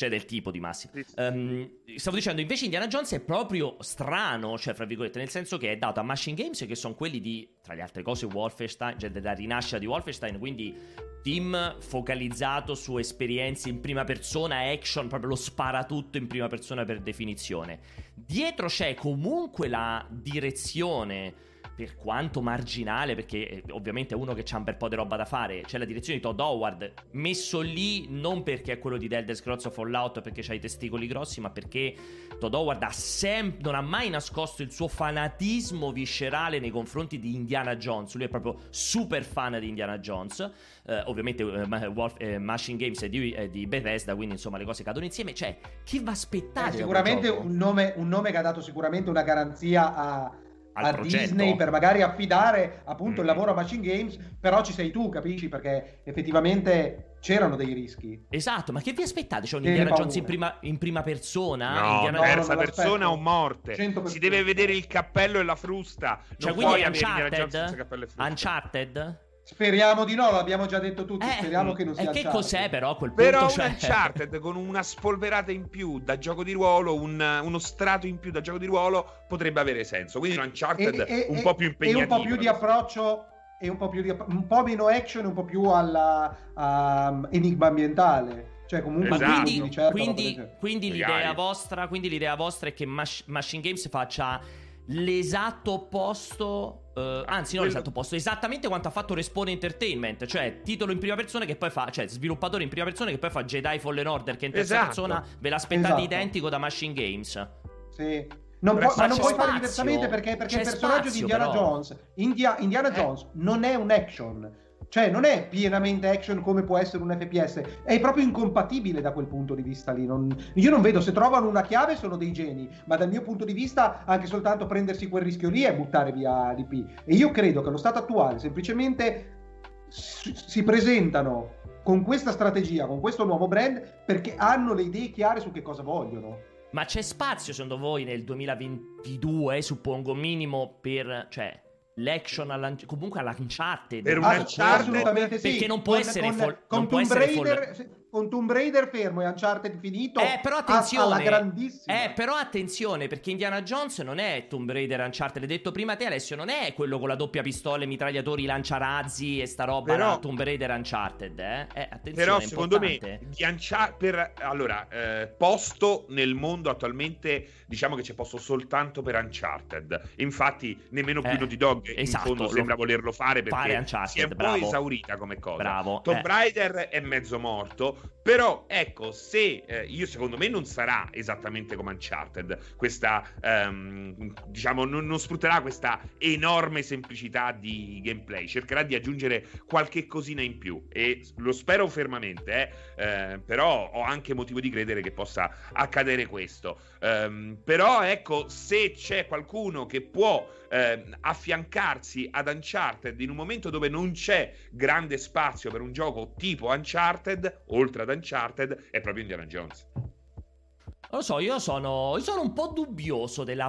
cioè del tipo di massi. Stavo dicendo, invece Indiana Jones è proprio strano, cioè fra virgolette, nel senso che è dato a Machine Games, che sono quelli di, tra le altre cose, Wolfenstein, cioè della rinascita di Wolfenstein, quindi team focalizzato su esperienze in prima persona, action, proprio lo sparatutto in prima persona per definizione. Dietro c'è comunque la direzione, per quanto marginale, perché ovviamente è uno che c'ha un bel po' di roba da fare, c'è la direzione di Todd Howard, messo lì non perché è quello di The Elder Scrolls o Fallout, perché c'ha i testicoli grossi, ma perché Todd Howard non ha mai nascosto il suo fanatismo viscerale nei confronti di Indiana Jones. Lui è proprio super fan di Indiana Jones. Ovviamente Machine Games è di Bethesda, quindi insomma le cose cadono insieme. Cioè, chi va a aspettare? Sicuramente un nome che ha dato sicuramente una garanzia a Disney per magari affidare appunto il lavoro a Machine Games, però ci sei tu, capisci? Perché effettivamente c'erano dei rischi. Esatto, ma che vi aspettate? C'è un Indiana Jones in prima persona? No, terza persona o morte. 100%. Si deve vedere il cappello e la frusta. Cioè, non puoi avere Indiana Jones senza cappello e frusta. Uncharted? Speriamo di no, l'abbiamo già detto tutti, speriamo che non sia Uncharted. Che cos'è però a quel punto? Però un Uncharted con una spolverata in più da gioco di ruolo, uno strato in più da gioco di ruolo potrebbe avere senso. Quindi un Uncharted un po' più impegnativo. E un po' più di approccio, e un po' meno action, un po' più alla enigma ambientale. Cioè comunque quindi l'idea vostra è che Machine Games faccia l'esatto opposto, anzi non l'esatto opposto, esattamente quanto ha fatto Respawn Entertainment, cioè titolo in prima persona che poi fa, cioè sviluppatore in prima persona che poi fa Jedi Fallen Order, che in terza persona ve l'aspettate identico da Machine Games. Sì. Ma non puoi fare diversamente perché il personaggio di Indiana Jones Indiana Jones non è un action. Cioè non è pienamente action come può essere un FPS, è proprio incompatibile da quel punto di vista lì. Io non vedo, se trovano una chiave sono dei geni, ma dal mio punto di vista anche soltanto prendersi quel rischio lì è buttare via l'IP. E io credo che allo stato attuale semplicemente si presentano con questa strategia, con questo nuovo brand, perché hanno le idee chiare su che cosa vogliono. Ma c'è spazio secondo voi nel 2022, suppongo, minimo per... cioè l'action comunque all'Uncharted per un Uncharted perché non può essere con Tomb Raider fermo e Uncharted finito, però attenzione, alla grandissima. Però attenzione, perché Indiana Jones non è Tomb Raider Uncharted, l'hai detto prima te Alessio, non è quello con la doppia pistola, mitragliatori, lanciarazzi e sta roba, però, Tomb Raider Uncharted, attenzione, però secondo me posto nel mondo attualmente, diciamo che c'è posto soltanto per Uncharted, infatti nemmeno più Naughty Dog in fondo sembra volerlo fare perché si è un po' esaurita come cosa. Tomb Raider è mezzo morto, però ecco, se io secondo me non sarà esattamente come Uncharted, questa diciamo non sfrutterà questa enorme semplicità di gameplay, cercherà di aggiungere qualche cosina in più e lo spero fermamente, però ho anche motivo di credere che possa accadere questo, però ecco, se c'è qualcuno che può affiancarsi ad Uncharted in un momento dove non c'è grande spazio per un gioco tipo Uncharted, oltre ad Uncharted, è proprio Indiana Jones. Non lo so, io sono un po' dubbioso della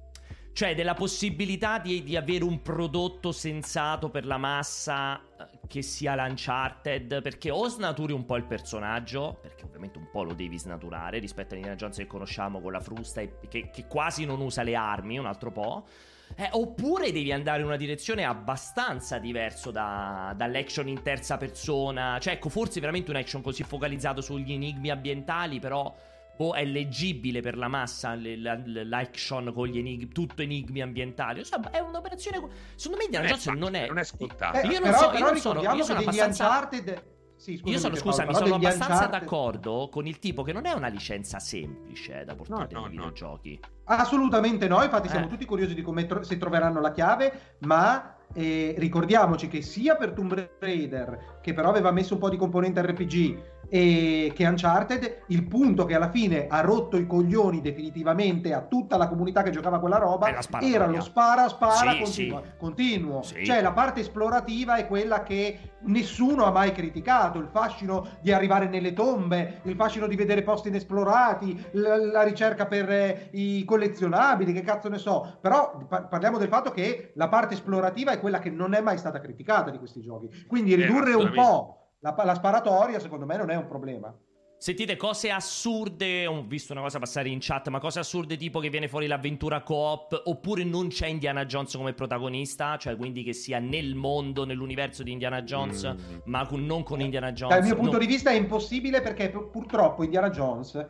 possibilità di avere un prodotto sensato per la massa che sia l'Uncharted, perché o snaturi un po' il personaggio, perché ovviamente un po' lo devi snaturare rispetto a Indiana Jones che conosciamo con la frusta e che quasi non usa le armi, un altro po'. Oppure devi andare in una direzione abbastanza diverso dall'action in terza persona. Cioè ecco, forse veramente un action così focalizzato sugli enigmi ambientali, però è leggibile per la massa l'action con gli enigmi, tutto enigmi ambientali. Insomma, è un'operazione, secondo me Indiana Jones non è scontato. Io sono abbastanza io sono abbastanza d'accordo con il tipo che non è una licenza semplice da portare nei videogiochi. Assolutamente no, infatti siamo tutti curiosi di come se troveranno la chiave, ma ricordiamoci che sia per Tomb Raider, che però aveva messo un po' di componente RPG, e che Uncharted, il punto che alla fine ha rotto i coglioni definitivamente a tutta la comunità che giocava quella roba era lo spara continuo. Sì. Cioè la parte esplorativa è quella che nessuno ha mai criticato, il fascino di arrivare nelle tombe, il fascino di vedere posti inesplorati, la ricerca per i collezionabili, che cazzo ne so, però parliamo del fatto che la parte esplorativa è quella che non è mai stata criticata di questi giochi, quindi ridurre un po' la sparatoria secondo me non è un problema. Sentite cose assurde, ho visto una cosa passare in chat, ma cose assurde tipo che viene fuori l'avventura co-op, oppure non c'è Indiana Jones come protagonista, cioè quindi che sia nel mondo, nell'universo di Indiana Jones, ma non con Indiana Jones. Dal mio punto di vista è impossibile, perché purtroppo Indiana Jones,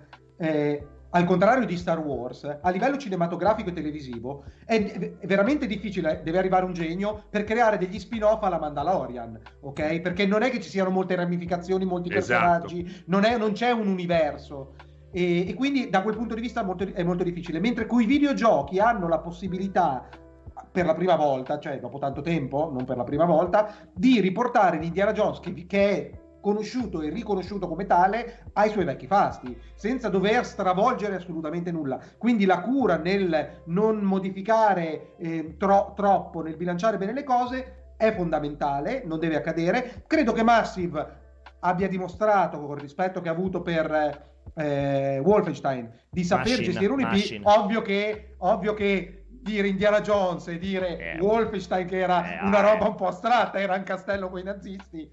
al contrario di Star Wars, a livello cinematografico e televisivo è veramente difficile, deve arrivare un genio per creare degli spin-off alla Mandalorian, ok? Perché non è che ci siano molte ramificazioni, molti personaggi, non c'è un universo. E quindi da quel punto di vista è molto difficile. Mentre coi videogiochi hanno la possibilità, per la prima volta, cioè dopo tanto tempo, non per la prima volta, di riportare l'Indiana Jones che è conosciuto e riconosciuto come tale ai suoi vecchi fasti, senza dover stravolgere assolutamente nulla. Quindi la cura nel non modificare troppo, nel bilanciare bene le cose, è fondamentale, non deve accadere. Credo che Massive abbia dimostrato, con il rispetto che ha avuto per Wolfenstein, di saper gestire un IP. Ovvio che dire Indiana Jones e dire Wolfenstein, che era una roba un po' astratta, era un castello con i nazisti,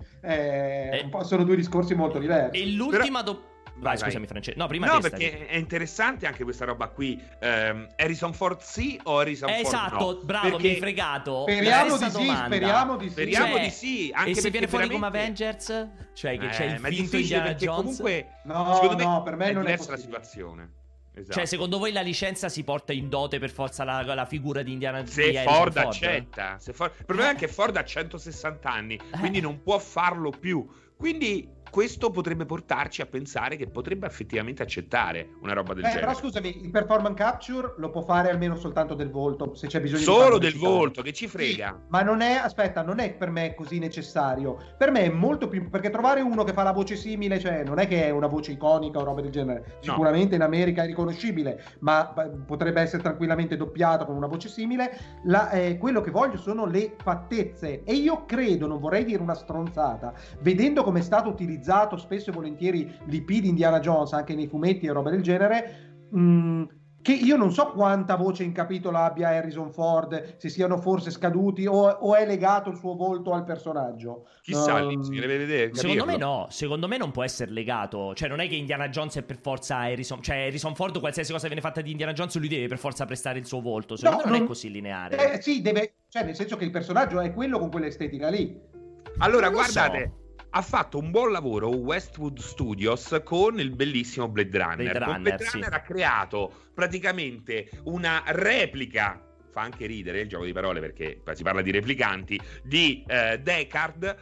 sono due discorsi molto diversi. E l'ultima Vai, scusami Francesco. No, prima perché è interessante anche questa roba qui. Harrison Ford sì o Harrison Ford no? Esatto, bravo, perché... mi hai fregato. Speriamo di sì. Speriamo di sì. Anche e se viene fuori veramente... come Avengers? Cioè che c'è il finto Indiana Jones? Comunque, no, per me non è diversa la situazione. Esatto. Cioè, secondo voi la licenza si porta in dote per forza la figura di Indiana Jones? Se Ford accetta. Il problema è che Ford ha 160 anni, quindi non può farlo più. Quindi questo potrebbe portarci a pensare che potrebbe effettivamente accettare una roba del genere. Però scusami, il performance capture lo può fare almeno soltanto del volto, se c'è bisogno solo del volto, che ci frega. Sì, ma non è per me così necessario. Per me è molto più, perché trovare uno che fa la voce simile, cioè non è che è una voce iconica o roba del genere. Sicuramente in America è riconoscibile, ma potrebbe essere tranquillamente doppiato con una voce simile. Quello che voglio sono le fattezze, e io credo, non vorrei dire una stronzata, vedendo come è stato utilizzato spesso e volentieri l'IP di Indiana Jones anche nei fumetti e roba del genere, che io non so quanta voce in capitolo abbia Harrison Ford, se siano forse scaduti o è legato il suo volto al personaggio. Chissà, si deve vedere. Secondo me no, secondo me non può essere legato. Cioè non è che Indiana Jones è per forza Harrison, cioè Harrison Ford, qualsiasi cosa viene fatta di Indiana Jones lui deve per forza prestare il suo volto. Secondo me non è così lineare. Sì, deve, cioè nel senso che il personaggio è quello con quell'estetica lì. Allora guardate, ha fatto un buon lavoro Westwood Studios con il bellissimo Blade Runner. Con Blade Runner ha creato praticamente una replica, fa anche ridere il gioco di parole perché si parla di replicanti, di Deckard,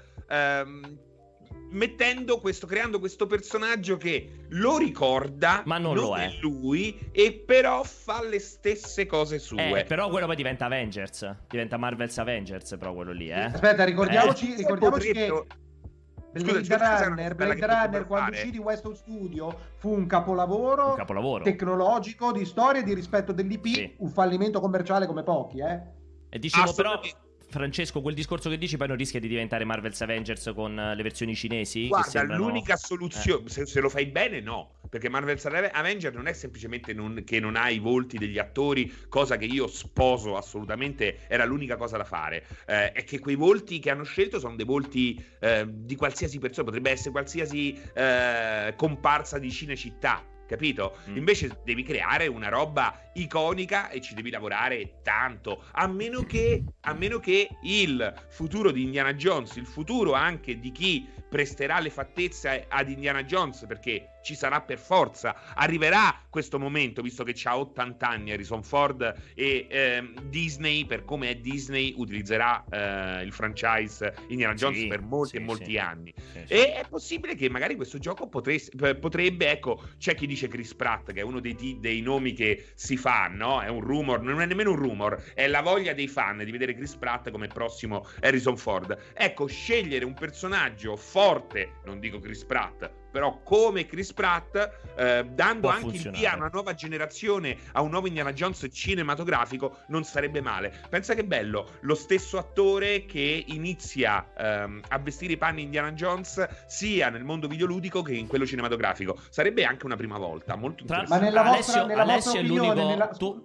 creando questo personaggio che lo ricorda, ma non lo è lui, e però fa le stesse cose sue. Però quello poi diventa Avengers, diventa Marvel's Avengers, però quello lì, Aspetta, ricordiamoci che Blade Runner quando uscì di Westwood Studio fu un capolavoro tecnologico, di storia e di rispetto dell'IP, un fallimento commerciale come pochi, E dicevo però, Francesco, quel discorso che dici poi non rischia di diventare Marvel's Avengers con le versioni cinesi? Guarda, l'unica soluzione, se lo fai bene, no. Perché Marvel's Avengers non è semplicemente che non ha i volti degli attori, cosa che io sposo assolutamente, era l'unica cosa da fare. È che quei volti che hanno scelto sono dei volti di qualsiasi persona, potrebbe essere qualsiasi comparsa di Cinecittà, capito? Invece devi creare una roba iconica e ci devi lavorare tanto, a meno che il futuro di Indiana Jones, il futuro anche di chi presterà le fattezze ad Indiana Jones, perché ci sarà per forza, arriverà questo momento, visto che c'ha 80 anni Harrison Ford, e Disney, per come è Disney, utilizzerà il franchise Indiana Jones per molti anni. E è possibile che magari questo gioco potrebbe, ecco, c'è chi dice Chris Pratt, che è uno dei nomi che si fa, no? È un rumor, non è nemmeno un rumor, è la voglia dei fan di vedere Chris Pratt come prossimo Harrison Ford. Ecco, scegliere un personaggio forte, non dico Chris Pratt, però come Chris Pratt, dando può anche funzionare. il via a una nuova generazione, a un nuovo Indiana Jones cinematografico, non sarebbe male. Pensa che bello, lo stesso attore che inizia a vestire i panni Indiana Jones sia nel mondo videoludico che in quello cinematografico. Sarebbe anche una prima volta, molto interessante. Ma nella vostra opinione,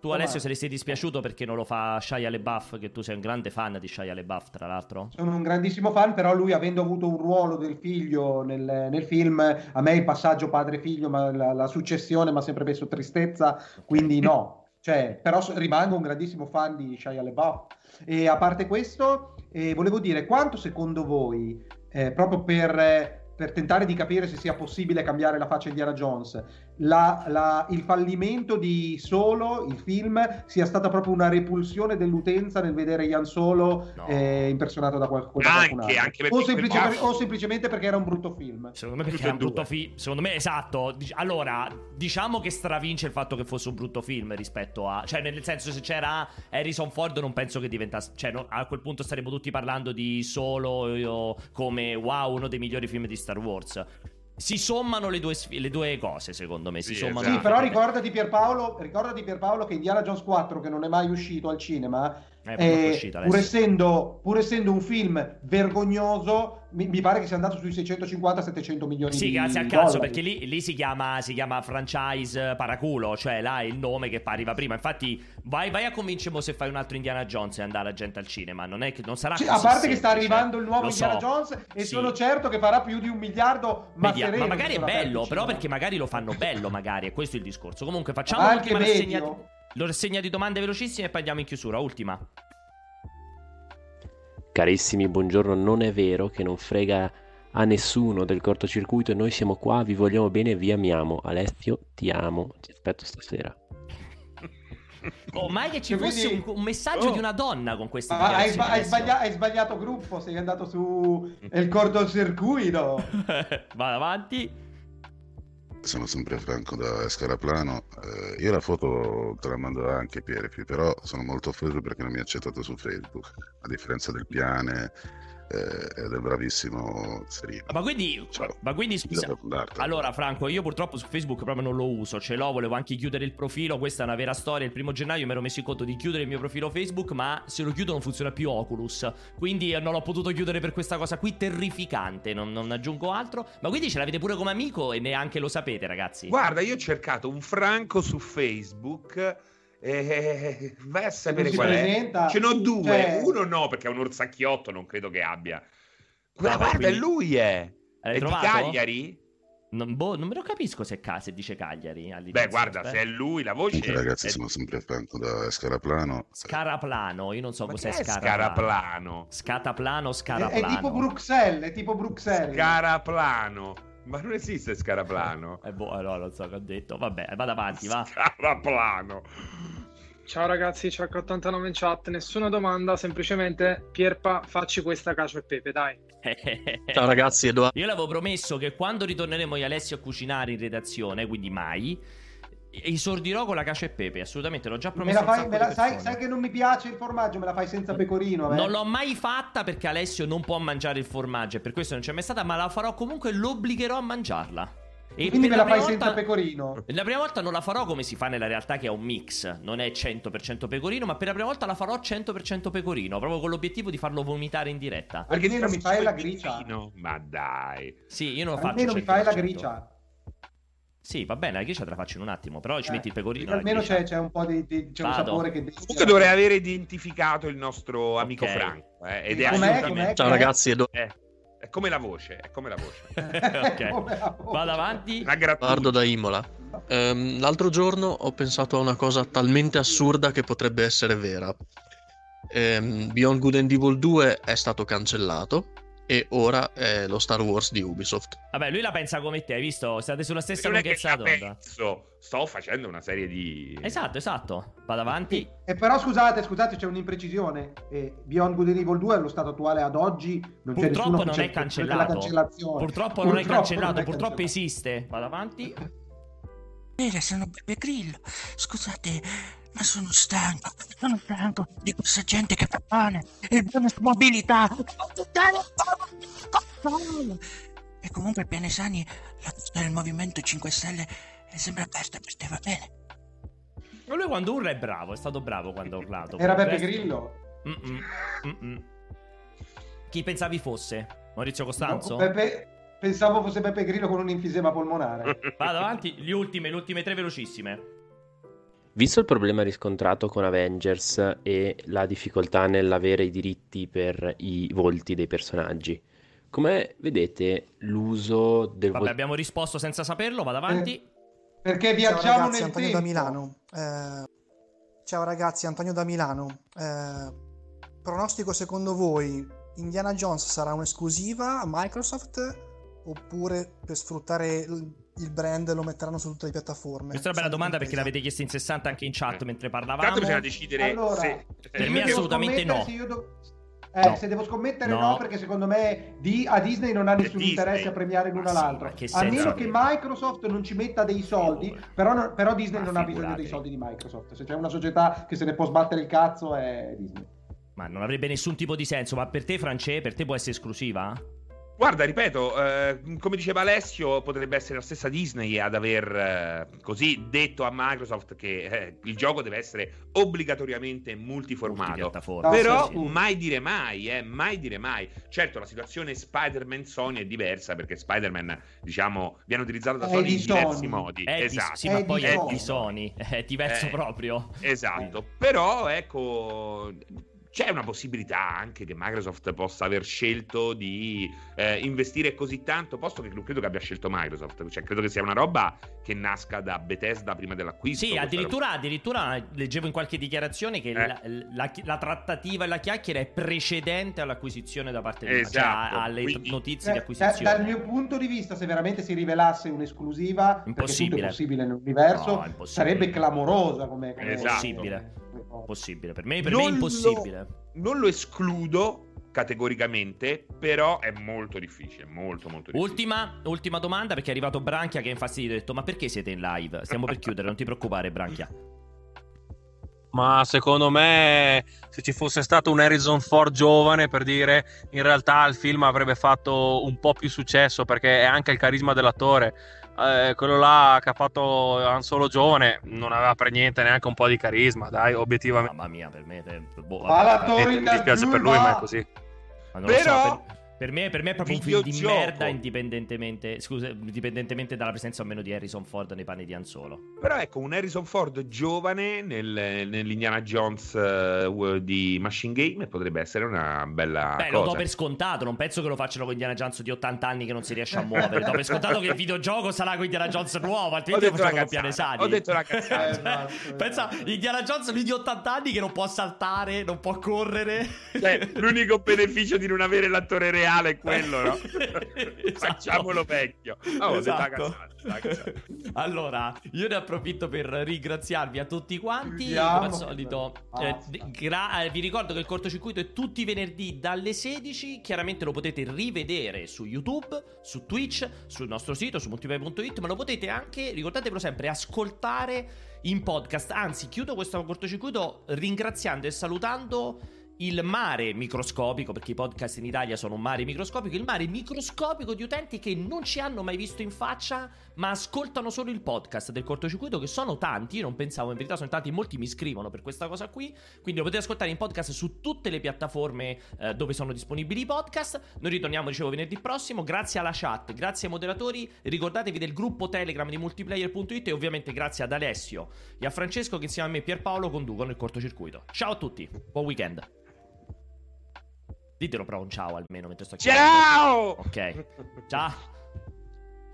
Tu Alessio saresti dispiaciuto perché non lo fa Shia LaBeouf, che tu sei un grande fan di Shia LaBeouf, tra l'altro? Sono un grandissimo fan, però lui avendo avuto un ruolo del figlio nel film, a me il passaggio padre-figlio, ma la successione mi ha sempre messo tristezza, quindi no. Cioè, però rimango un grandissimo fan di Shia LaBeouf. E a parte questo, volevo dire, quanto secondo voi, proprio per tentare di capire se sia possibile cambiare la faccia di Indiana Jones, il fallimento di Solo, il film, sia stata proprio una repulsione dell'utenza nel vedere Ian Solo impersonato da qualcuno anche o semplicemente perché era un brutto film. Secondo me perché era un brutto film. Secondo me, esatto. Allora, diciamo che stravince il fatto che fosse un brutto film rispetto a... Cioè, nel senso, se c'era Harrison Ford non penso che diventasse... Cioè, a quel punto staremmo tutti parlando di Solo come wow, uno dei migliori film di Star Wars. Si sommano le due cose, secondo me. Si sommano. Sì, però ricordati Pierpaolo che Indiana Jones 4, che non è mai uscito al cinema, pur essendo un film vergognoso, mi pare che sia andato sui 650-700 milioni sì, di grazie al dollari. cazzo, perché lì si chiama franchise paraculo, cioè là è il nome che arriva prima. Infatti vai a convincermi se fai un altro Indiana Jones e andare la gente al cinema. Non sarà così a parte semplice. Che sta arrivando il nuovo Lo Indiana so. Jones e Sì. sono certo che farà più di 1 miliardo, ma magari è bello, però perché magari lo fanno bello, magari è questo il discorso. Comunque facciamo l'ultima rassegna di domande velocissime e poi andiamo in chiusura. Ultima. Carissimi, buongiorno. Non è vero che non frega a nessuno del cortocircuito e noi siamo qua, vi vogliamo bene e vi amiamo. Alessio, ti amo, ti aspetto stasera. Oh, mai che ci fosse un messaggio di una donna con queste hai sbagliato gruppo, sei andato su il cortocircuito. Vai avanti. Sono sempre Franco da Scaraplano. Io la foto te la mando anche Pierpi, però sono molto offeso perché non mi ha accettato su Facebook, a differenza del Piane e del bravissimo Serino. Ma quindi scusa, allora Franco, io purtroppo su Facebook proprio non lo uso, ce l'ho, volevo anche chiudere il profilo, questa è una vera storia. Il 1° gennaio mi ero messo in conto di chiudere il mio profilo Facebook, ma se lo chiudo non funziona più Oculus, quindi non l'ho potuto chiudere per questa cosa qui terrificante, non aggiungo altro. Ma quindi ce l'avete pure come amico e neanche lo sapete, ragazzi? Guarda, io ho cercato un Franco su Facebook. Vai a sapere qual è. Ce n'ho 2, uno no, perché è un orsacchiotto, non credo che abbia. Guarda, lui è di Cagliari? Non me lo capisco se dice Cagliari. Beh, guarda, se è lui, la voce. Ragazzi, sono sempre Franco da Scaraplano. Scaraplano, io non so cos'è Scaraplano. Scataplano, Scaraplano. È tipo Bruxelles. Scaraplano. Ma non esiste Scaraplano. Allora non so che ho detto. Vabbè, vado avanti, va. Scaraplano. Ciao ragazzi, ciao H89 in chat. Nessuna domanda, semplicemente Pierpa, facci questa cacio e pepe, dai. Ciao ragazzi, Edoardo. Io l'avevo promesso che quando ritorneremo io e Alessio a cucinare in redazione, quindi mai, esordirò con la cacio e pepe, assolutamente, l'ho già promesso. Sai che non mi piace il formaggio, me la fai senza pecorino. Non l'ho mai fatta perché Alessio non può mangiare il formaggio e per questo non c'è mai stata, ma la farò comunque, l'obbligherò a mangiarla. E quindi me la fai senza pecorino? La prima volta non la farò come si fa nella realtà, che è un mix, non è 100% pecorino, ma per la prima volta la farò 100% pecorino, proprio con l'obiettivo di farlo vomitare in diretta. Perché non mi fai la gricia? Ma dai. Sì, io non lo faccio. Almeno mi fai la gricia. Sì, va bene, la gricia te la faccio in un attimo, però ci metti il pecorino. Almeno c'è un po' di c'è un sapore che... Comunque dovrei aver identificato il nostro amico Franco. Ed è assolutamente... Ciao ragazzi, È come la voce, Ok, vado avanti. Guardo da Imola. L'altro giorno ho pensato a una cosa talmente assurda che potrebbe essere vera. Beyond Good and Evil 2 è stato cancellato e ora è lo Star Wars di Ubisoft. Vabbè, lui la pensa come te, hai visto? State sulla stessa lunghezza d'onda. Sto facendo una serie di... Esatto. Vado avanti. Però scusate, c'è un'imprecisione. Beyond Good and Evil 2 allo stato attuale ad oggi non c'è nessuno non è cancellato. Purtroppo non è cancellato, purtroppo esiste. Vado avanti. Sono Beppe Grillo. Scusate, ma sono stanco di questa gente che fa pane e il bonus mobilità. E comunque il Pianesani, la testa del Movimento 5 Stelle è sempre aperta per te, va bene? Ma lui quando urla è bravo, è stato bravo quando ha urlato. Era Beppe Grillo? Chi pensavi fosse? Maurizio Costanzo? Pensavo fosse Beppe Grillo con un enfisema polmonare. Vado avanti, le ultime 3 velocissime. Visto il problema riscontrato con Avengers e la difficoltà nell'avere i diritti per i volti dei personaggi, come vedete l'uso del Vabbè, abbiamo risposto senza saperlo, vado avanti. Perché Ciao viaggiamo ragazzi, nel Antonio tempo. da Milano. Ciao ragazzi, Antonio da Milano. Pronostico secondo voi, Indiana Jones sarà un'esclusiva a Microsoft oppure per sfruttare il brand lo metteranno su tutte le piattaforme? Questa è una bella domanda perché l'avete chiesta in 60 anche in chat mentre parlavamo. Tanto bisogna decidere Allora, se... Per me assolutamente no. No. Se devo scommettere no, perché secondo me a Disney non ha nessun Disney. interesse a premiare l'uno all'altro. A meno che Microsoft non ci metta dei soldi, però Disney non ha bisogno dei soldi di Microsoft. Se c'è una società che se ne può sbattere il cazzo è Disney. Ma non avrebbe nessun tipo di senso. Ma per te, France, per te può essere esclusiva? Guarda, ripeto, come diceva Alessio, potrebbe essere la stessa Disney ad aver così detto a Microsoft che il gioco deve essere obbligatoriamente multiformato. Però mai dire mai, mai dire mai. Certo, la situazione Spider-Man Sony è diversa perché Spider-Man, diciamo, viene utilizzato da Sony in diversi modi. Esatto. Sì, ma poi è di Sony, è diverso proprio. Esatto, però ecco... C'è una possibilità anche che Microsoft possa aver scelto di investire così tanto, posto che non credo che abbia scelto Microsoft, cioè credo che sia una roba che nasca da Bethesda prima dell'acquisto. Sì, addirittura leggevo in qualche dichiarazione che la trattativa e la chiacchiera è precedente all'acquisizione da parte di cioè alle notizie di acquisizione. Dal mio punto di vista, se veramente si rivelasse un'esclusiva, impossibile, perché tutto è possibile nell'universo, sarebbe clamorosa come impossibile. Possibile. Per me è impossibile. Non lo escludo categoricamente, però è molto difficile, molto difficile. Ultima domanda, perché è arrivato Branchia che è infastidito, ha detto: ma perché siete in live? Stiamo per chiudere, non ti preoccupare, Branchia. Ma secondo me, se ci fosse stato un Harrison Ford giovane, per dire, in realtà il film avrebbe fatto un po' più successo, perché è anche il carisma dell'attore. Quello là che ha fatto Han Solo giovane non aveva per niente neanche un po' di carisma, dai, obiettivamente. Mamma mia, per me mi dispiace per lui, ma è così. Ma non però... lo so, per me è proprio un film di merda, indipendentemente dalla presenza o meno di Harrison Ford nei panni di Han Solo. Però ecco, un Harrison Ford giovane nell'Indiana Jones di Machine Game potrebbe essere una bella cosa. Lo do per scontato, non penso che lo facciano con Indiana Jones di 80 anni che non si riesce a muovere. Do per scontato che il videogioco sarà con Indiana Jones nuovo, altrimenti lo facciamo con Pianesani. Ho detto la cazzata. Pensa, Indiana Jones lui di 80 anni che non può saltare, non può correre. Cioè, l'unico beneficio di non avere l'attore reale è quello, no? Esatto. Facciamolo vecchio. Esatto. Allora, io ne approfitto per ringraziarvi a tutti quanti. Come al solito, vi ricordo che il cortocircuito è tutti i venerdì dalle 16. Chiaramente lo potete rivedere su YouTube, su Twitch, sul nostro sito, su multiplayer.it, ma lo potete anche, ricordatevelo sempre, ascoltare in podcast. Anzi, chiudo questo cortocircuito ringraziando e salutando il mare microscopico, perché i podcast in Italia sono un mare microscopico, il mare microscopico di utenti che non ci hanno mai visto in faccia ma ascoltano solo il podcast del cortocircuito, che sono tanti, io non pensavo, in verità sono tanti, molti mi scrivono per questa cosa qui, quindi lo potete ascoltare in podcast su tutte le piattaforme dove sono disponibili i podcast. Noi ritorniamo, dicevo, venerdì prossimo. Grazie alla chat, grazie ai moderatori, ricordatevi del gruppo Telegram di multiplayer.it e ovviamente grazie ad Alessio e a Francesco che insieme a me e Pierpaolo conducono il cortocircuito. Ciao a tutti, buon weekend. Ditelo però un ciao almeno mentre sto chiedendo. Ciao! Ok, ciao.